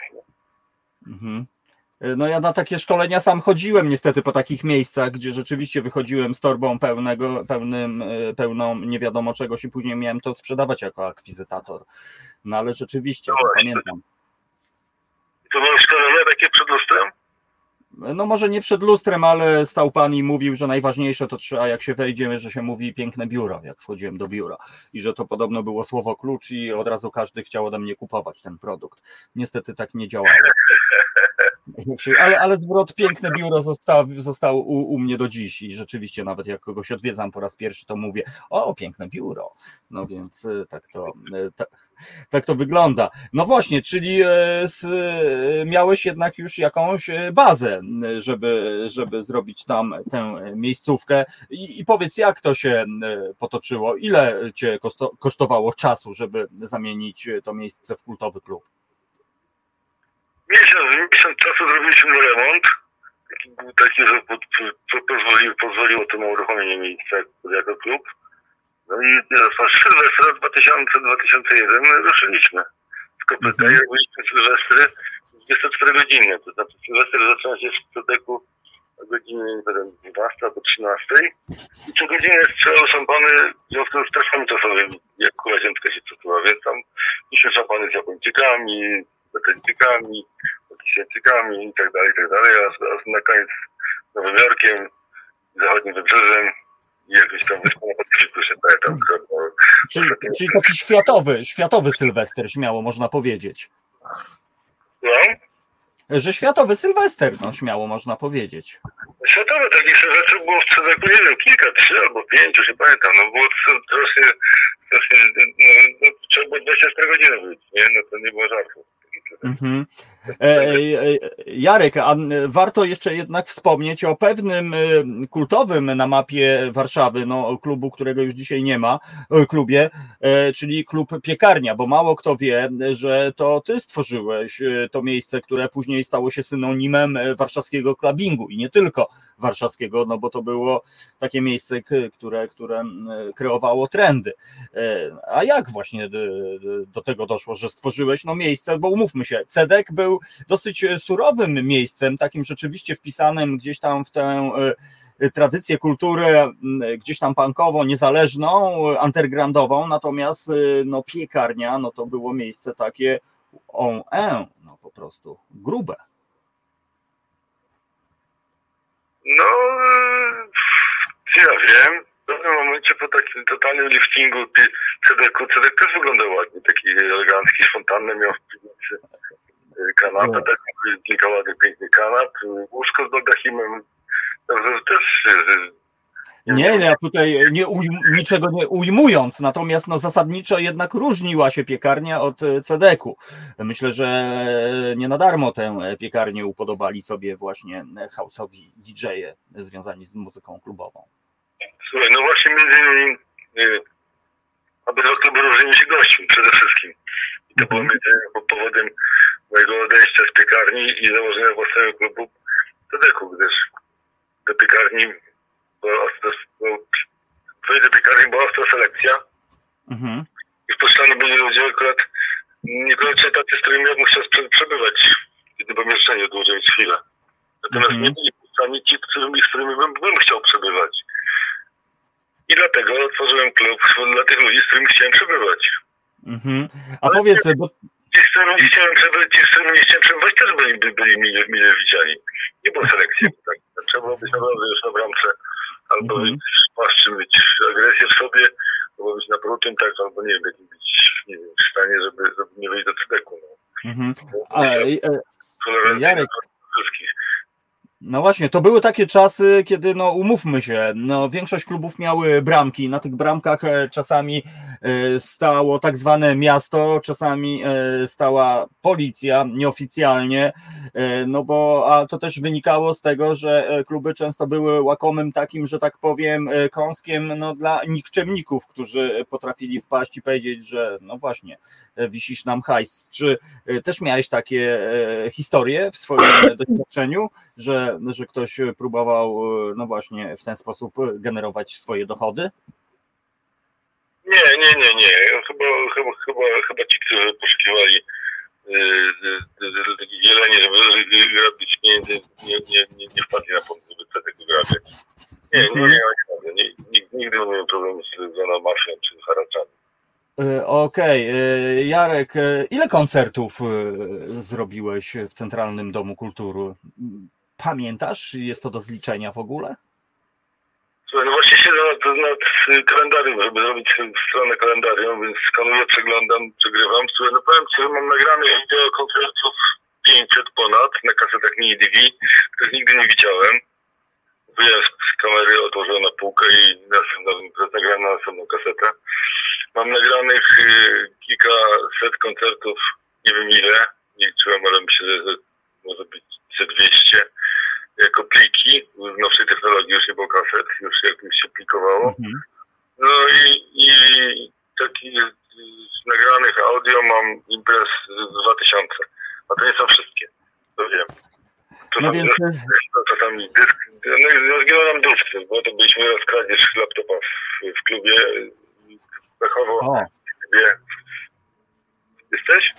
S2: No ja na takie szkolenia sam chodziłem niestety po takich miejscach, gdzie rzeczywiście wychodziłem z torbą pełną nie wiadomo czegoś i później miałem to sprzedawać jako akwizytator. No ale rzeczywiście, pamiętam.
S5: To było szkolenie takie przed lustrem?
S2: No może nie przed lustrem, ale stał pan i mówił, że najważniejsze to trzeba, jak się wejdzie, że się mówi piękne biuro, jak wchodziłem do biura. I że to podobno było słowo klucz i od razu każdy chciał ode mnie kupować ten produkt. Niestety tak nie działało. Ale zwrot piękne biuro został u mnie do dziś i rzeczywiście nawet jak kogoś odwiedzam po raz pierwszy, to mówię, o, piękne biuro. No więc tak to wygląda. No właśnie, czyli miałeś jednak już jakąś bazę, żeby zrobić tam tę miejscówkę i powiedz, jak to się potoczyło, ile cię kosztowało czasu, żeby zamienić to miejsce w kultowy klub?
S5: Miesiąc czasu zrobiliśmy remont, taki że pozwoliło to na uruchomienie miejsca jako klub. No i Sylwestra 2000-2001 ruszyliśmy z kopyta i robiliśmy Sylwestry 24-godzinny, to znaczy Sylwester zaczyna się w CDK-u o godzinie 12 albo 13 i co godzinę strzelał szampany w związku z strefami czasowymi, jak kula ziemska się przesuwa, więc tam mieliśmy szampany z Japończykami, Brytyjczykami, Pakistańczykami i tak dalej, a na koniec Nowym Jorkiem, zachodnim wybrzeżem i jakąś tam wyspą na Pacyfiku się pamiętam.
S2: Czyli taki światowy Sylwester, śmiało można powiedzieć.
S5: No?
S2: Że światowy Sylwester, no śmiało można powiedzieć.
S5: Światowe takich rzeczy było w CDK, nie wiem, kilka, 3 albo 5, już nie pamiętam, no było strasznie, trzeba było 24 godziny być, nie? No to nie było żartu.
S2: Mhm. Jarek, a warto jeszcze jednak wspomnieć o pewnym kultowym na mapie Warszawy, no klubu, którego już dzisiaj nie ma, klubie, czyli klub Piekarnia, bo mało kto wie, że to ty stworzyłeś to miejsce, które później stało się synonimem warszawskiego clubbingu i nie tylko warszawskiego, no bo to było takie miejsce, które kreowało trendy. A jak właśnie do tego doszło, że stworzyłeś no miejsce, bo umówmy się, CDK był dosyć surowym miejscem, takim rzeczywiście wpisanym gdzieś tam w tę tradycję, kulturę gdzieś tam punkową, niezależną, undergroundową, natomiast no Piekarnia, no to było miejsce takie no po prostu grube.
S5: No, ja wiem, w pewnym momencie po takim totalnym liftingu CDK też wyglądał ładnie, taki elegancki, fontanny miał w piwnicy kanapę, tak, kilka ładnych, pięknych kanap, łóżko z baldachimem, też...
S2: Nie, ja tutaj niczego nie ujmując, natomiast no zasadniczo jednak różniła się Piekarnia od CDK-u. Myślę, że nie na darmo tę piekarnię upodobali sobie właśnie house'owi DJ-e związani z muzyką klubową.
S5: Słuchaj, no właśnie między innymi kluby różnili się gośćmi przede wszystkim. I to było między innymi powodem mojego odejścia z Piekarni i założenia własnego klubu CDK-u, gdyż do Piekarni była ostra selekcja i wpuszczani byli ludzie akurat niekoniecznie tacy, z którymi ja bym chciał przebywać w tym pomieszczeniu dłużej niż chwilę. Natomiast nie byli wpuszczani ci, z którymi bym chciał przebywać. I dlatego otworzyłem klub dla tych ludzi, z którymi chciałem przebywać.
S2: A powiedz, bo...
S5: Ci, z którymi nie chciałem przebywać, też byli mile widziani. Nie było selekcji. Tak? Trzeba było być naprawdę już na bramce. Albo mieć agresję w sobie, albo być naprutym, tak, albo nie wiem, być w stanie, żeby nie wyjść do CDK-u.
S2: Jarek, no właśnie, to były takie czasy, kiedy, no umówmy się, no większość klubów miały bramki, na tych bramkach czasami stało tak zwane miasto, czasami stała policja nieoficjalnie, no bo a to też wynikało z tego, że kluby często były łakomym takim, że tak powiem, kąskiem no, dla nikczemników, którzy potrafili wpaść i powiedzieć, że no właśnie, wisisz nam hajs. Czy też miałeś takie historie w swoim doświadczeniu, że ktoś próbował no właśnie w ten sposób generować swoje dochody?
S5: Nie. Chyba ci, którzy poszukiwali zieleni, żeby robić pieniędzy, nie wpadli na pomysł, żeby CDK grabiać. Nie, nigdy nie miałem problemu z zwaną mafią czy haraczami.
S2: Okej. Jarek, ile koncertów zrobiłeś w Centralnym Domu Kultury? Pamiętasz? Jest to do zliczenia w ogóle?
S5: Słuchaj, no właśnie siedzę nad kalendarium, żeby zrobić stronę kalendarium, więc skanuję, przeglądam, przegrywam. Słuchaj, no powiem ci, że mam nagrane wideo koncertów 500 ponad na kasetach mini DV, których nigdy nie widziałem. Wyjąłem z kamery, odłożyłem na półkę i nagrałem na następną kasetę. Mam nagranych kilkaset koncertów, nie wiem ile, nie liczyłem, ale myślę, że może być 200 jako pliki. W nowszej technologii już nie było kaset, już się plikowało. No i takich nagranych audio mam imprez 2000, a to nie są wszystkie, to wiem.
S2: No więc...
S5: Czasami dysk, no zginął nam dysk, bo to byliśmy raz kradzież laptopa w klubie pechowo. Jesteś?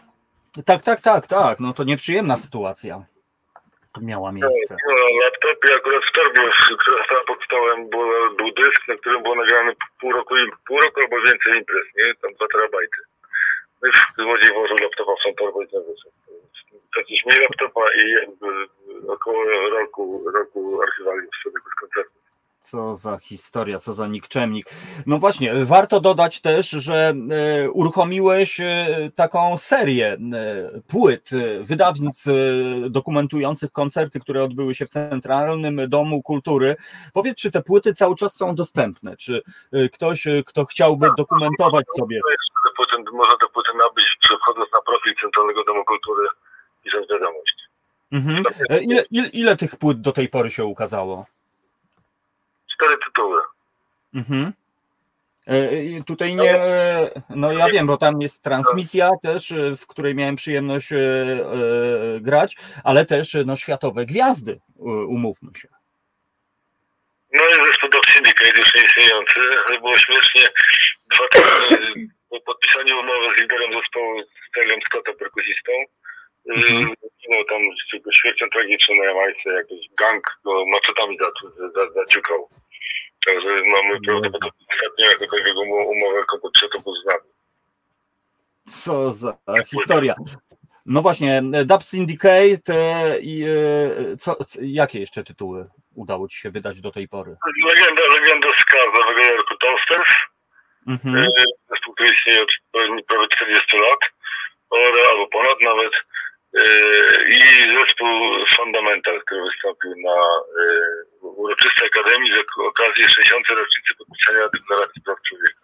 S2: Tak. No to nieprzyjemna sytuacja miała miejsce.
S5: Na laptopie akurat w torbie, która stała pod stołem, był dysk, na którym było nagrane pół roku albo więcej imprez, nie? Tam 2 terabajty. No i złodziej włożył laptopa w tą torbę i ten wyszedł. Przecież mieli laptopa i jakby około roku archiwalium sobie bez koncertu.
S2: Co za historia, co za nikczemnik. No właśnie, warto dodać też, że uruchomiłeś taką serię płyt, wydawnictw dokumentujących koncerty, które odbyły się w Centralnym Domu Kultury. Powiedz, czy te płyty cały czas są dostępne? Czy ktoś, kto chciałby dokumentować sobie...
S5: Można te płyty nabyć, przechodząc na profil Centralnego Domu Kultury, pisząc wiadomość.
S2: Mhm. Ile tych płyt do tej pory się ukazało?
S5: 4 tytuły.
S2: Mhm. Tutaj nie, no ja wiem, bo tam jest transmisja też, w której miałem przyjemność grać, ale też no, światowe gwiazdy, umówmy się.
S5: No i zespół Dub Syndicate, już nieistniejący, ale było śmiesznie, 2 tygodnie po podpisaniu umowy z liderem zespołu, z Terrym Scottem, perkusistą, no tam śmiercią tragiczną na Jamajce, jakiś gang go maczetami zaciukał. Także mamy prawdopodobnie ostatnią jakąkolwiek umowę komputerze to był z nami.
S2: Co za historia. No właśnie, Dub Syndicate i jakie jeszcze tytuły udało ci się wydać do tej pory?
S5: Legenda ska z Nowego Jorku, Toasters, zespół, który istnieje od prawie 40 lat, albo ponad nawet, i zespół Fundamental, który wystąpił na uroczystej akademii z okazji 60. rocznicy podpisania Deklaracji Praw Człowieka.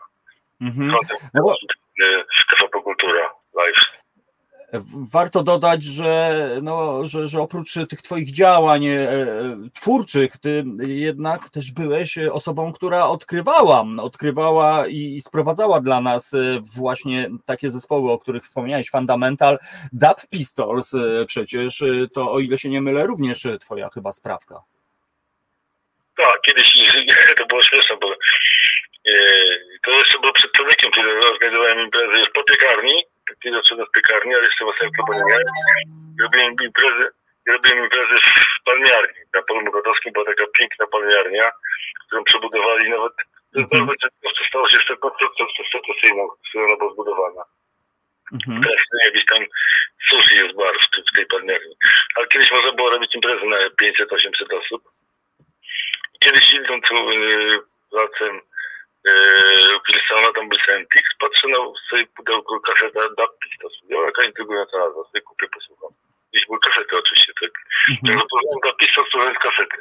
S5: W TVP Kultura Live.
S2: Warto dodać, że oprócz tych twoich działań twórczych, ty jednak też byłeś osobą, która odkrywała i sprowadzała dla nas właśnie takie zespoły, o których wspomniałeś, Fundamental, Dub Pistols przecież, to o ile się nie mylę, również twoja chyba sprawka.
S5: Tak, kiedyś to było śmieszne, bo to jeszcze było przed człowiekiem, kiedy organizowałem imprezy w piekarni, kiedy odszedłem z piekarni, ale jeszcze własnego klubu nie miałem. Robiłem imprezy w palmiarni. Na Polu Mokotowskim była taka piękna palmiarnia, którą przebudowali nawet, bardzo często stało się z tą konstrukcją stacyjną, którą ona była zbudowana. Teraz jakiś tam sushi jest bar w tej palmiarni. Ale kiedyś można było robić imprezy na 500-800 osób. Kiedyś idąc placem Wilsona, tam był Sentix, patrzę na swoje pudełko kaseta Dub Pistols. Jaka intrygująca nazwa, sobie kupię, posłucham. Gdzieś były kasety oczywiście, tak. Zapoznałem Dub Pistols, słuchając kasety.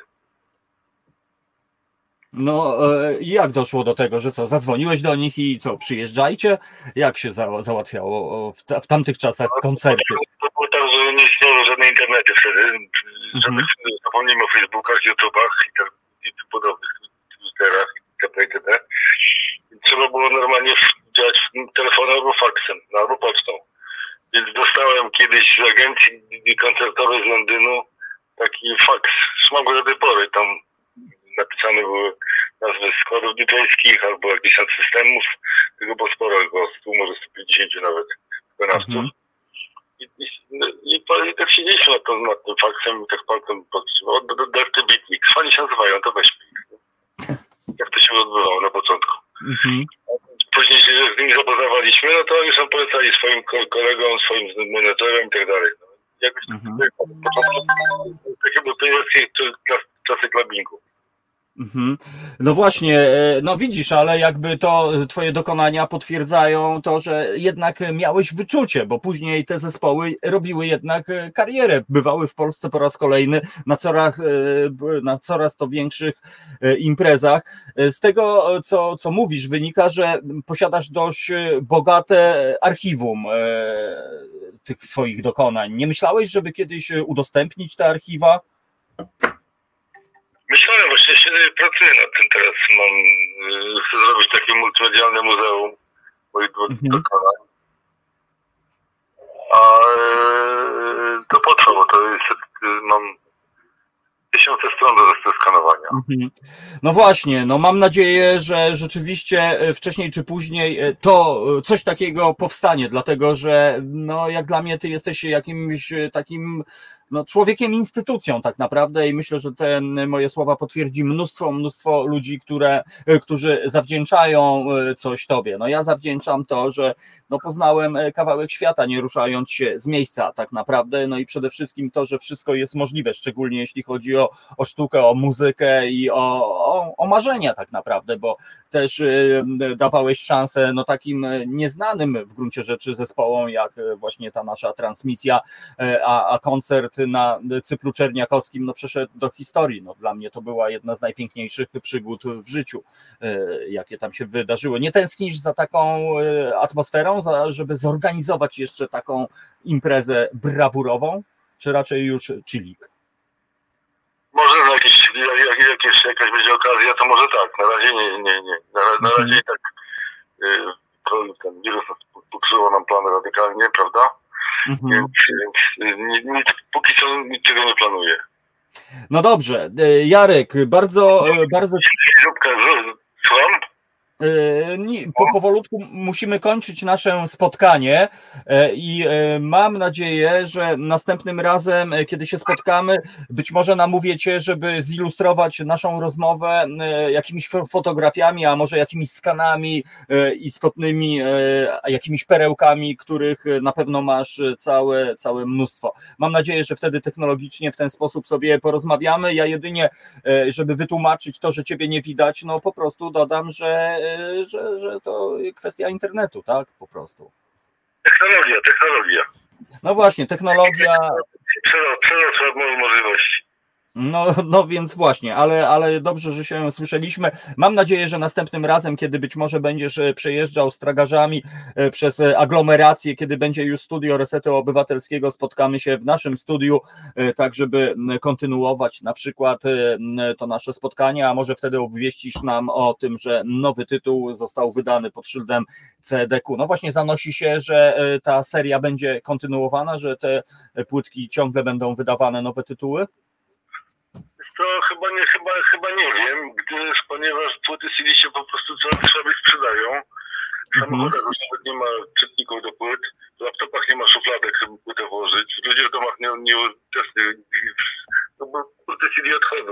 S2: No jak doszło do tego, że co, zadzwoniłeś do nich i co, przyjeżdżajcie? Jak się załatwiało w tamtych czasach koncerty?
S5: To było tak, że nie istniały żadne internety wtedy, zapomnijmy o Facebookach, YouTubach i tym podobnych, Twitterach itd. Trzeba było normalnie działać telefonem albo faksem, albo pocztą. Więc dostałem kiedyś z agencji koncertowej z Londynu taki faks. Mam go do tej pory. Tam napisane były nazwy składów DJ-skich albo jakichś systemów. Tego było sporo, go 100, może 150 nawet wykonawców. I tak siedzieliśmy nad tym faksem i tak palcem podtrzymał. Dirty Beatnik. Fani się nazywają, to weźmy ich. Jak to się odbywało na początku. Później się z nimi zapoznawaliśmy, no to już tam polecali swoim kolegom, swoim menedżerem i tak dalej. No, jakoś takie były pionierskie czasy klubingu.
S2: No właśnie, no widzisz, ale jakby to twoje dokonania potwierdzają to, że jednak miałeś wyczucie, bo później te zespoły robiły jednak karierę, bywały w Polsce po raz kolejny na coraz to większych imprezach. Z tego, co mówisz, wynika, że posiadasz dość bogate archiwum tych swoich dokonań. Nie myślałeś, żeby kiedyś udostępnić te archiwa?
S5: Myślałem, właśnie się pracuję nad tym teraz. Chcę zrobić takie multimedialne muzeum moich dokonań. A to potrwa, bo to jest, mam
S7: tysiące stron do skanowania.
S2: No właśnie, no mam nadzieję, że rzeczywiście wcześniej czy później to coś takiego powstanie, dlatego że no jak dla mnie ty jesteś jakimś takim no, człowiekiem, instytucją tak naprawdę i myślę, że te moje słowa potwierdzi mnóstwo ludzi, którzy zawdzięczają coś tobie. No ja zawdzięczam to, że no, poznałem kawałek świata, nie ruszając się z miejsca tak naprawdę, no i przede wszystkim to, że wszystko jest możliwe, szczególnie jeśli chodzi o sztukę, o muzykę i o marzenia tak naprawdę, bo też dawałeś szansę no takim nieznanym w gruncie rzeczy zespołom, jak właśnie ta nasza transmisja, a koncert na Cyplu Czerniakowskim no przeszedł do historii. No, dla mnie to była jedna z najpiękniejszych przygód w życiu, jakie tam się wydarzyły. Nie tęsknisz za taką atmosferą, żeby zorganizować jeszcze taką imprezę brawurową, czy raczej już chillik?
S7: Może jak jakaś będzie okazja, to może tak. Na razie nie. Na razie tak ten wirus popsuło nam plany radykalnie, prawda? Więc póki co niczego nie planuję.
S2: No dobrze, Jarek, bardzo
S7: Słucham?
S2: Powolutku musimy kończyć nasze spotkanie i mam nadzieję, że następnym razem, kiedy się spotkamy, być może namówię cię, żeby zilustrować naszą rozmowę jakimiś fotografiami, a może jakimiś skanami istotnymi, jakimiś perełkami, których na pewno masz całe mnóstwo. Mam nadzieję, że wtedy technologicznie w ten sposób sobie porozmawiamy. Ja jedynie, żeby wytłumaczyć to, że ciebie nie widać, no po prostu dodam, że to kwestia internetu, tak? Po prostu.
S7: Technologia.
S2: No właśnie, technologia.
S7: Przerosła moje możliwości.
S2: No więc właśnie, ale dobrze, że się słyszeliśmy. Mam nadzieję, że następnym razem, kiedy być może będziesz przejeżdżał z tragarzami przez aglomerację, kiedy będzie już studio Resetu Obywatelskiego, spotkamy się w naszym studiu, tak żeby kontynuować na przykład to nasze spotkanie, a może wtedy obwieścisz nam o tym, że nowy tytuł został wydany pod szyldem CDQ. No właśnie zanosi się, że ta seria będzie kontynuowana, że te płytki ciągle będą wydawane, nowe tytuły?
S7: To chyba nie wiem, ponieważ płyty CD się po prostu coraz słabiej sprzedają. W samochodach już nawet nie ma czytników do płyt, w laptopach nie ma szufladek, żeby płytę włożyć. Ludzie w domach bo płyty CD odchodzą.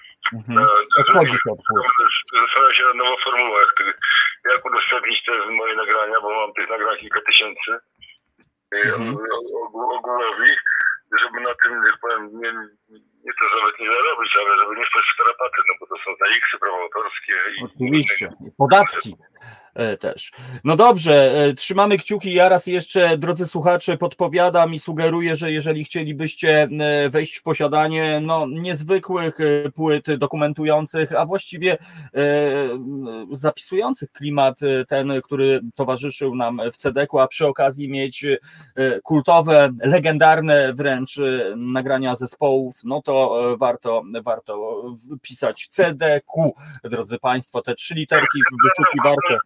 S7: Zastanawiam się nad nową formułą, jak udostępnić te moje nagrania, bo mam tych nagrań kilka tysięcy ogółowi, żeby na tym, jak powiem, nie to nawet nie zarobić, ale żeby nie wpaść w tarapaty, no bo to są ZAX-y, prawa autorskie.
S2: Oczywiście, podatki też. No dobrze, trzymamy kciuki. Ja raz jeszcze, drodzy słuchacze, podpowiadam i sugeruję, że jeżeli chcielibyście wejść w posiadanie niezwykłych płyt dokumentujących, a właściwie zapisujących klimat ten, który towarzyszył nam w CDQ, a przy okazji mieć kultowe, legendarne wręcz nagrania zespołów, no to warto wpisać CDQ, drodzy Państwo, te 3 literki w wyszukiwarkę.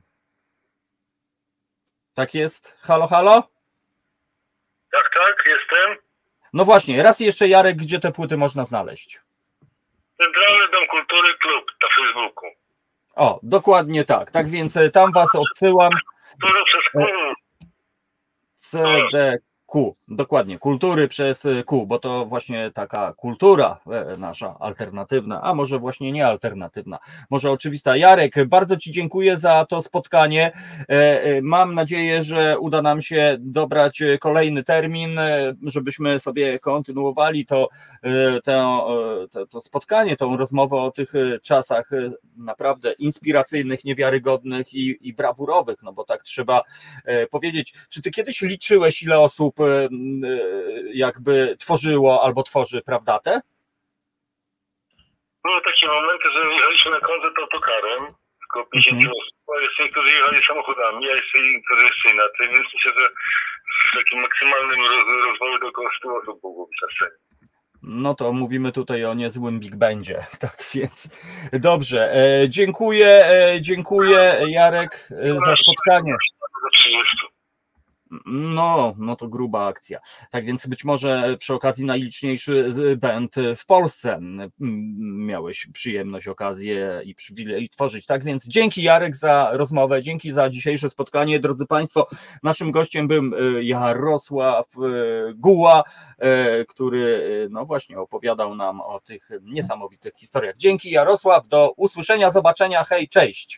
S2: Tak jest? Halo, halo?
S7: Tak, jestem.
S2: No właśnie, raz jeszcze Jarek, gdzie te płyty można znaleźć?
S7: Centralny Dom Kultury Klub na Facebooku.
S2: O, dokładnie tak. Tak więc tam was odsyłam.
S7: Kultury przez Q.
S2: CDQ. Dokładnie, kultury przez Q, bo to właśnie taka kultura nasza alternatywna, a może właśnie nie alternatywna, może oczywista. Jarek, bardzo Ci dziękuję za to spotkanie. Mam nadzieję, że uda nam się dobrać kolejny termin, żebyśmy sobie kontynuowali to spotkanie, tą rozmowę o tych czasach naprawdę inspiracyjnych, niewiarygodnych i brawurowych, no bo tak trzeba powiedzieć. Czy Ty kiedyś liczyłeś, ile osób jakby tworzyło albo tworzy Prawdatę?
S7: Były takie momenty, że jechaliśmy na koncert autokarem, tylko 50 osób, a jest tych, którzy jechali samochodami, a jest tych, którzy jeszcze inaczej, więc myślę, że w takim maksymalnym rozwoju do około 100 osób mogło być na scenie.
S2: No to mówimy tutaj o niezłym Big Bandzie, tak więc dobrze, dziękuję Jarek za spotkanie. No to gruba akcja. Tak więc być może przy okazji najliczniejszy band w Polsce miałeś przyjemność, okazję i przywilej tworzyć. Tak więc dzięki, Jarek, za rozmowę, dzięki za dzisiejsze spotkanie. Drodzy Państwo, naszym gościem był Jarosław Guła, który no właśnie opowiadał nam o tych niesamowitych historiach. Dzięki, Jarosław, do usłyszenia, zobaczenia, hej, cześć.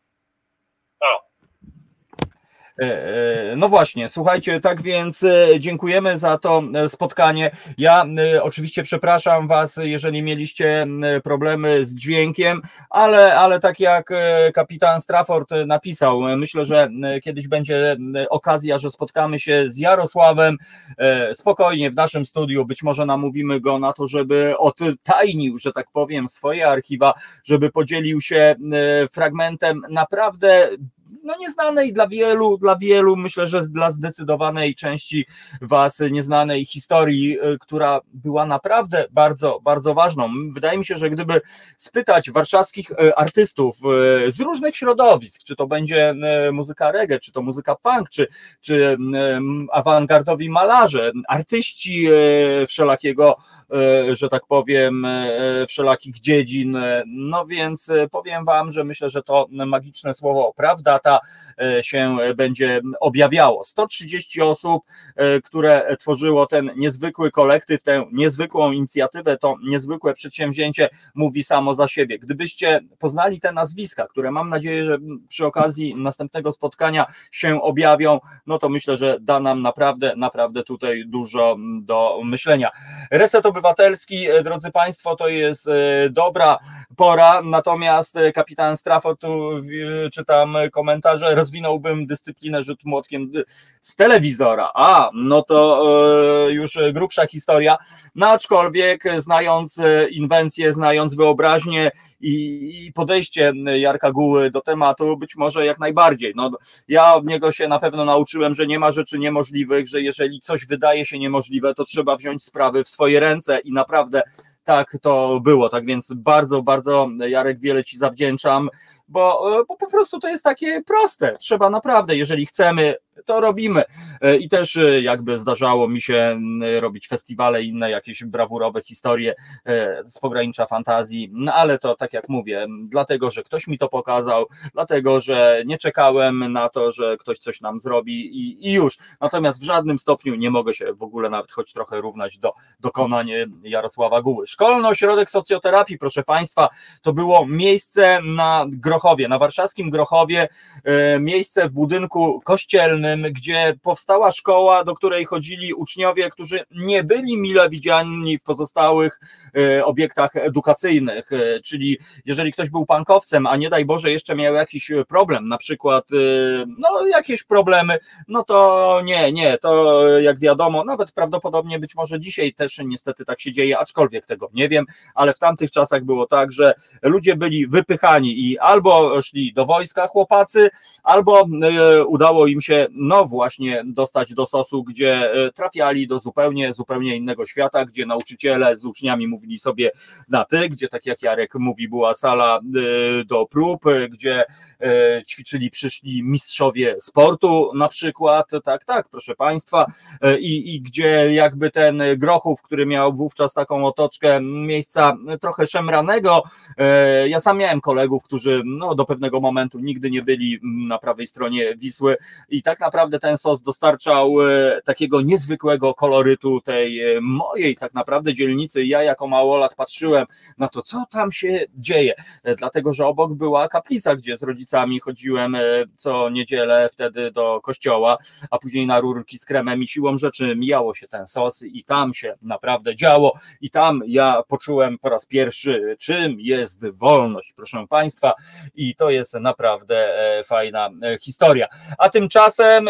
S2: No właśnie, słuchajcie, tak więc dziękujemy za to spotkanie. Ja oczywiście przepraszam Was, jeżeli mieliście problemy z dźwiękiem, ale tak jak kapitan Strafford napisał, myślę, że kiedyś będzie okazja, że spotkamy się z Jarosławem spokojnie w naszym studiu, być może namówimy go na to, żeby odtajnił, że tak powiem, swoje archiwa, żeby podzielił się fragmentem naprawdę nieznanej dla wielu, myślę, że dla zdecydowanej części Was nieznanej historii, która była naprawdę bardzo, bardzo ważną. Wydaje mi się, że gdyby spytać warszawskich artystów z różnych środowisk, czy to będzie muzyka reggae, czy to muzyka punk, czy awangardowi malarze, artyści wszelakiego, że tak powiem, wszelakich dziedzin, no więc powiem Wam, że myślę, że to magiczne słowo prawda ta się będzie objawiało. 130 osób, które tworzyło ten niezwykły kolektyw, tę niezwykłą inicjatywę, to niezwykłe przedsięwzięcie mówi samo za siebie. Gdybyście poznali te nazwiska, które mam nadzieję, że przy okazji następnego spotkania się objawią, no to myślę, że da nam naprawdę tutaj dużo do myślenia. Reset Obywatelski, drodzy Państwo, to jest dobra pora, natomiast kapitan Strafford, tu czytam komentarze, rozwinąłbym dyscyplinę rzut młotkiem z telewizora. No to już grubsza historia, no aczkolwiek znając inwencję, znając wyobraźnię i podejście Jarka Guły do tematu, być może jak najbardziej. No, ja od niego się na pewno nauczyłem, że nie ma rzeczy niemożliwych, że jeżeli coś wydaje się niemożliwe, to trzeba wziąć sprawy w swoje ręce i naprawdę tak to było. Tak więc bardzo, bardzo, Jarek, wiele Ci zawdzięczam, bo po prostu to jest takie proste. Trzeba naprawdę, jeżeli chcemy, to robimy. I też jakby zdarzało mi się robić festiwale i inne jakieś brawurowe historie z pogranicza fantazji, no ale to tak jak mówię, dlatego, że ktoś mi to pokazał, dlatego, że nie czekałem na to, że ktoś coś nam zrobi i już. Natomiast w żadnym stopniu nie mogę się w ogóle nawet choć trochę równać do dokonań Jarosława Guły. Szkolny Ośrodek Socjoterapii, proszę Państwa, to było miejsce na Grochowie, na warszawskim Grochowie, miejsce w budynku kościelnym, gdzie powstała szkoła, do której chodzili uczniowie, którzy nie byli mile widziani w pozostałych obiektach edukacyjnych, czyli jeżeli ktoś był punkowcem, a nie daj Boże jeszcze miał jakiś problem, na przykład jakieś problemy, no to nie, to jak wiadomo, nawet prawdopodobnie być może dzisiaj też niestety tak się dzieje, aczkolwiek tego nie wiem, ale w tamtych czasach było tak, że ludzie byli wypychani i albo szli do wojska chłopacy, albo udało im się właśnie dostać do SOS-u, gdzie trafiali do zupełnie innego świata, gdzie nauczyciele z uczniami mówili sobie na ty, gdzie tak jak Jarek mówi, była sala do prób, gdzie ćwiczyli przyszli mistrzowie sportu na przykład, tak, proszę Państwa, i gdzie jakby ten Grochów, który miał wówczas taką otoczkę miejsca trochę szemranego, ja sam miałem kolegów, którzy do pewnego momentu nigdy nie byli na prawej stronie Wisły i tak naprawdę ten SOS dostarczał takiego niezwykłego kolorytu tej mojej tak naprawdę dzielnicy. Ja jako małolat patrzyłem na to, co tam się dzieje, dlatego, że obok była kaplica, gdzie z rodzicami chodziłem co niedzielę wtedy do kościoła, a później na rurki z kremem i siłą rzeczy mijało się ten SOS i tam się naprawdę działo i tam ja poczułem po raz pierwszy, czym jest wolność, proszę Państwa, i to jest naprawdę fajna historia. A tymczasem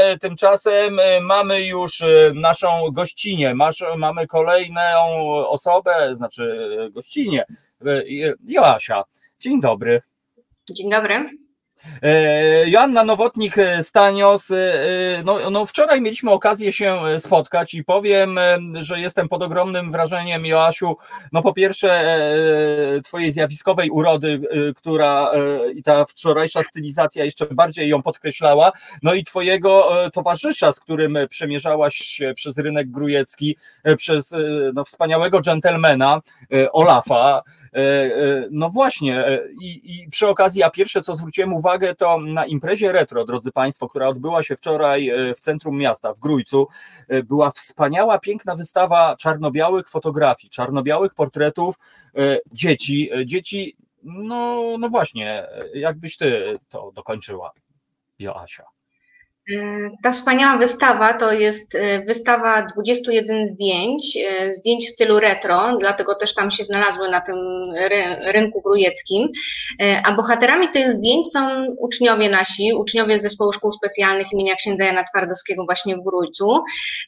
S2: mamy już naszą gościnię, mamy kolejną osobę, znaczy gościnię, Joasia. Dzień dobry.
S8: Dzień dobry.
S2: Joanna Nowotnik-Stanios, no wczoraj mieliśmy okazję się spotkać i powiem, że jestem pod ogromnym wrażeniem, Joasiu, no po pierwsze twojej zjawiskowej urody, która i ta wczorajsza stylizacja jeszcze bardziej ją podkreślała, no i twojego towarzysza, z którym przemierzałaś się przez rynek grójecki, przez no, wspaniałego dżentelmena, Olafa. No właśnie, i przy okazji, a pierwsze co zwróciłem uwagę, to na imprezie retro, drodzy Państwo, która odbyła się wczoraj w centrum miasta, w Grójcu, była wspaniała, piękna wystawa czarno-białych fotografii, czarno-białych portretów dzieci, no właśnie, jakbyś ty to dokończyła, Joasia.
S8: Ta wspaniała wystawa to jest wystawa 21 zdjęć w stylu retro, dlatego też tam się znalazły na tym rynku grójeckim, a bohaterami tych zdjęć są uczniowie nasi, uczniowie z Zespołu Szkół Specjalnych imienia księdza Jana Twardowskiego właśnie w Grójcu.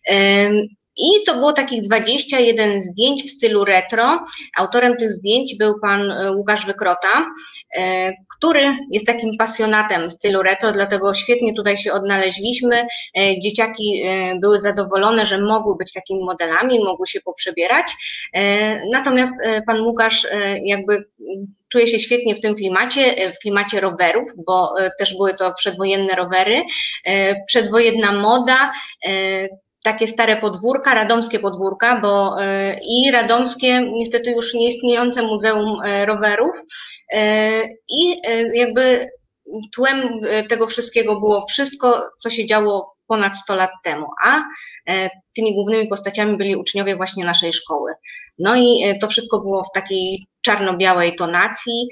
S8: I to było takich 21 zdjęć w stylu retro. Autorem tych zdjęć był pan Łukasz Wykrota, który jest takim pasjonatem stylu retro, dlatego świetnie tutaj się odnaleźliśmy. Dzieciaki były zadowolone, że mogły być takimi modelami, mogły się poprzebierać. Natomiast pan Łukasz jakby czuje się świetnie w tym klimacie, w klimacie rowerów, bo też były to przedwojenne rowery, przedwojenna moda, takie stare podwórka, radomskie podwórka, bo i radomskie niestety już nieistniejące Muzeum Rowerów i jakby tłem tego wszystkiego było wszystko, co się działo ponad 100 lat temu, a tymi głównymi postaciami byli uczniowie właśnie naszej szkoły. No i to wszystko było w takiej czarno-białej tonacji,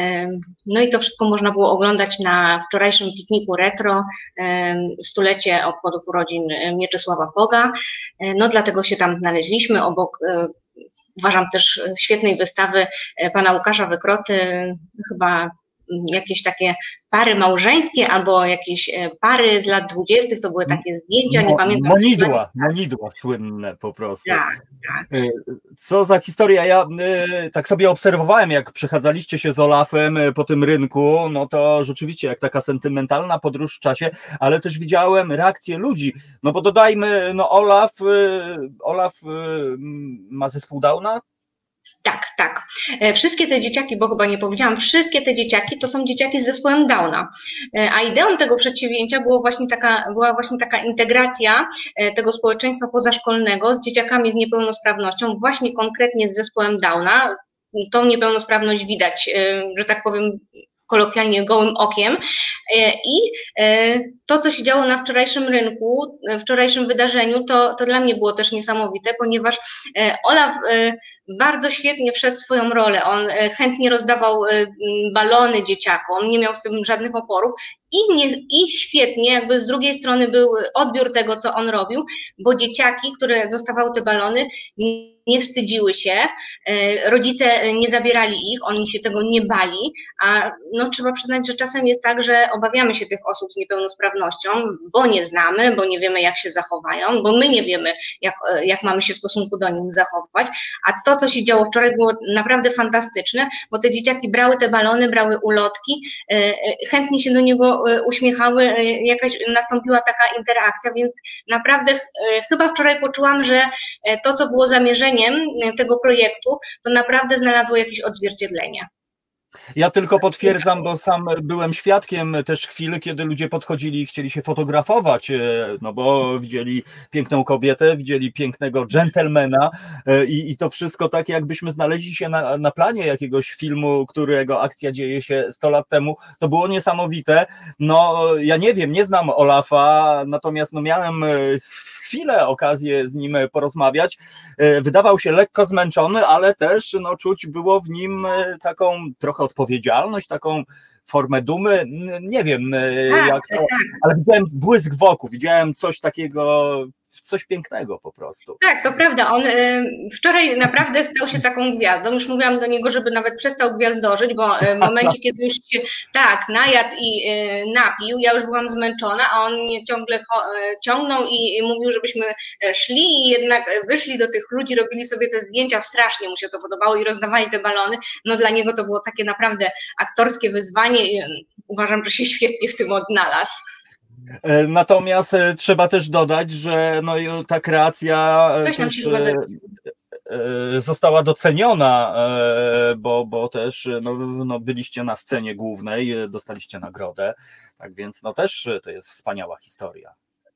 S8: no i to wszystko można było oglądać na wczorajszym pikniku retro, stulecie obchodów urodzin Mieczysława Foga, no dlatego się tam znaleźliśmy obok, uważam też świetnej wystawy pana Łukasza Wykroty, chyba jakieś takie pary małżeńskie albo jakieś pary z lat 20. To były takie zdjęcia, nie pamiętam.
S2: Monidła słynne po prostu.
S8: Tak.
S2: Co za historia. Ja tak sobie obserwowałem, jak przechadzaliście się z Olafem po tym rynku, no to rzeczywiście jak taka sentymentalna podróż w czasie, ale też widziałem reakcję ludzi, no bo dodajmy, no Olaf ma zespół Downa?
S8: Tak. Wszystkie te dzieciaki, bo chyba nie powiedziałam, wszystkie te dzieciaki to są dzieciaki z zespołem Downa. A ideą tego przedsięwzięcia była właśnie taka integracja tego społeczeństwa pozaszkolnego z dzieciakami z niepełnosprawnością, właśnie konkretnie z zespołem Downa. Tą niepełnosprawność widać, że tak powiem, kolokwialnie gołym okiem i to, co się działo na wczorajszym rynku, wczorajszym wydarzeniu, to dla mnie było też niesamowite, ponieważ Olaf bardzo świetnie wszedł w swoją rolę, on chętnie rozdawał balony dzieciakom, nie miał z tym żadnych oporów i świetnie jakby z drugiej strony był odbiór tego, co on robił, bo dzieciaki, które dostawały te balony, nie wstydziły się, rodzice nie zabierali ich, oni się tego nie bali, a no trzeba przyznać, że czasem jest tak, że obawiamy się tych osób z niepełnosprawnością, bo nie znamy, bo nie wiemy, jak się zachowają, bo my nie wiemy, jak mamy się w stosunku do nich zachować, a to, co się działo wczoraj, było naprawdę fantastyczne, bo te dzieciaki brały te balony, brały ulotki, chętnie się do niego uśmiechały, jakaś nastąpiła taka interakcja, więc naprawdę chyba wczoraj poczułam, że to, co było zamierzeniem tego projektu, to naprawdę znalazło jakieś odzwierciedlenie.
S2: Ja tylko potwierdzam, bo sam byłem świadkiem też chwili, kiedy ludzie podchodzili i chcieli się fotografować, no bo widzieli piękną kobietę, widzieli pięknego dżentelmena i to wszystko tak, jakbyśmy znaleźli się na planie jakiegoś filmu, którego akcja dzieje się 100 lat temu. To było niesamowite. No ja nie wiem, nie znam Olafa, natomiast no miałem chwilę okazję z nim porozmawiać. Wydawał się lekko zmęczony, ale też no, czuć było w nim taką trochę odpowiedzialność, taką formę dumy. Nie wiem jak to, ale widziałem błysk wokół, widziałem coś takiego, coś pięknego po prostu.
S8: Tak, to prawda. On wczoraj naprawdę stał się taką gwiazdą. Już mówiłam do niego, żeby nawet przestał gwiazdożyć, bo w momencie, kiedy już się najadł i napił, ja już byłam zmęczona, a on mnie ciągle ciągnął i mówił, żebyśmy szli i jednak wyszli do tych ludzi, robili sobie te zdjęcia, strasznie mu się to podobało i rozdawali te balony. No dla niego to było takie naprawdę aktorskie wyzwanie. uważam, że się świetnie w tym odnalazł.
S2: Natomiast trzeba też dodać, że no, ta kreacja też została doceniona, bo też no, byliście na scenie głównej, dostaliście nagrodę, tak więc no też to jest wspaniała historia.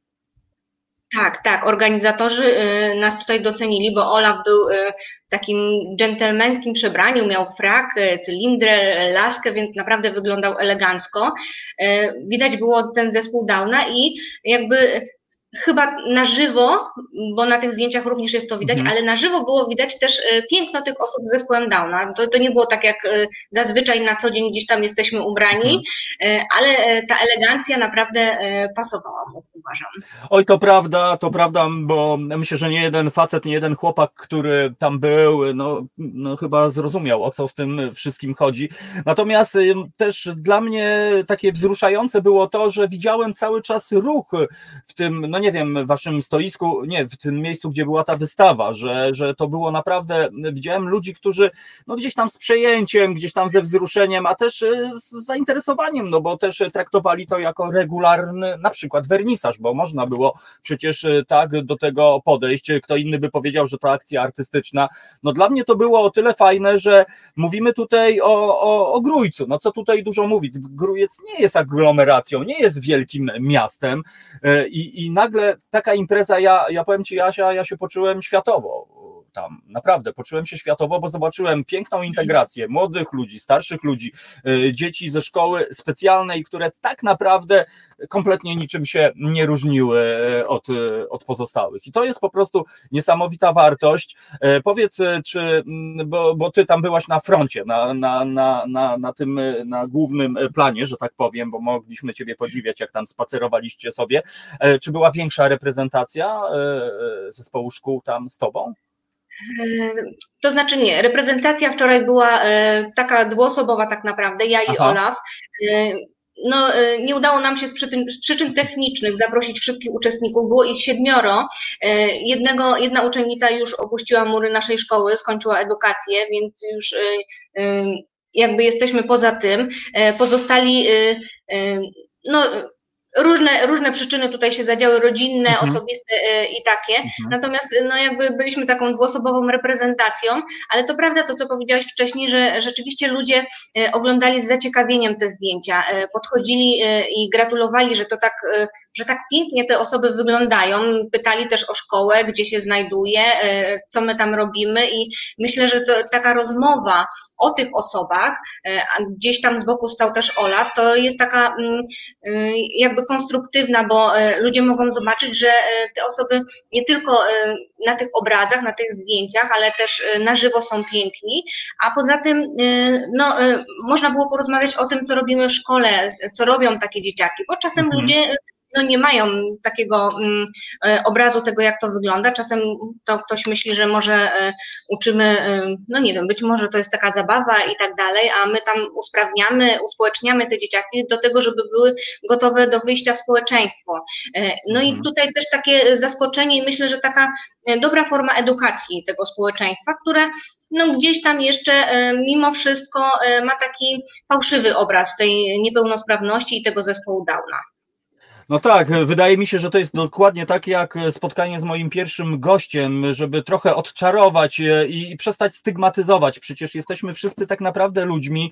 S8: Tak, organizatorzy nas tutaj docenili, bo Olaf był w takim dżentelmeńskim przebraniu, miał frak, cylindrę, laskę, więc naprawdę wyglądał elegancko. Widać było ten zespół Downa i jakby chyba na żywo, bo na tych zdjęciach również jest to widać, ale na żywo było widać też piękno tych osób z zespołem Downa. To nie było tak jak zazwyczaj na co dzień gdzieś tam jesteśmy ubrani, ale ta elegancja naprawdę pasowała mu, uważam.
S2: Oj, to prawda, bo myślę, że nie jeden facet, nie jeden chłopak, który tam był, no chyba zrozumiał, o co w tym wszystkim chodzi. Natomiast też dla mnie takie wzruszające było to, że widziałem cały czas ruch w tym, no nie wiem, waszym stoisku, nie, w tym miejscu, gdzie była ta wystawa, że to było naprawdę, widziałem ludzi, którzy no gdzieś tam z przejęciem, gdzieś tam ze wzruszeniem, a też z zainteresowaniem, no bo też traktowali to jako regularny na przykład wernisaż, bo można było przecież tak do tego podejść, kto inny by powiedział, że to akcja artystyczna. No dla mnie to było o tyle fajne, że mówimy tutaj o Grójcu, no co tutaj dużo mówić, Grójec nie jest aglomeracją, nie jest wielkim miastem i nagle taka impreza, ja powiem ci, Jasia, ja się poczułem światowo tam, naprawdę poczułem się światowo, bo zobaczyłem piękną integrację młodych ludzi, starszych ludzi, dzieci ze szkoły specjalnej, które tak naprawdę kompletnie niczym się nie różniły od pozostałych i to jest po prostu niesamowita wartość. Powiedz, czy, bo ty tam byłaś na froncie, na głównym planie, że tak powiem, bo mogliśmy ciebie podziwiać, jak tam spacerowaliście sobie, czy była większa reprezentacja zespołu szkół tam z tobą?
S8: To znaczy nie, reprezentacja wczoraj była taka dwuosobowa tak naprawdę, ja i Olaf. No, nie udało nam się z przyczyn technicznych zaprosić wszystkich uczestników, było ich 7. Jedna uczennica już opuściła mury naszej szkoły, skończyła edukację, więc już jakby jesteśmy poza tym. Pozostali, no różne przyczyny tutaj się zadziały, rodzinne, osobiste i takie, natomiast no jakby byliśmy taką dwuosobową reprezentacją, ale to prawda to, co powiedziałeś wcześniej, że rzeczywiście ludzie oglądali z zaciekawieniem te zdjęcia, podchodzili i gratulowali, że tak pięknie te osoby wyglądają, pytali też o szkołę, gdzie się znajduje, co my tam robimy i myślę, że to taka rozmowa o tych osobach, a gdzieś tam z boku stał też Olaf, to jest taka jakby konstruktywna, bo ludzie mogą zobaczyć, że te osoby nie tylko na tych obrazach, na tych zdjęciach, ale też na żywo są piękni, a poza tym no, można było porozmawiać o tym, co robimy w szkole, co robią takie dzieciaki, bo czasem ludzie no nie mają takiego obrazu tego, jak to wygląda. Czasem to ktoś myśli, że może uczymy, no nie wiem, być może to jest taka zabawa i tak dalej, a my tam uspołeczniamy te dzieciaki do tego, żeby były gotowe do wyjścia w społeczeństwo. No i tutaj też takie zaskoczenie i myślę, że taka dobra forma edukacji tego społeczeństwa, które no gdzieś tam jeszcze mimo wszystko ma taki fałszywy obraz tej niepełnosprawności i tego zespołu Downa.
S2: No tak, wydaje mi się, że to jest dokładnie tak jak spotkanie z moim pierwszym gościem, żeby trochę odczarować i przestać stygmatyzować. Przecież jesteśmy wszyscy tak naprawdę ludźmi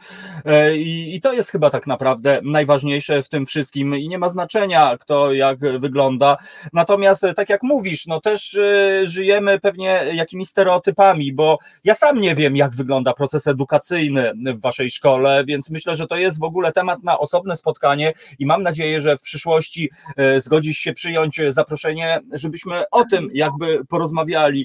S2: i to jest chyba tak naprawdę najważniejsze w tym wszystkim i nie ma znaczenia, kto jak wygląda. Natomiast tak jak mówisz, no też żyjemy pewnie jakimiś stereotypami, bo ja sam nie wiem, jak wygląda proces edukacyjny w waszej szkole, więc myślę, że to jest w ogóle temat na osobne spotkanie i mam nadzieję, że w przyszłości zgodzisz się przyjąć zaproszenie, żebyśmy o tym jakby porozmawiali,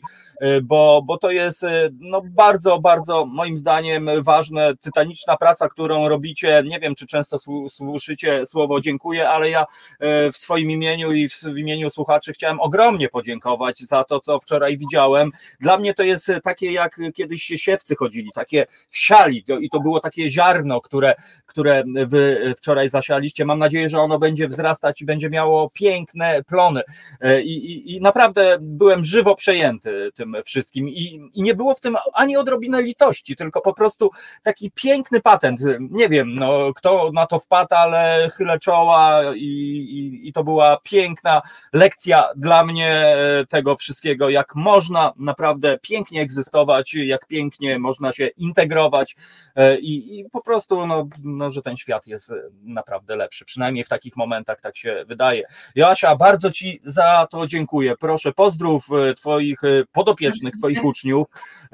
S2: bo to jest no bardzo, bardzo moim zdaniem ważne, tytaniczna praca, którą robicie. Nie wiem, czy często słyszycie słowo dziękuję, ale ja w swoim imieniu i w imieniu słuchaczy chciałem ogromnie podziękować za to, co wczoraj widziałem. Dla mnie to jest takie, jak kiedyś siewcy chodzili, takie siali i to było takie ziarno, które wy wczoraj zasialiście. Mam nadzieję, że ono będzie wzrastać i będzie miało piękne plony. I naprawdę byłem żywo przejęty tym wszystkim i nie było w tym ani odrobinę litości, tylko po prostu taki piękny patent. Nie wiem, no, kto na to wpadł, ale chylę czoła i to była piękna lekcja dla mnie tego wszystkiego, jak można naprawdę pięknie egzystować, jak pięknie można się integrować i po prostu, no, że ten świat jest naprawdę lepszy. Przynajmniej w takich momentach tak się wydaje. Joasia, bardzo Ci za to dziękuję. Proszę, pozdrów Twoich podopiecznych, Twoich uczniów,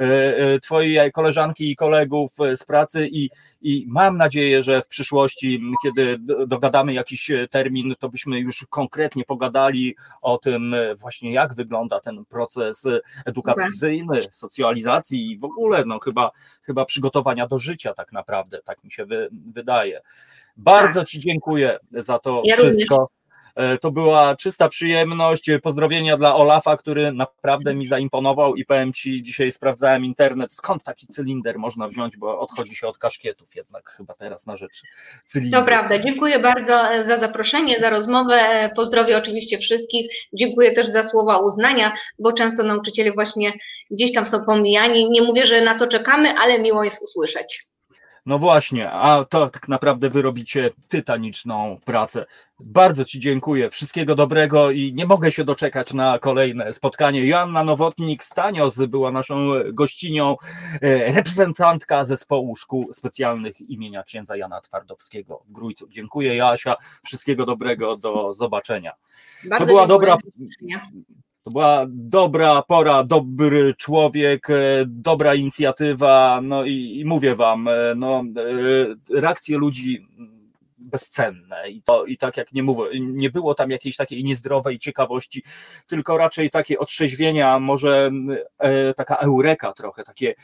S2: Twojej koleżanki i kolegów z pracy i mam nadzieję, że w przyszłości, kiedy dogadamy jakiś termin, to byśmy już konkretnie pogadali o tym właśnie, jak wygląda ten proces edukacyjny, socjalizacji i w ogóle no chyba przygotowania do życia tak naprawdę, tak mi się wydaje. Bardzo Ci dziękuję za to wszystko. Również. To była czysta przyjemność. Pozdrowienia dla Olafa, który naprawdę mi zaimponował i powiem Ci, dzisiaj sprawdzałem internet, skąd taki cylinder można wziąć, bo odchodzi się od kaszkietów jednak chyba teraz na rzeczy cylindru.
S8: To prawda. Dziękuję bardzo za zaproszenie, za rozmowę. Pozdrowię oczywiście wszystkich. Dziękuję też za słowa uznania, bo często nauczyciele właśnie gdzieś tam są pomijani. Nie mówię, że na to czekamy, ale miło jest usłyszeć.
S2: No właśnie, a to tak naprawdę wy robicie tytaniczną pracę. Bardzo Ci dziękuję, wszystkiego dobrego i nie mogę się doczekać na kolejne spotkanie. Joanna Nowotnik-Stanios była naszą gościnią, reprezentantka zespołu szkół specjalnych imienia księdza Jana Twardowskiego w Grójcu. Dziękuję, Joasia, wszystkiego dobrego, do zobaczenia.
S8: Bardzo dziękuję.
S2: To była dobra pora, dobry człowiek, dobra inicjatywa, no i mówię wam, no, reakcje ludzi bezcenne i tak jak nie mówię, nie było tam jakiejś takiej niezdrowej ciekawości, tylko raczej takie otrzeźwienia, może taka eureka trochę, takie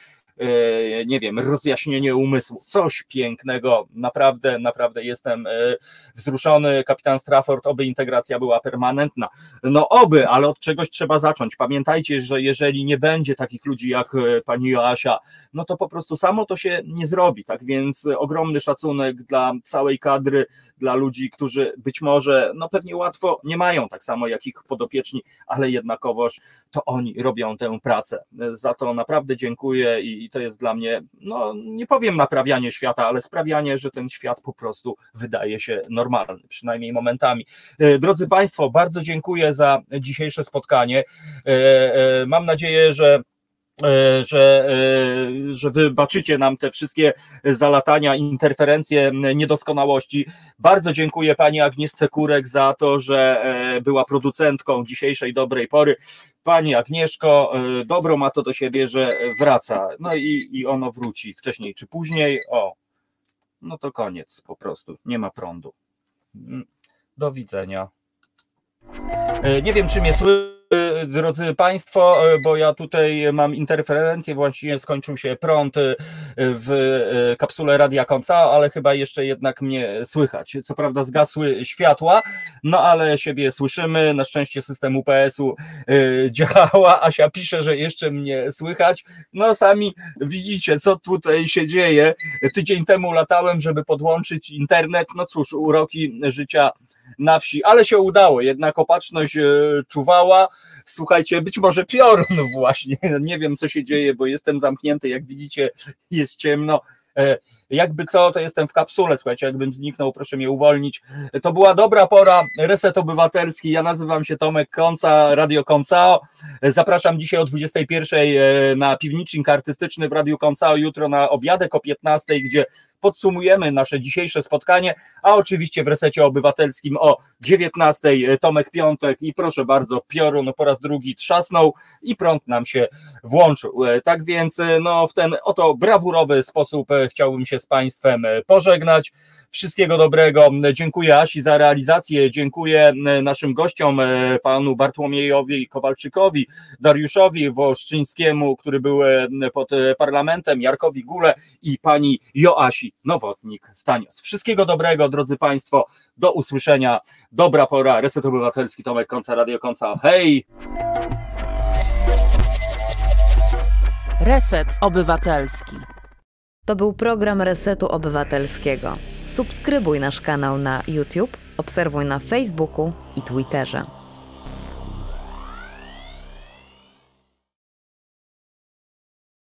S2: nie wiem, rozjaśnienie umysłu, coś pięknego, naprawdę jestem wzruszony. Kapitan Strafford, oby integracja była permanentna. No oby, ale od czegoś trzeba zacząć. Pamiętajcie, że jeżeli nie będzie takich ludzi jak pani Joasia, no to po prostu samo to się nie zrobi, tak więc ogromny szacunek dla całej kadry, dla ludzi, którzy być może, no pewnie łatwo nie mają, tak samo jak ich podopieczni, ale jednakowoż to oni robią tę pracę. Za to naprawdę dziękuję i to jest dla mnie, no nie powiem naprawianie świata, ale sprawianie, że ten świat po prostu wydaje się normalny, przynajmniej momentami. Drodzy Państwo, bardzo dziękuję za dzisiejsze spotkanie. Mam nadzieję, że wybaczycie nam te wszystkie zalatania, interferencje, niedoskonałości. Bardzo dziękuję pani Agnieszce Kurek za to, że była producentką dzisiejszej dobrej pory. Pani Agnieszko, dobro ma to do siebie, że wraca. No i ono wróci wcześniej czy później. O, no to koniec po prostu. Nie ma prądu. Do widzenia. Nie wiem, czy mnie słyszy, drodzy Państwo, bo ja tutaj mam interferencję, właściwie skończył się prąd w kapsule Radia Koncao, ale chyba jeszcze jednak mnie słychać. Co prawda zgasły światła, no ale siebie słyszymy, na szczęście system UPS-u działa. Asia pisze, że jeszcze mnie słychać. No sami widzicie, co tutaj się dzieje. Tydzień temu latałem, żeby podłączyć internet, no cóż, uroki życia na wsi, ale się udało, jednak opatrzność czuwała. Słuchajcie, być może piorun właśnie, nie wiem co się dzieje, bo jestem zamknięty, jak widzicie jest ciemno. Jakby co, to jestem w kapsule, słuchajcie, jakbym zniknął, proszę mnie uwolnić. To była dobra pora, Reset Obywatelski, ja nazywam się Tomek Konca, Radio Koncao. Zapraszam dzisiaj o 21:00 na piwnicznik artystyczny w Radiu Koncao, jutro na obiadek o 15:00, gdzie podsumujemy nasze dzisiejsze spotkanie, a oczywiście w Resecie Obywatelskim o 19:00 Tomek Piątek i proszę bardzo, piorun po raz drugi trzasnął i prąd nam się włączył. Tak więc no, w ten oto brawurowy sposób chciałbym się z Państwem pożegnać. Wszystkiego dobrego. Dziękuję Asi za realizację, dziękuję naszym gościom, panu Bartłomiejowi Kowalczykowi, Dariuszowi Woszczyńskiemu, który był pod parlamentem, Jarkowi Gule i pani Joasi Nowotnik-Stanios. Wszystkiego dobrego, drodzy Państwo, do usłyszenia. Dobra pora, Reset Obywatelski, Tomek Konca, Radio Koncao. Hej!
S1: Reset Obywatelski. To był program Resetu Obywatelskiego. Subskrybuj nasz kanał na YouTube, obserwuj na Facebooku i Twitterze.